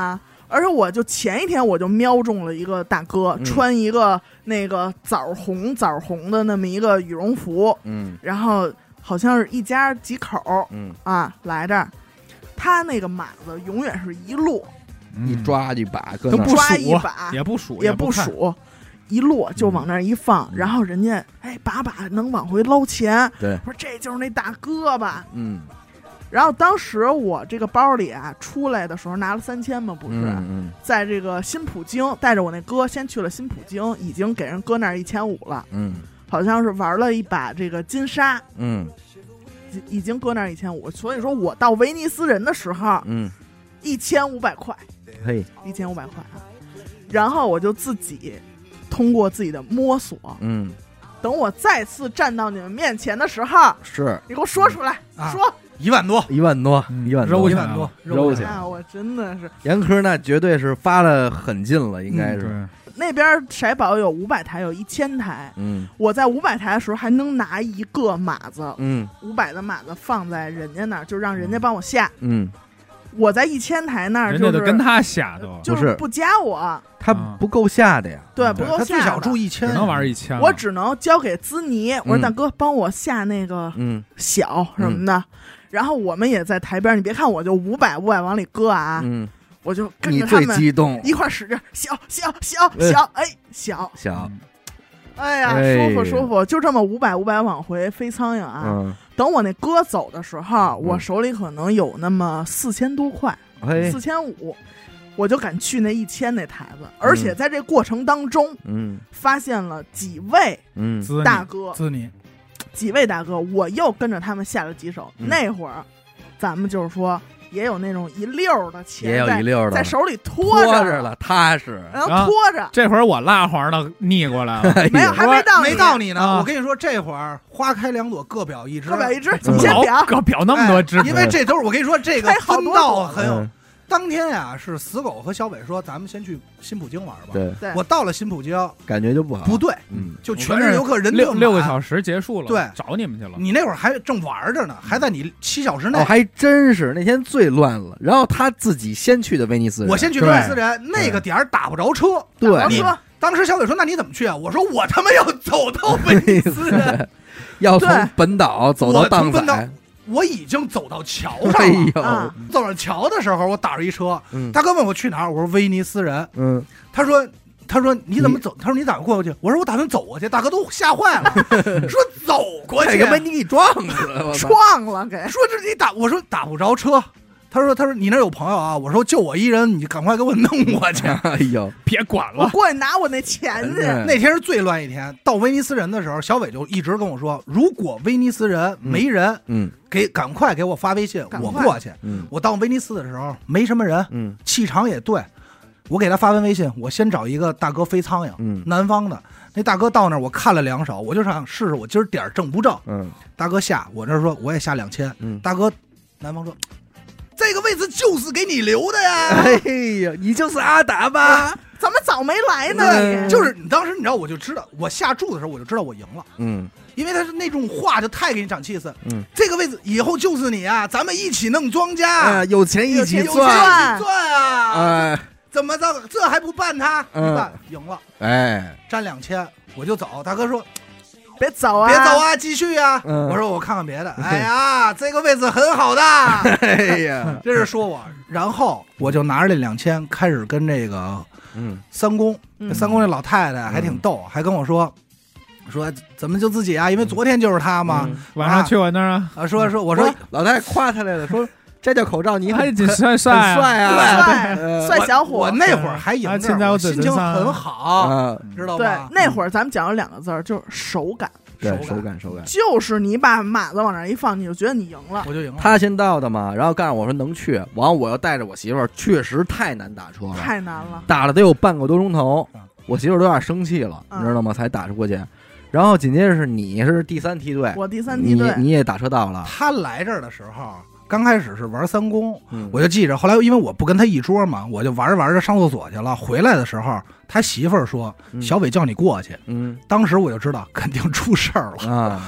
而且我就前一天我就瞄中了一个大哥， 嗯穿一个那个枣红枣红的那么一个羽绒服， 嗯然后好像是一家几口嗯， 啊来这儿，他那个马子永远是一摞， 一抓一把，搁那儿都不抓数一把也不数也不看， 不数，一摞就往那儿一放， 嗯然后人家哎把把能往回捞钱， 对， 我说这就是那大哥吧。 嗯然后当时我这个包里啊出来的时候拿了三千嘛，不是， 嗯嗯在这个新普京带着我那哥先去了新普京，已经给人搁那儿一千五了， 嗯好像是玩了一把这个金沙， 嗯已已经搁那儿一千五，所以说我到威尼斯人的时候嗯， 一千五百块， 嘿， 一千五百块啊，然后我就自己通过自己的摸索， 嗯等我再次站到你们面前的时候， 是你给我说出来， 啊说， 一万多， 一万多， 嗯一万多揉起来一万多， 揉起来那我真的是严科那绝对是发了狠劲了，应该是， 对， 那边骰宝有五百台，有一千台， 嗯我在五百台的时候还能拿一个马子， 嗯五百的马子放在人家那儿，就让人家帮我下。 嗯， 我在一千台那儿人就是家得跟他下都， 就不是不加我， 他不够下的呀， 对， 嗯不够下他最少的住一千， 只能玩一千了， 我只能交给兹尼。我说嗯大哥，帮我下那个嗯小什么的。然后我们也在台边，你别看我就五百五百往里搁啊， 嗯， 我就跟你最着他们激动， 一块儿使劲，小小小小，哎小， 小， 哎呀哎舒服舒服，就这么五百五百往回飞苍蝇啊。 嗯， 等我那哥走的时候，我手里可能有那么四千多块， 嘿， 四千五，我就敢去那一千那台子，而且在这过程当中， 嗯发现了几位嗯滋你大哥， 滋你， 几位大哥，我又跟着他们下了几手。 嗯那会儿，咱们就是说，也有那种一溜儿的钱也有在一溜的在手里拖拖着着了，踏实， 然后啊拖着， 这会儿我拉黄的逆过来了， 哎呦没有还没到没到你呢。 啊我跟你说，这会儿花开两朵，各表一枝， 各表一枝， 嗯老你先表。 搞表那么多支哎，因为这都是我跟你说，这个开好分多朵道很有。 嗯当天呀，是死狗和小伟说，咱们先去新普京玩吧。 对， 对， 我到了新普京， 感觉就不好， 不对， 嗯就全是游客，人六六个时。 小时结束了， 对找你们去了。 你那会儿还正玩着呢，还在你七小时内哦，。还真是那天最乱了。然后他自己先去的威尼斯人， 我先去威尼斯人，那个点儿打不着车。 对然后说当时小伟说：“那你怎么去啊？”我说：“我他妈要走到威尼斯人， 要从对本岛走到荡我从本岛仔， 我已经走到桥哎上了。 呦啊， 走上桥的时候，我打着一车， 嗯大哥问我去哪儿，我说威尼斯人。 嗯， 他说：“他说你怎么走？他说你咋过去？”我说：“我打算走过去。”大哥都吓坏了，说走过去这，个被你给撞死了，我操！ 撞了给， 说这你打，我说打不着车。他说：“他说你那有朋友啊？”我说：“就我一人，你赶快给我弄过去。 哎呦， 别管我了， 过去拿我那钱去。 嗯那天是最乱一天。到威尼斯人的时候，小伟就一直跟我说：“如果威尼斯人没人， 嗯给赶快给我发微信， 赶快我过去。” 嗯我到威尼斯的时候没什么人， 嗯气场也对。我给他发完微信，我先找一个大哥飞苍蝇， 嗯南方的那大哥到那儿，我看了两手，我就想试试我今儿点儿正不正。 嗯大哥下，我这说我也下两千。 嗯， 大哥，南方说这个位置就是给你留的呀。 哎呀，你就是阿达吧？ 怎么早没来呢？ 嗯你就是你当时你知道，我就知道我下注的时候我就知道我赢了， 嗯因为他是那种话就太给你长气势。 嗯， 这个位置以后就是你啊，咱们一起弄庄稼， 哎，有钱一起有钱有赚， 赚赚啊！ 哎怎么着？这还不办他？ 嗯一办赢了， 哎， 占两千，我就走。大哥说别走啊， 别走啊，继续啊。 嗯我说我看看别的。哎呀，这个位置很好的， 哎呀， 这是说我。然后我就拿着这两千开始跟这个嗯三公， 嗯三公那老太太还挺逗，还跟我说说怎么就自己啊？因为昨天就是他嘛。 嗯晚上去我那儿啊， 啊，说说我说老太太夸他来了，说摘掉口罩你很还挺帅很帅啊帅啊， 帅呃帅小伙我那会儿还赢着， 啊现在我我心情很好， 啊， 对知道吧？， 那会儿咱们讲了两个字儿，就是手感， 对， 手感手感手感。 就是你把马子往那儿一放，你就觉得你赢了。 我就赢了。 他先到的嘛，然后告诉我说能去，完了我要带着我媳妇儿，确实太难打车了， 太难了， 打了得有半个多钟头嗯， 我媳妇儿都有点生气了， 嗯你知道吗？才打车过去。然后紧接着是你是第三梯队， 我第三你梯队， 你也打车到了， 他来这儿的时候，刚开始是玩三公， 嗯我就记着。后来因为我不跟他一桌嘛，我就玩着玩着上厕所去了。回来的时候，他媳妇儿说：“ 嗯小伟叫你过去。 嗯” 当时我就知道肯定出事儿了。 啊，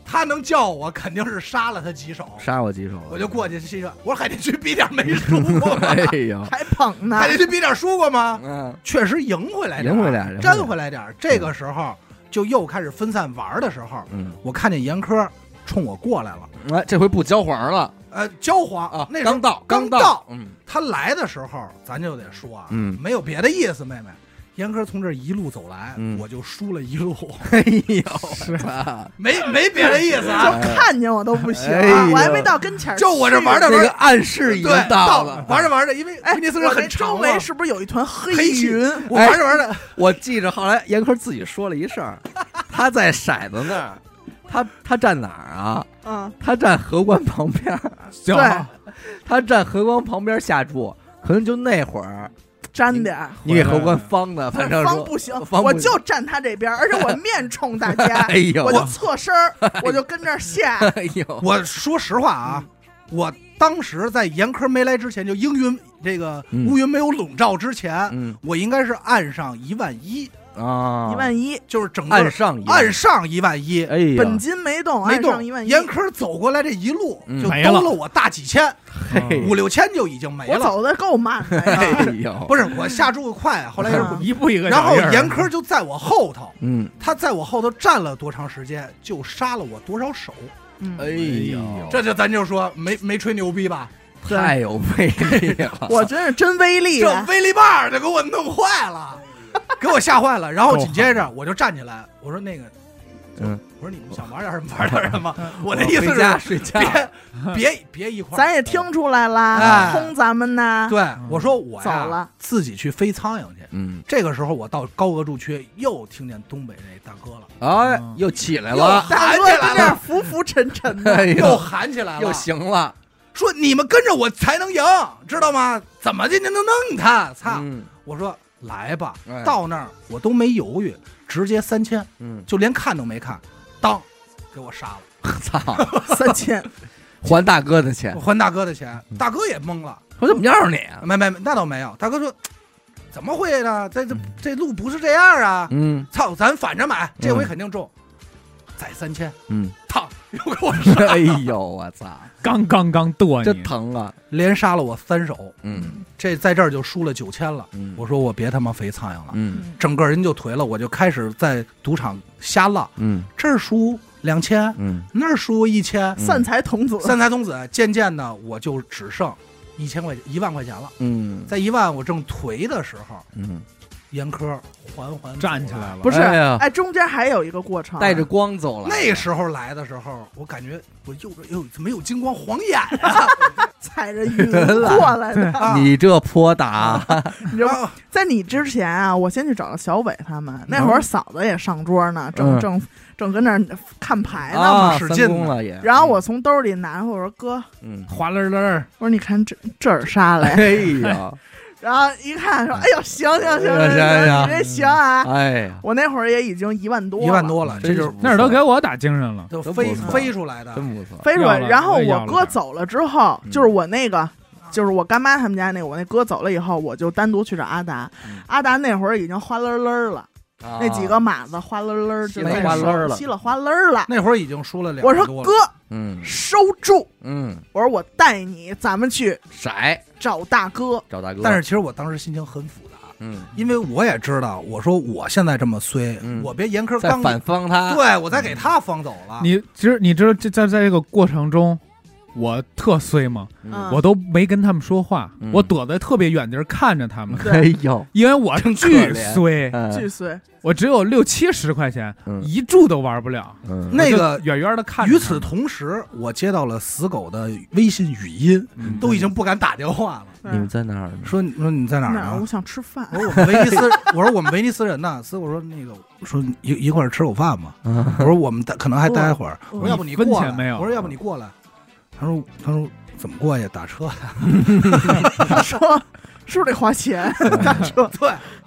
他能叫我，肯定是杀了他几手。 杀我几手， 我就过去欣赏。我说海淀区比点没输过吗？ 哎呦， 还捧呢海，淀区比点输过吗？ 嗯， 确实赢回来点儿， 赢回来赢回来沾回来点儿。这个时候就又开始分散玩的时候， 嗯， 我看见严科冲我过来了， 哎，这回不交黄了呃，焦黄啊， 那时候刚到刚到，嗯他来的时候，咱就得说啊， 嗯没有别的意思，妹妹。严科从这一路走来， 嗯我就输了一路， 哎呦，是啊， 没没别的意思就啊， 看见我都不行哎呦， 啊我还没到跟前儿去， 就我这玩的这个暗示已经对， 到了了，， 玩着玩着，因为哎， 威尼斯人我这很长嘛周围是不是有一团黑黑气云？ 我玩着玩着， 我记着后来严科自己说了一事儿，他在骰子那儿，他他站哪儿啊？ 嗯， 他站荷官旁边儿， 行对， 他站荷官旁边下注，可能就那会儿沾点儿。 你给荷官方的，反正说方不行， 方不我就站他这边，而且我面冲大家， 哎呦， 我就侧身儿，我就跟这儿下。 哎呦， 我说实话啊，我当时在严科没来之前，就阴云这个嗯乌云没有笼罩之前， 嗯我应该是按上一万一， 啊， 一万一， 就是整个岸上一万按上一万一， 哎呀， 本金没动， 没动按上一万一。 严科走过来这一路嗯就没了兜了我大几千， 嘿五六千就已经没了。 我走的够慢的哎呀， 呦， 不是我下注快啊，后来也是啊一步一个然后脚印儿， 严科就在我后头， 嗯， 他在我后头站了多长时间，就杀了我多少手。 嗯哎呦， 这就咱就说没没吹牛逼吧？ 太有魅力了， 我真是真威力这啊！ 威力棒就给我弄坏了，给我吓坏了。然后紧接着我就站起来，我说那个， 嗯， 我说你们想玩点什么玩点什么。我的意思回家是睡觉， 别别别一块儿。 咱也听出来了， 哎轰咱们呢。 对，我说我呀走了自己去飞苍蝇去。 嗯， 这个时候我到高额驻区，又听见东北那大哥了， 哎，又起来了， 大哥跟这儿浮浮沉沉的， 哎又呦， 喊起来了， 又行了， 说你们跟着我才能赢，知道吗？怎么今天能弄他？操！ 嗯我说来吧， 哎到那儿我都没犹豫，直接三千， 嗯， 就连看都没看，当给我杀了， 操， 三千， 还大哥的钱我，还大哥的钱，大哥也懵了， 我怎么要你啊？ 没没没，那倒没有，大哥说怎么会呢？这这这路不是这样啊！ 嗯操，咱反着买，这回嗯肯定中，再三千， 嗯， 烫又给我杀， 哎呦，我操， 刚刚刚剁这你， 疼啊， 连杀了我三手， 嗯这在这儿就输了九千了。 嗯， 我说我别他妈肥苍蝇了， 嗯整个人就颓了，我就开始在赌场瞎浪， 嗯这儿输两千， 嗯那儿输一千， 散财童子， 三财童子。渐渐的，我就只剩一千块钱，一万块钱了。 嗯在一万我正颓的时候， 嗯， 严科缓缓站起来了， 不是， 哎呀哎，中间还有一个过程， 带着光走了， 那时候来的时候，我感觉我右着右怎么有金光晃眼啊？ 踩着云过来的。 啊你这泼打， 你知道吗， 啊在你之前啊，我先去找了小伟他们，那会儿嫂子也上桌呢，正嗯正正跟那儿看牌呢嘛。 啊， 使劲呢三公了也， 然后我从兜里拿回，我说哥， 嗯， 哗啦啦， 我说你看这这儿杀来， 哎呀， 然后一看说，哎呦，行行行哎呀行，你这行啊！ 哎呀， 我那会儿也已经一万多， 一万，多了，这就是真是不错那儿都给我打精神了， 就飞真不错飞出来的。 真不错， 飞出来。 要了然后我也要了我哥走了之后， 嗯就是我那个。就是我干妈他们家那个，我那哥走了以后，我就单独去找阿达。 嗯阿达那会儿已经哗啦啦了， 啊那几个马子哗啦啦就在稀了哗啦手了稀了哗啦了。 那会儿已经输了两我说万多了哥， 嗯收住！ 嗯， 我说我带你，咱们去色找大哥。 找大哥， 但是其实我当时心情很复杂， 嗯， 因为我也知道，我说我现在这么衰， 嗯我别严科刚再反方他， 对我再给他放走了。 你知你知道这在在这个过程中，我特衰吗？ 嗯我都没跟他们说话， 嗯我躲在特别远地儿看着他们， 对哎呦， 因为我真可巨怜衰， 巨嗯衰， 我只有六七十块钱， 嗯一注都玩不了。 嗯那个我就远远的看着他们。 与此同时，我接到了死狗的微信语音， 嗯都已经不敢打电话了， 你们在哪儿呢？ 说说你在哪儿哪儿？我呢？ 想吃饭。 我说我们威尼斯，我说我们威尼斯人呢。死狗说那个说一一块儿吃口饭嘛。 嗯我说我们待可能还待会儿。我说要不你过来分钱没有我说要不你过来。他说他说怎么过去？打车呀？ 他说是不是得花钱？大车对。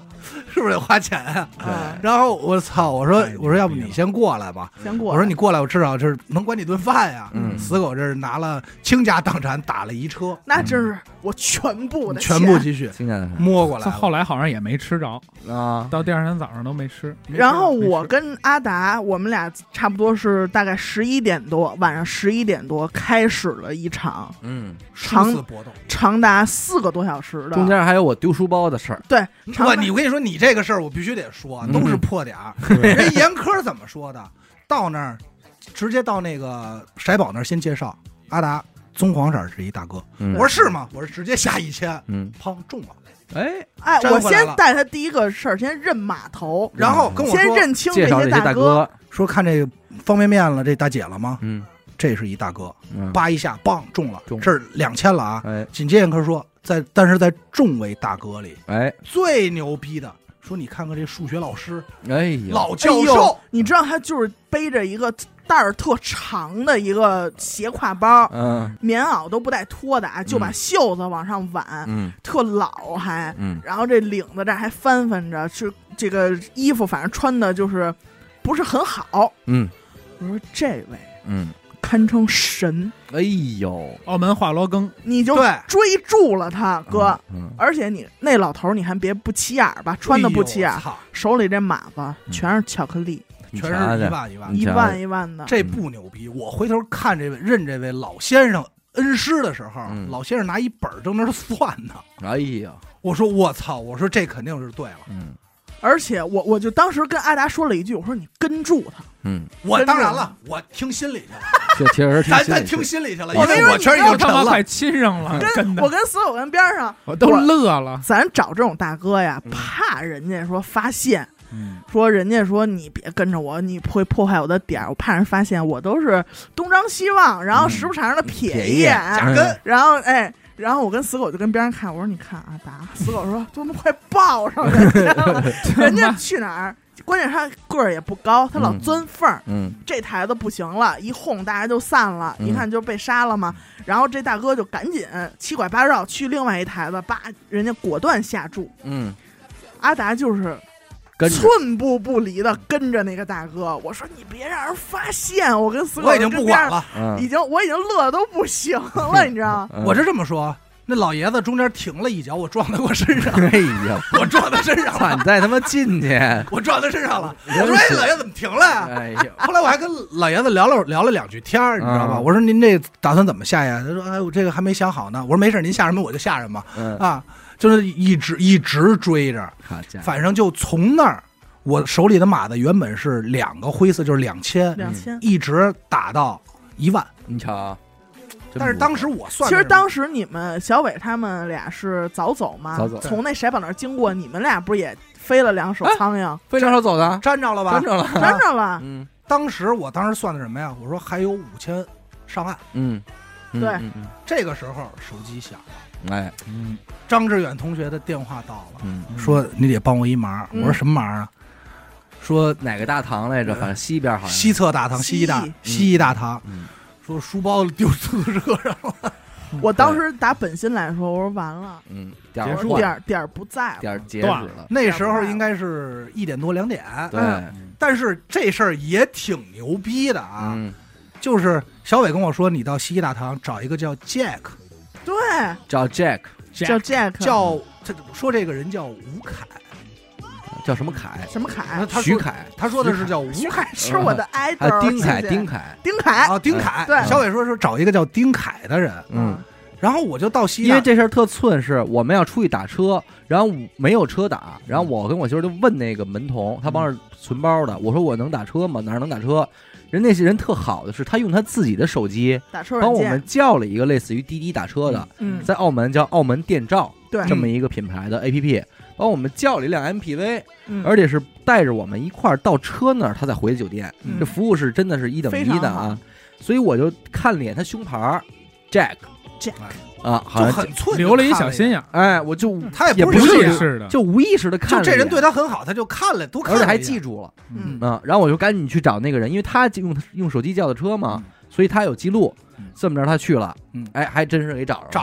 是不是得花钱啊？ 对然后我操，我说太牛逼了我说要不你先过来吧， 先过来。 我说你过来，我至少这能管你顿饭呀。 嗯死狗这是拿了倾家荡产打了一车， 那真是我全部的全部积蓄听见了摸过来了。 这后来好像也没吃着， 啊， 到第二天早上都没吃。 然后没吃我跟阿达，我们俩差不多是大概十一点多，晚上十一点多开始了一场嗯， 殊长死搏斗。 长达四个多小时的， 中间还有我丢书包的事儿， 对，长不， 达你我跟你说，你这个事儿我必须得说， 嗯都是破点儿。人严科怎么说的？到那儿直接到那个骰宝那儿先介绍阿达，棕黄色是一大哥。 嗯我说是吗？我说直接下一千， 嗯， 砰中了。 哎， 哎，我粘回来了先带他第一个事儿，先认码头， 然后跟我说先认清些介绍这些大哥。 哥， 说看这个方便面了，这大姐了吗？ 嗯这是一大哥， 嗯， 叭一下，梆中了， 中这是两千了啊！ 哎紧接着严科说，在但是在众位大哥里哎最牛逼的，说你看看这数学老师哎呀， 老哎呦教授， 你知道他就是背着一个带儿特长的一个斜挎包， 嗯棉袄都不带脱的啊，就把嗯袖子往上挽， 嗯特老还， 嗯然后这领子这儿还翻翻着，是这个衣服反正穿的就是不是很好。 嗯我说这位嗯， 堪称神， 哎呦， 澳门华罗庚， 你就对追住了他哥。 嗯， 而且你那老头儿你还别不起眼儿吧，穿的不起眼儿， 哎呦操手里这码子全是巧克力， 你全是瞧瞧一万一万你瞧一万一万的。 这不牛逼！我回头看这位认这位老先生恩师的时候， 嗯老先生拿一本儿正那儿算呢。 哎呀， 我说我操！我说这肯定是对了。 嗯而且我我就当时跟阿达说了一句，我说你跟住他， 嗯， 我当然了，我听心里去了， 这其实挺咱咱心里去听心里去了， 我跟你说因为我确实已经沉了他妈快。亲上了，真的， 我跟死狗跟边上， 我都乐了。 咱找这种大哥呀， 嗯怕人家说发现， 嗯说人家说你别跟着我，你会破坏我的点儿，我怕人发现我都是东张西望，然后时不常的瞥瞥一一眼， 眼假跟然后哎。然后我跟死狗就跟边上看，我说你看阿达，死狗说他妈快抱上人家了，人家去哪儿？关键他个儿也不高，他老钻缝儿， 嗯这台子不行了，一哄大家就散了， 嗯一看就被杀了嘛。然后这大哥就赶紧七拐八绕去另外一台子，叭，人家果断下注。 嗯， 阿达就是跟着寸步不离的跟着那个大哥。我说你别让人发现，我跟死狗我已经不管了。 嗯已经我已经乐得都不行了，你知道吗？ 嗯我是这么说，那老爷子中间停了一脚，我撞在我身上， 哎呀， 我撞他身上操， 了， 你再他妈进去， 我撞他身上了。我真说：“哎， 是老爷子怎么停了呀？” 哎呀， 后来我还跟老爷子聊了聊了两句天儿，你知道吧？ 嗯我说：“您这打算怎么下呀？”他说：“哎，我这个还没想好呢。”我说：“没事，您下什么我就下什么嗯， 啊。”就是一直一直追着， 好家伙， 反正就从那儿，我手里的码子原本是两个灰色，就是两千， 两千。 一直打到一万。 你瞧，真不但是当时我算其实的是， 当时你们小伟他们俩是早走嘛， 早走从那骰宝那儿经过，你们俩不是也飞了两手苍蝇， 非常少走的， 沾着了吧真？着了， 真着了。 嗯当时我当时算的什么呀？我说还有五千上岸。 嗯，嗯对嗯这个时候手机响， 嗯，哎， 嗯， 张志远同学的电话到了， 嗯， 说你得帮我一忙。 嗯我说什么忙啊？说哪个大堂来着？反正西边好像西侧大堂， 西西医大西医大堂， 嗯说书包丢出租车上了。 我当时打本心来说，我说完了， 嗯，点结束儿换我说点儿点儿不在了。 点儿截止断了， 那时候应该是一点多两点， 对， 但是这事儿也挺牛逼的啊。 嗯， 就是小伟跟我说，你到西医大堂找一个叫 Jack， 对， 叫 Jack， 叫 Jack， 叫这说这个人叫吴凯， 叫什么凯？ 什么凯？ 他说徐凯， 他说的是叫吴徐凯凯是我的还 idol， 丁凯， 谢谢丁凯， 丁凯， 啊，丁凯。 对小伟说说找一个叫丁凯的人， 嗯， 然后我就到西医大， 因为这事儿特寸，是我们要出去打车，然后没有车打，然后我跟我媳妇就问那个门童，他帮着存包的，我说我能打车吗？哪儿能打车？人那些人特好的是，他用他自己的手机打车软件帮我们，叫了一个类似于滴滴打车的， 嗯， 在澳门叫澳门电召对， 这么一个品牌的 A P P，帮我们叫了一辆 M P V， 嗯而且是带着我们一块儿到车那儿，他再回酒店。 嗯这服务是真的是一等一的非常啊好！ 所以我就看了眼他胸牌儿 Jack Jack 啊，好就像很寸， 留了一小心眼儿， 哎，我就他也也不不是有意无意识的， 就无意识的看了一眼， 就这人对他很好，他就看了，多看了一眼， 而且还记住了， 嗯嗯，然后我就赶紧去找那个人，因为他用用手机叫的车嘛， 嗯所以他有记录嗯。 这么着他去了， 嗯哎，还真是给找着了， 找了。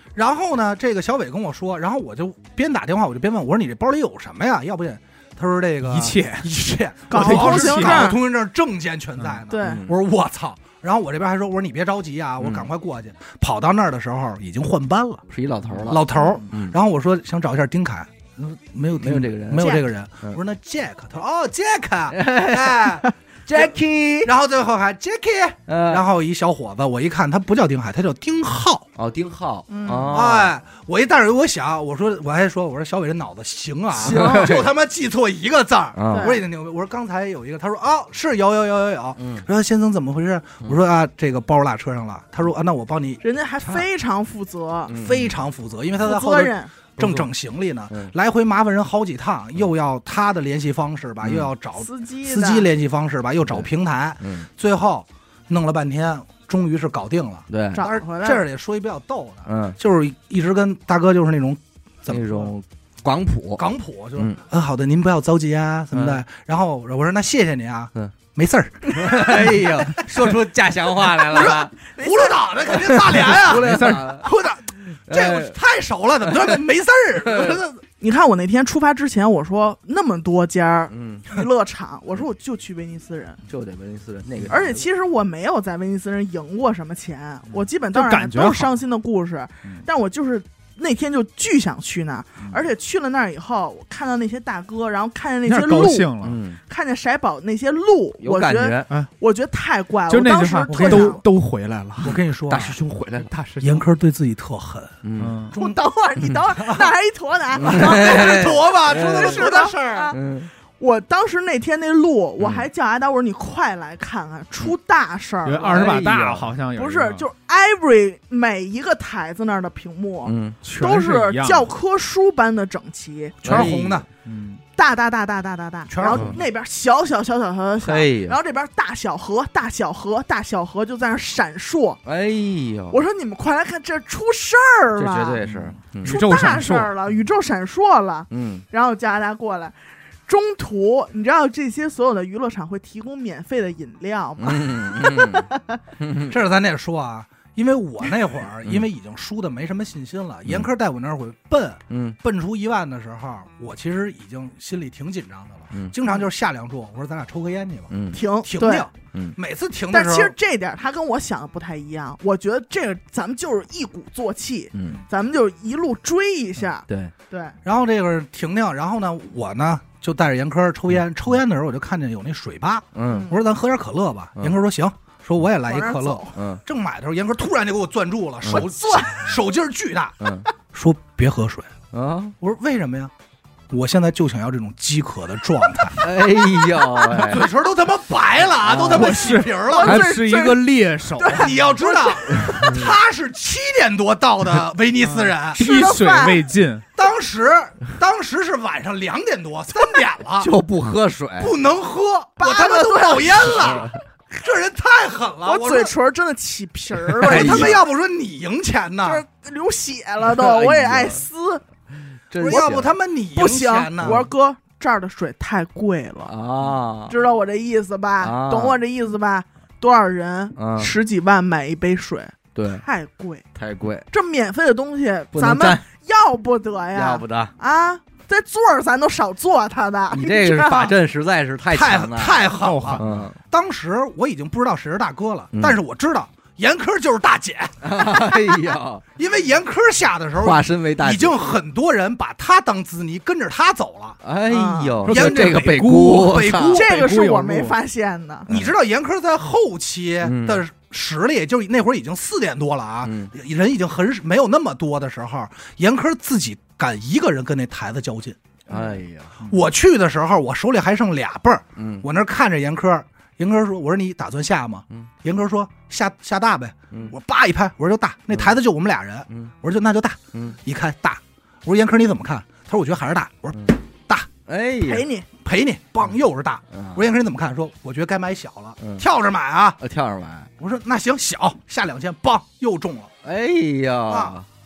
然后呢，这个小伟跟我说，然后我就边打电话我就边问，我说你这包里有什么呀？要不然他说这个一切一切， 搞我通行证搞通行证证件全在呢。 对， 嗯我说我操。然后我这边还说，我说你别着急啊，我赶快过去。跑到那儿的时候已经换班了， 是一老头了， 老头儿。 嗯， 然后我说想找一下丁凯，没有没有这个人没有这个人。 嗯我说那 Jack， 他说哦 Jack， 哎 Jackie， 然后最后还 Jackie， 呃， 然后一小伙子，我一看他不叫丁海，他叫丁浩。 哦，丁浩， 嗯哦， 哎，我一但是我想，我说我还说，我说小伟这脑子行啊， 行就他妈记错一个字儿。 啊我说已经牛逼，我说刚才有一个，他说哦是有有有有有， 嗯说先生怎么回事？我说啊这个包落车上了，他说啊那我帮你， 人家还非常负责， 嗯非常负责，因为他在负后头责任， 正整行李呢， 嗯来回麻烦人好几趟，又要他的联系方式吧， 嗯又要找司机的司机联系方式吧，又找平台， 嗯， 最后弄了半天，终于是搞定了。 对， 找但是回来这儿得说一比较逗的， 嗯， 就是一直跟大哥就是那种怎么说那种广谱， 港普，就是嗯嗯好的，您不要着急啊什么的。然后我说那谢谢您啊， 嗯， 没事儿。 哎呦，说出家乡话来了吧？ 葫芦岛的肯定大连呀， 没事儿， 葫芦岛这我哎太熟了，怎么说没事儿？我说你看我那天出发之前，我说那么多家嗯， 娱乐场，我说我就去威尼斯人， 就得威尼斯人那个， 而且其实我没有在威尼斯人赢过什么钱，我基本当然就感觉好都是伤心的故事嗯， 但我就是那天就巨想去那儿， 嗯而且去了那儿以后，我看到那些大哥，然后看见那有点些路， 高兴了， 嗯， 看见骰宝那些路， 有我觉得感觉， 我觉得太怪了， 就那我当时句话特想， 都都回来了， 我跟你说啊， 大师兄回来了， 大师严科对自己特狠， 嗯嗯， 我等会儿你等会儿，那还一坨呢， 是坨吧，出的哎是的事儿啊。 嗯， 我当时那天那路，我还叫阿达，我说你快来看看，出大事儿了。 有二十把哎大呀好像有一个， 不是，就是 every 每一个台子那儿的屏幕， 嗯， 全都是一样的教科书般的整齐， 全是红的， 嗯， 大大大大大大大， 全是然后红那边小小小小小小小， 嘿呀， 然后这边大小河大小河大小河就在那儿闪烁。 哎呦， 我说你们快来看，这出事儿这了， 绝对是，嗯出宇宙大闪烁事儿了，宇宙闪烁了。 嗯， 然后叫阿达过来。中途，你知道这些所有的娱乐场会提供免费的饮料吗？ 嗯嗯这是咱得说啊，因为我那会儿嗯因为已经输的没什么信心了，严科带我那会儿奔嗯奔出一万的时候，我其实已经心里挺紧张的了， 嗯经常就是下两注，我说咱俩抽根烟去吧， 嗯停对停停， 嗯每次停的但时候， 其实这点他跟我想的不太一样，我觉得这个咱们就是一鼓作气， 嗯， 咱们就一路追一下， 对， 对， 然后这个停停，然后呢，我呢就带着严科抽烟，抽烟的时候我就看见有那水吧， 嗯我说咱喝点可乐吧， 嗯严科说行，说我也来一可乐往那儿走， 嗯正买的时候，严科突然就给我攥住了，手我攥手劲儿巨大， 嗯说别喝水， 啊， 我说为什么呀？我现在就想要这种饥渴的状态， 哎呦喂， 嘴唇都他妈白了啊， 啊都他妈我是起皮儿了。 还是一个猎手， 你要知道，他是七点多到的威尼斯人， 滴水未进， 当时当时是晚上两点多三点了， 就不喝水， 不能喝，我他妈都冒烟了，这人太狠了。 我嘴我说， 唇真的起皮儿我了， 说他妈要不说你赢钱呢， 就是流血了都， 哎呀我也爱撕， 真我说要不他妈你赢不行， 钱呢？ 我说哥这儿的水太贵了， 啊， 知道我这意思吧？ 啊懂我这意思吧？多少人嗯十几万买一杯水， 对， 太贵， 太贵， 这免费的东西不能咱们沾， 要不得呀， 要不得， 啊，在座儿咱都少坐他的， 你这知道个法阵实在是太太强了， 太狠够狠了。 嗯， 当时我已经不知道谁是大哥了， 嗯但是我知道严科就是大姐， 哎呀， 因为严科下的时候化身为大姐已经很多人把他当滋泥，跟着他走了。 哎呦， 啊说这个北姑， 北操姑这个是我北姑有路没发现的。 你知道严科在后期嗯的实力，就那会儿已经四点多了啊， 嗯人已经很没有那么多的时候，严科自己敢一个人跟那台子较劲。 哎呀， 我去的时候，我手里还剩俩泵儿， 嗯我那看着严科，严科说：“我说你打算下吗？” 嗯严科说：“下下大呗。” 嗯我叭一拍，我说就大，那台子就我们俩人， 嗯我说就那就大， 嗯， 一看大，我说严科你怎么看？他说我觉得还是大，我说哎呀， 陪你， 赔你，棒又是大。 嗯我说严科你怎么看？说我觉得该买小了， 嗯跳着买啊。 呃跳着买， 我说那行，小下两千，棒又中了。 哎呀啊，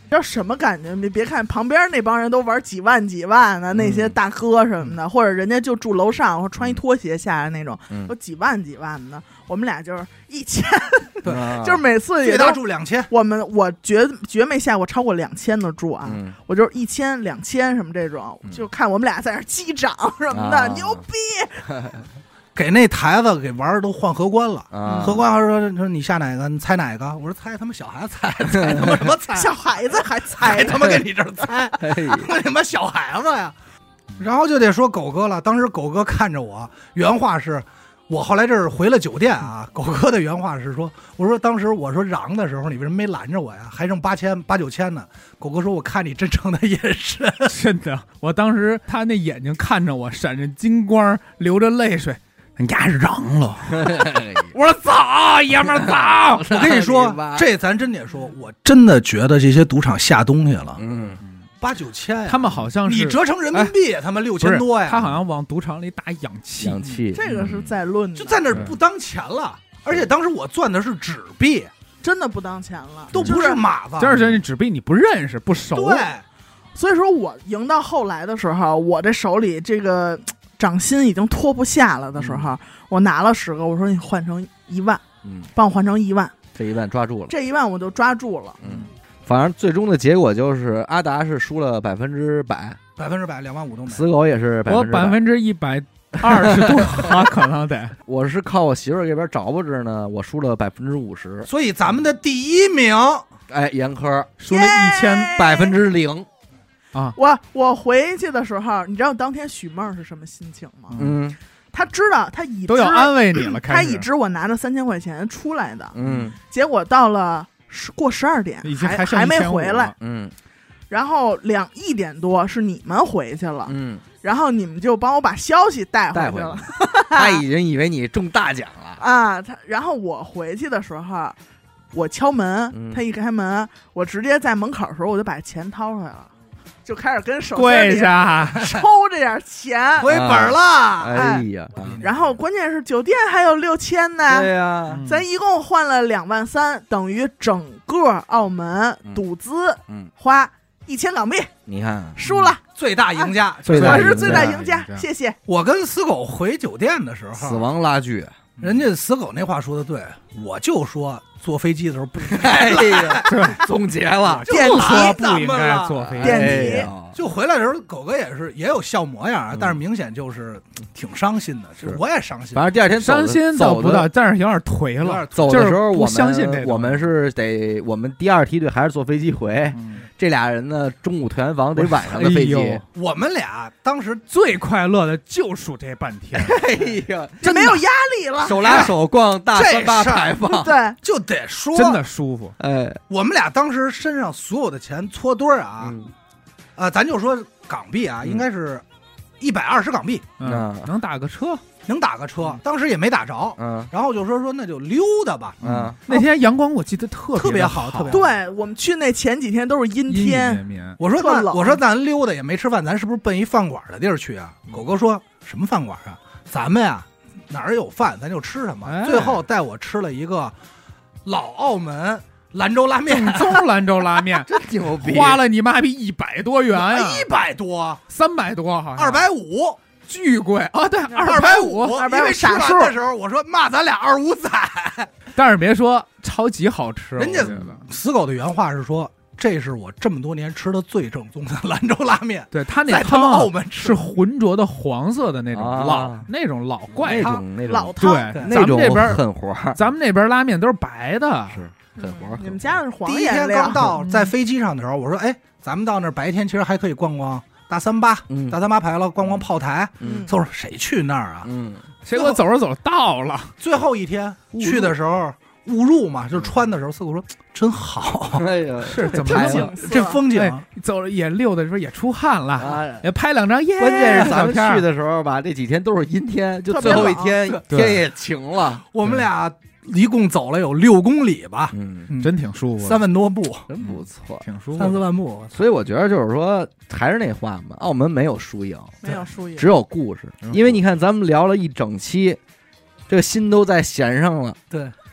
知道什么感觉？你别看旁边那帮人都玩几万几万的那些大哥什么的， 嗯、 或者人家就住楼上，或穿一拖鞋下来那种， 嗯、 都几万几万的。我们俩就是一千， 对， 就是每次也最大住两千。 我们我绝绝没下过超过两千的住啊， 嗯、 我就是一千、两千什么这种， 嗯、 就看我们俩在那击掌什么的， 啊、 牛逼。 给那台子给玩的都换荷官了， 啊、 荷官还说说你下哪个？你猜哪个？我说猜他妈小孩子猜，猜他妈什么猜？ 小孩子还猜， 他妈跟你这儿猜，我他妈小孩子呀！然后就得说狗哥了，当时狗哥看着我，原话是。我后来这是回了酒店啊，狗哥的原话是说，我说当时我说嚷的时候，你为什么没拦着我呀？还剩八千八九千呢。狗哥说，我看你真诚的眼神， 真的，我当时他那眼睛看着我，闪着金光，流着泪水，你丫嚷了。我说走，爷们儿走。 我跟你说，这咱真得说，我真的觉得这些赌场下东西了。 嗯。 八九千呀， 他们好像是你折成人民币，他们六千多呀。 他好像往赌场里打氧气， 氧气这个是在论的， 就在那儿不当钱了。而且当时我攥的是纸币， 真的不当钱了， 都不是马子。 就是那纸币你不认识不熟， 对。 所以说我赢到后来的时候，我这手里这个掌心已经脱不下了的时候，嗯、我拿了十个，我说你换成一万， 嗯， 帮我换成一万， 这一万抓住了， 这一万我就抓住了， 嗯。反正最终的结果就是阿达是输了百分之百， 百分之百，两万五都没。 死狗也是百分之百， 我百分之一百二十多，可能得。 我是靠我媳妇儿这边找不着呢，我输了百分之五十。 所以咱们的第一名， 哎，严科输了一千百分之零啊！ 我我回去的时候，你知道当天许梦是什么心情吗？ 嗯， 他知道他已知都要安慰你了， 他已知我拿着三千块钱出来的， 嗯， 结果到了。过十二点， 已经还还没回来， 嗯， 然后两一点多是你们回去了， 嗯， 然后你们就帮我把消息带回去了， 他已经以为你中大奖了啊！他然后我回去的时候，我敲门， 嗯、 他一开门，我直接在门口的时候我就把钱掏出来了，就开始跟手跪下抽这点钱， 回本了， 啊、哎呀！ 然后关键是酒店还有六千呢， 对呀， 咱一共换了两万三，等于整个澳门赌资花一千港币。 你看， 输了， 最大赢家， 我是最大赢家，谢谢。 我跟死狗回酒店的时候， 死亡拉锯， 人家死狗那话说的对，我就说坐飞机的时候不应该。哎呀，总结了， 电梯不应该坐飞机， 电梯。 就回来的时候，狗哥也是也有笑模样啊，但是明显就是挺伤心的，是我也伤心。 反正第二天伤心倒不到，但是有点颓了。 走的时候，我相信这我们是得，我们第二梯队还是坐飞机回。这俩人呢，中午退完房得晚上的飞机。 我们俩当时最快乐的就数这半天。 哎呀， 这没有压力了， 手拉手逛大三八牌坊， 对， 就得说真的舒服。 哎， 我们俩当时身上所有的钱搓堆儿啊。啊，咱就说港币啊，应该是一百二十港币， 嗯，能打个车， 能打个车。当时也没打着， 嗯， 然后就说说那就溜达吧， 嗯。 那天阳光我记得特特别好，特别好。 对我们去那前几天都是阴天， 我说那我说咱溜达也没吃饭，咱是不是奔一饭馆的地儿去啊？狗哥说什么饭馆啊？咱们呀哪儿有饭咱就吃什么。 哎、 最后带我吃了一个老澳门。兰州拉面， 正宗兰州拉面， 真牛逼！ 花了你妈逼一百多元呀， 一百多， 三百多，好像二百五， 巨贵啊！对， 二百五， 二百五傻数的时候，我说骂咱俩二五仔， 但是别说超级好吃， 人家死狗的原话是说。这是我这么多年吃的最正宗的兰州拉面。 对他那汤澳门是浑浊的黄色的那种老、 啊、 那种老怪汤， 那种老汤。 对， 那种这边狠活， 咱们那边拉面都是白的， 是狠活。 你们家是黄第一天刚到，在飞机上的时候，我说：“哎，咱们到那儿白天其实还可以逛逛大三巴， 嗯、 大三巴牌了，逛逛炮台。 嗯” 他说：“谁去那儿啊？” 嗯， 结果走着走着到了。 最后一天去的时候。误入嘛，就穿的时候，四狗说真好， 哎呀， 是怎么了？ 这风景、 哎、走了也溜的时候也出汗了， 啊、 也拍两张耶。 关键是咱们去的时候吧，这几天都是阴天，就最后一天天也晴了。 我们俩一共走了有六公里吧， 嗯， 嗯真挺舒服， 三万多步， 真不错， 挺舒服， 三四万步。 所以我觉得就是说，还是那话嘛，澳门没有输赢， 没有输赢， 只有故事。因为你看，咱们聊了一整期，这个心都在弦上了。 对。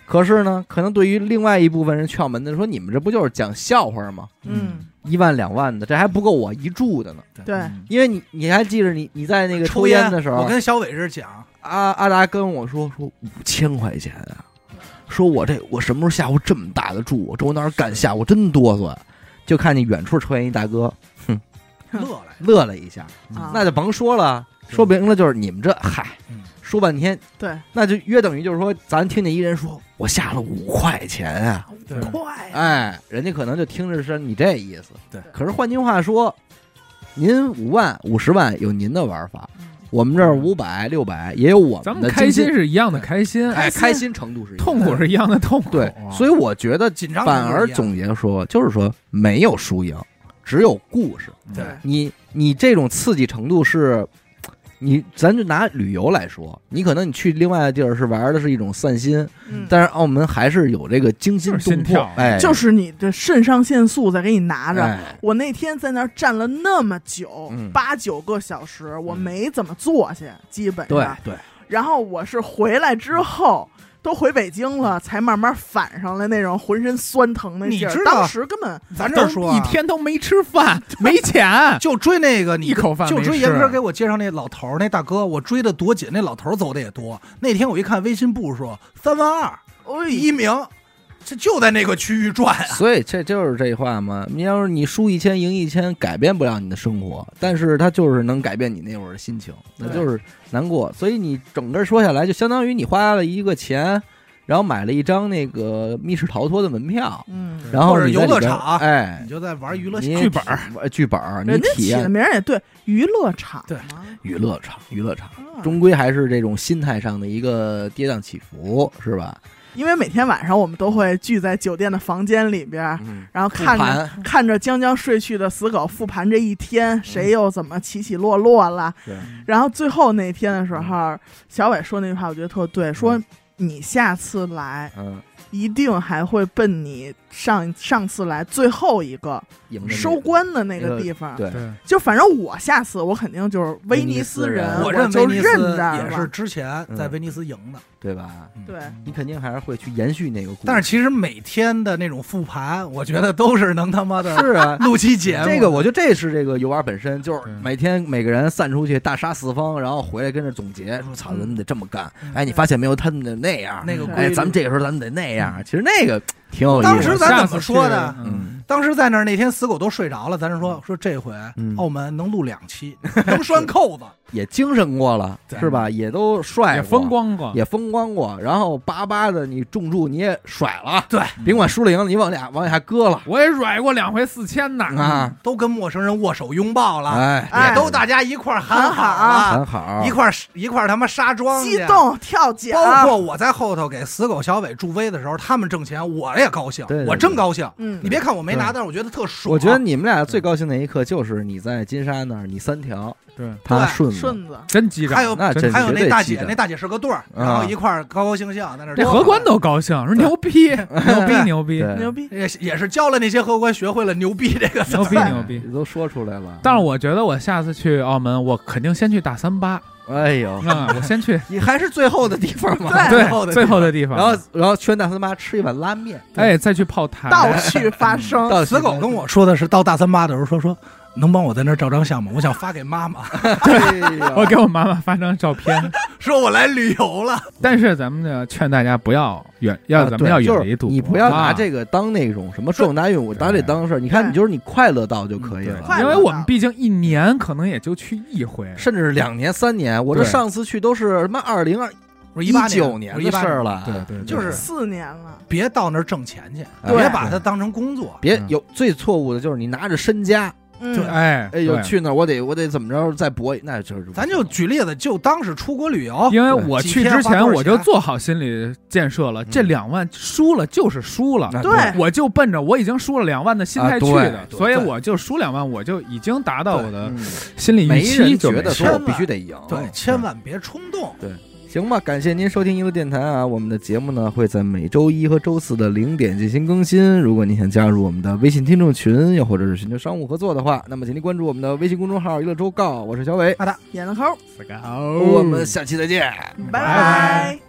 可是呢，可能对于另外一部分人窍门的说，你们这不就是讲笑话吗？ 嗯， 一万两万的，这还不够我一住的呢。 对， 因为你你还记着你你在那个抽抽烟的时候， 我跟小伟是讲， 阿阿达跟我说说五千块钱啊，说我这我什么时候下过这么大的注？这我哪儿敢下？我真哆嗦呀！就看见远处抽烟一大哥，哼， 乐来乐了一下， 啊那就甭说了，说明了就是你们这嗨， 嗯说半天， 对， 那就约等于就是说，咱听见一人说我下了五块钱啊， 对快， 哎，人家可能就听着是你这意思， 对。 可是换句话说，您五万、五十万有您的玩法，我们这儿五百、六百也有我咱们们的精开心是一样的开心， 哎，开心程度是一样的痛苦是一样的痛苦。 对，所以我觉得紧张反而总结说，就是说没有输赢，只有故事。 对你你这种刺激程度是，你咱就拿旅游来说，你可能你去另外的地儿是玩的是一种散心， 嗯， 但是澳门还是有这个惊心就是心动魄跳， 哎， 就是你的肾上腺素在给你拿着。 哎我那天在那儿站了那么久， 嗯八九个小时，我没怎么坐下，基本对上。 对， 然后我是回来之后，都回北京了，才慢慢反上来那种浑身酸疼的劲儿。 你知道当时根本咱这说啊一天都没吃饭，没钱， 就追那个你一口饭没吃就追严哥给我介绍那老头儿那大哥，我追的多紧，那老头儿走的也多。那天我一看微信步数三万二， 哎第一名，这就在那个区域转啊。 所以这就是这话嘛。你要是你输一千赢一千，改变不了你的生活，但是它就是能改变你那会儿的心情，那就是难过。所以你整个说下来，就相当于你花了一个钱，然后买了一张那个密室逃脱的门票， 嗯， 然后或者你在里边游乐场哎你，就在玩娱乐你剧本儿呃剧本儿，你人家体验起的名儿也对，娱乐场对嘛娱乐场，娱乐场， 啊终归还是这种心态上的一个跌宕起伏，是吧？ 因为每天晚上我们都会聚在酒店的房间里边儿， 嗯， 然后看着复盘看着将将睡去的死狗复盘这一天，谁又怎么起起落落了。 对， 然后最后那天的时候，小伟说那句话，我觉得特对，说你下次来嗯， 一定还会奔你上上次来最后一个赢的那个收官的那个地方。 对， 对， 就反正我下次我肯定就是威尼斯人， 威尼斯人我我就认威尼斯认着也是了。 之前在威尼斯赢的， 对吧？ 对， 你肯定还是会去延续那个故事。 但是其实每天的那种复盘，我觉得都是能他妈的是啊， 录期节目。 这个我觉得这是这个游玩本身，就是对每天每个人散出去大杀四方，然后回来跟着总结说：“操，咱们得这么干。”哎，你发现没有？他们得那样，哎， 那个规律咱们这个时候咱们得那样。其实那个挺有意思。 当时咱怎么说的下次去嗯， 当时在那儿那天死狗都睡着了，咱是说说这回嗯澳门能录两期，能拴扣子， 也精神过了， 对是吧？也都帅也过， 风光过， 也风光过，然后巴巴的你重注你也甩了， 对， 甭管输了赢了，你往俩往下搁了我也甩过两回四千呢。 啊！ 都跟陌生人握手拥抱了， 哎， 哎也都大家一块儿喊好喊了， 很好， 一块儿一块儿他妈杀庄激去。 动跳脚， 包括我在后头给死狗小伟助威的时候，他们挣钱，我也高兴， 对对对我真高兴。 嗯你别看我没拿， 对但是我觉得特爽。 我觉得你们俩最高兴的一刻就是你在金沙那儿，你三条， 对， 他顺子， 顺子， 真激动。 还有那真还有绝那大姐， 对记得那大姐是个对儿， 啊然后一块儿高高兴兴在那儿。 这荷官都高兴，说牛逼，牛逼，牛逼， 对牛逼！ 也也是教了那些荷官学会了牛逼这个词儿牛逼，牛逼。 都说出来了。 但是我觉得我下次去澳门，我肯定先去大三巴哎呦， 啊，我先去你还是最后的地方嘛？ 对对后的地方最后的地方， 然后然后去大三巴吃一碗拉面， 哎再去炮台， 倒叙发生， 到死狗跟我说的是到大三巴的时候说说能帮我在那儿照张相吗？我想发给妈妈， 哎呦我给我妈妈发张照片。 说我来旅游了。 但是咱们呢，劝大家不要远，要啊咱们要对就是远离赌博， 你不要拿啊这个当那种什么撞大运，我拿这当事儿。你看， 对你就是你快乐到就可以了， 快乐因为我们毕竟一年可能也就去一回， 甚至是两年、三年。我这对上次去都是什么二零二我一八九年的事儿了， 对对，对就是四年了， 别到那儿挣钱去， 对别把它当成工作。 嗯别有最错误的就是你拿着身家， 嗯， 哎哎呦对去那儿我得我得怎么着再搏一，那就是咱就举例子，就当是出国旅游， 因为我去之前我就做做好心理建设了，这两万输了就是输了， 啊对我就奔着我已经输了两万的心态去啊的， 对所以我就输两万，我就已经达到我的嗯心理预没期， 人觉就没事千得说我必须得赢， 对，千万别冲动。 行吧，感谢您收听一路电台啊！我们的节目呢会在每周一和周四的零点进行更新。如果您想加入我们的微信听众群，又或者是寻求商务合作的话，那么请您关注我们的微信公众号“娱乐周告”，我是小伟， 演的抠， 四个好， 我们下期再见。 拜拜。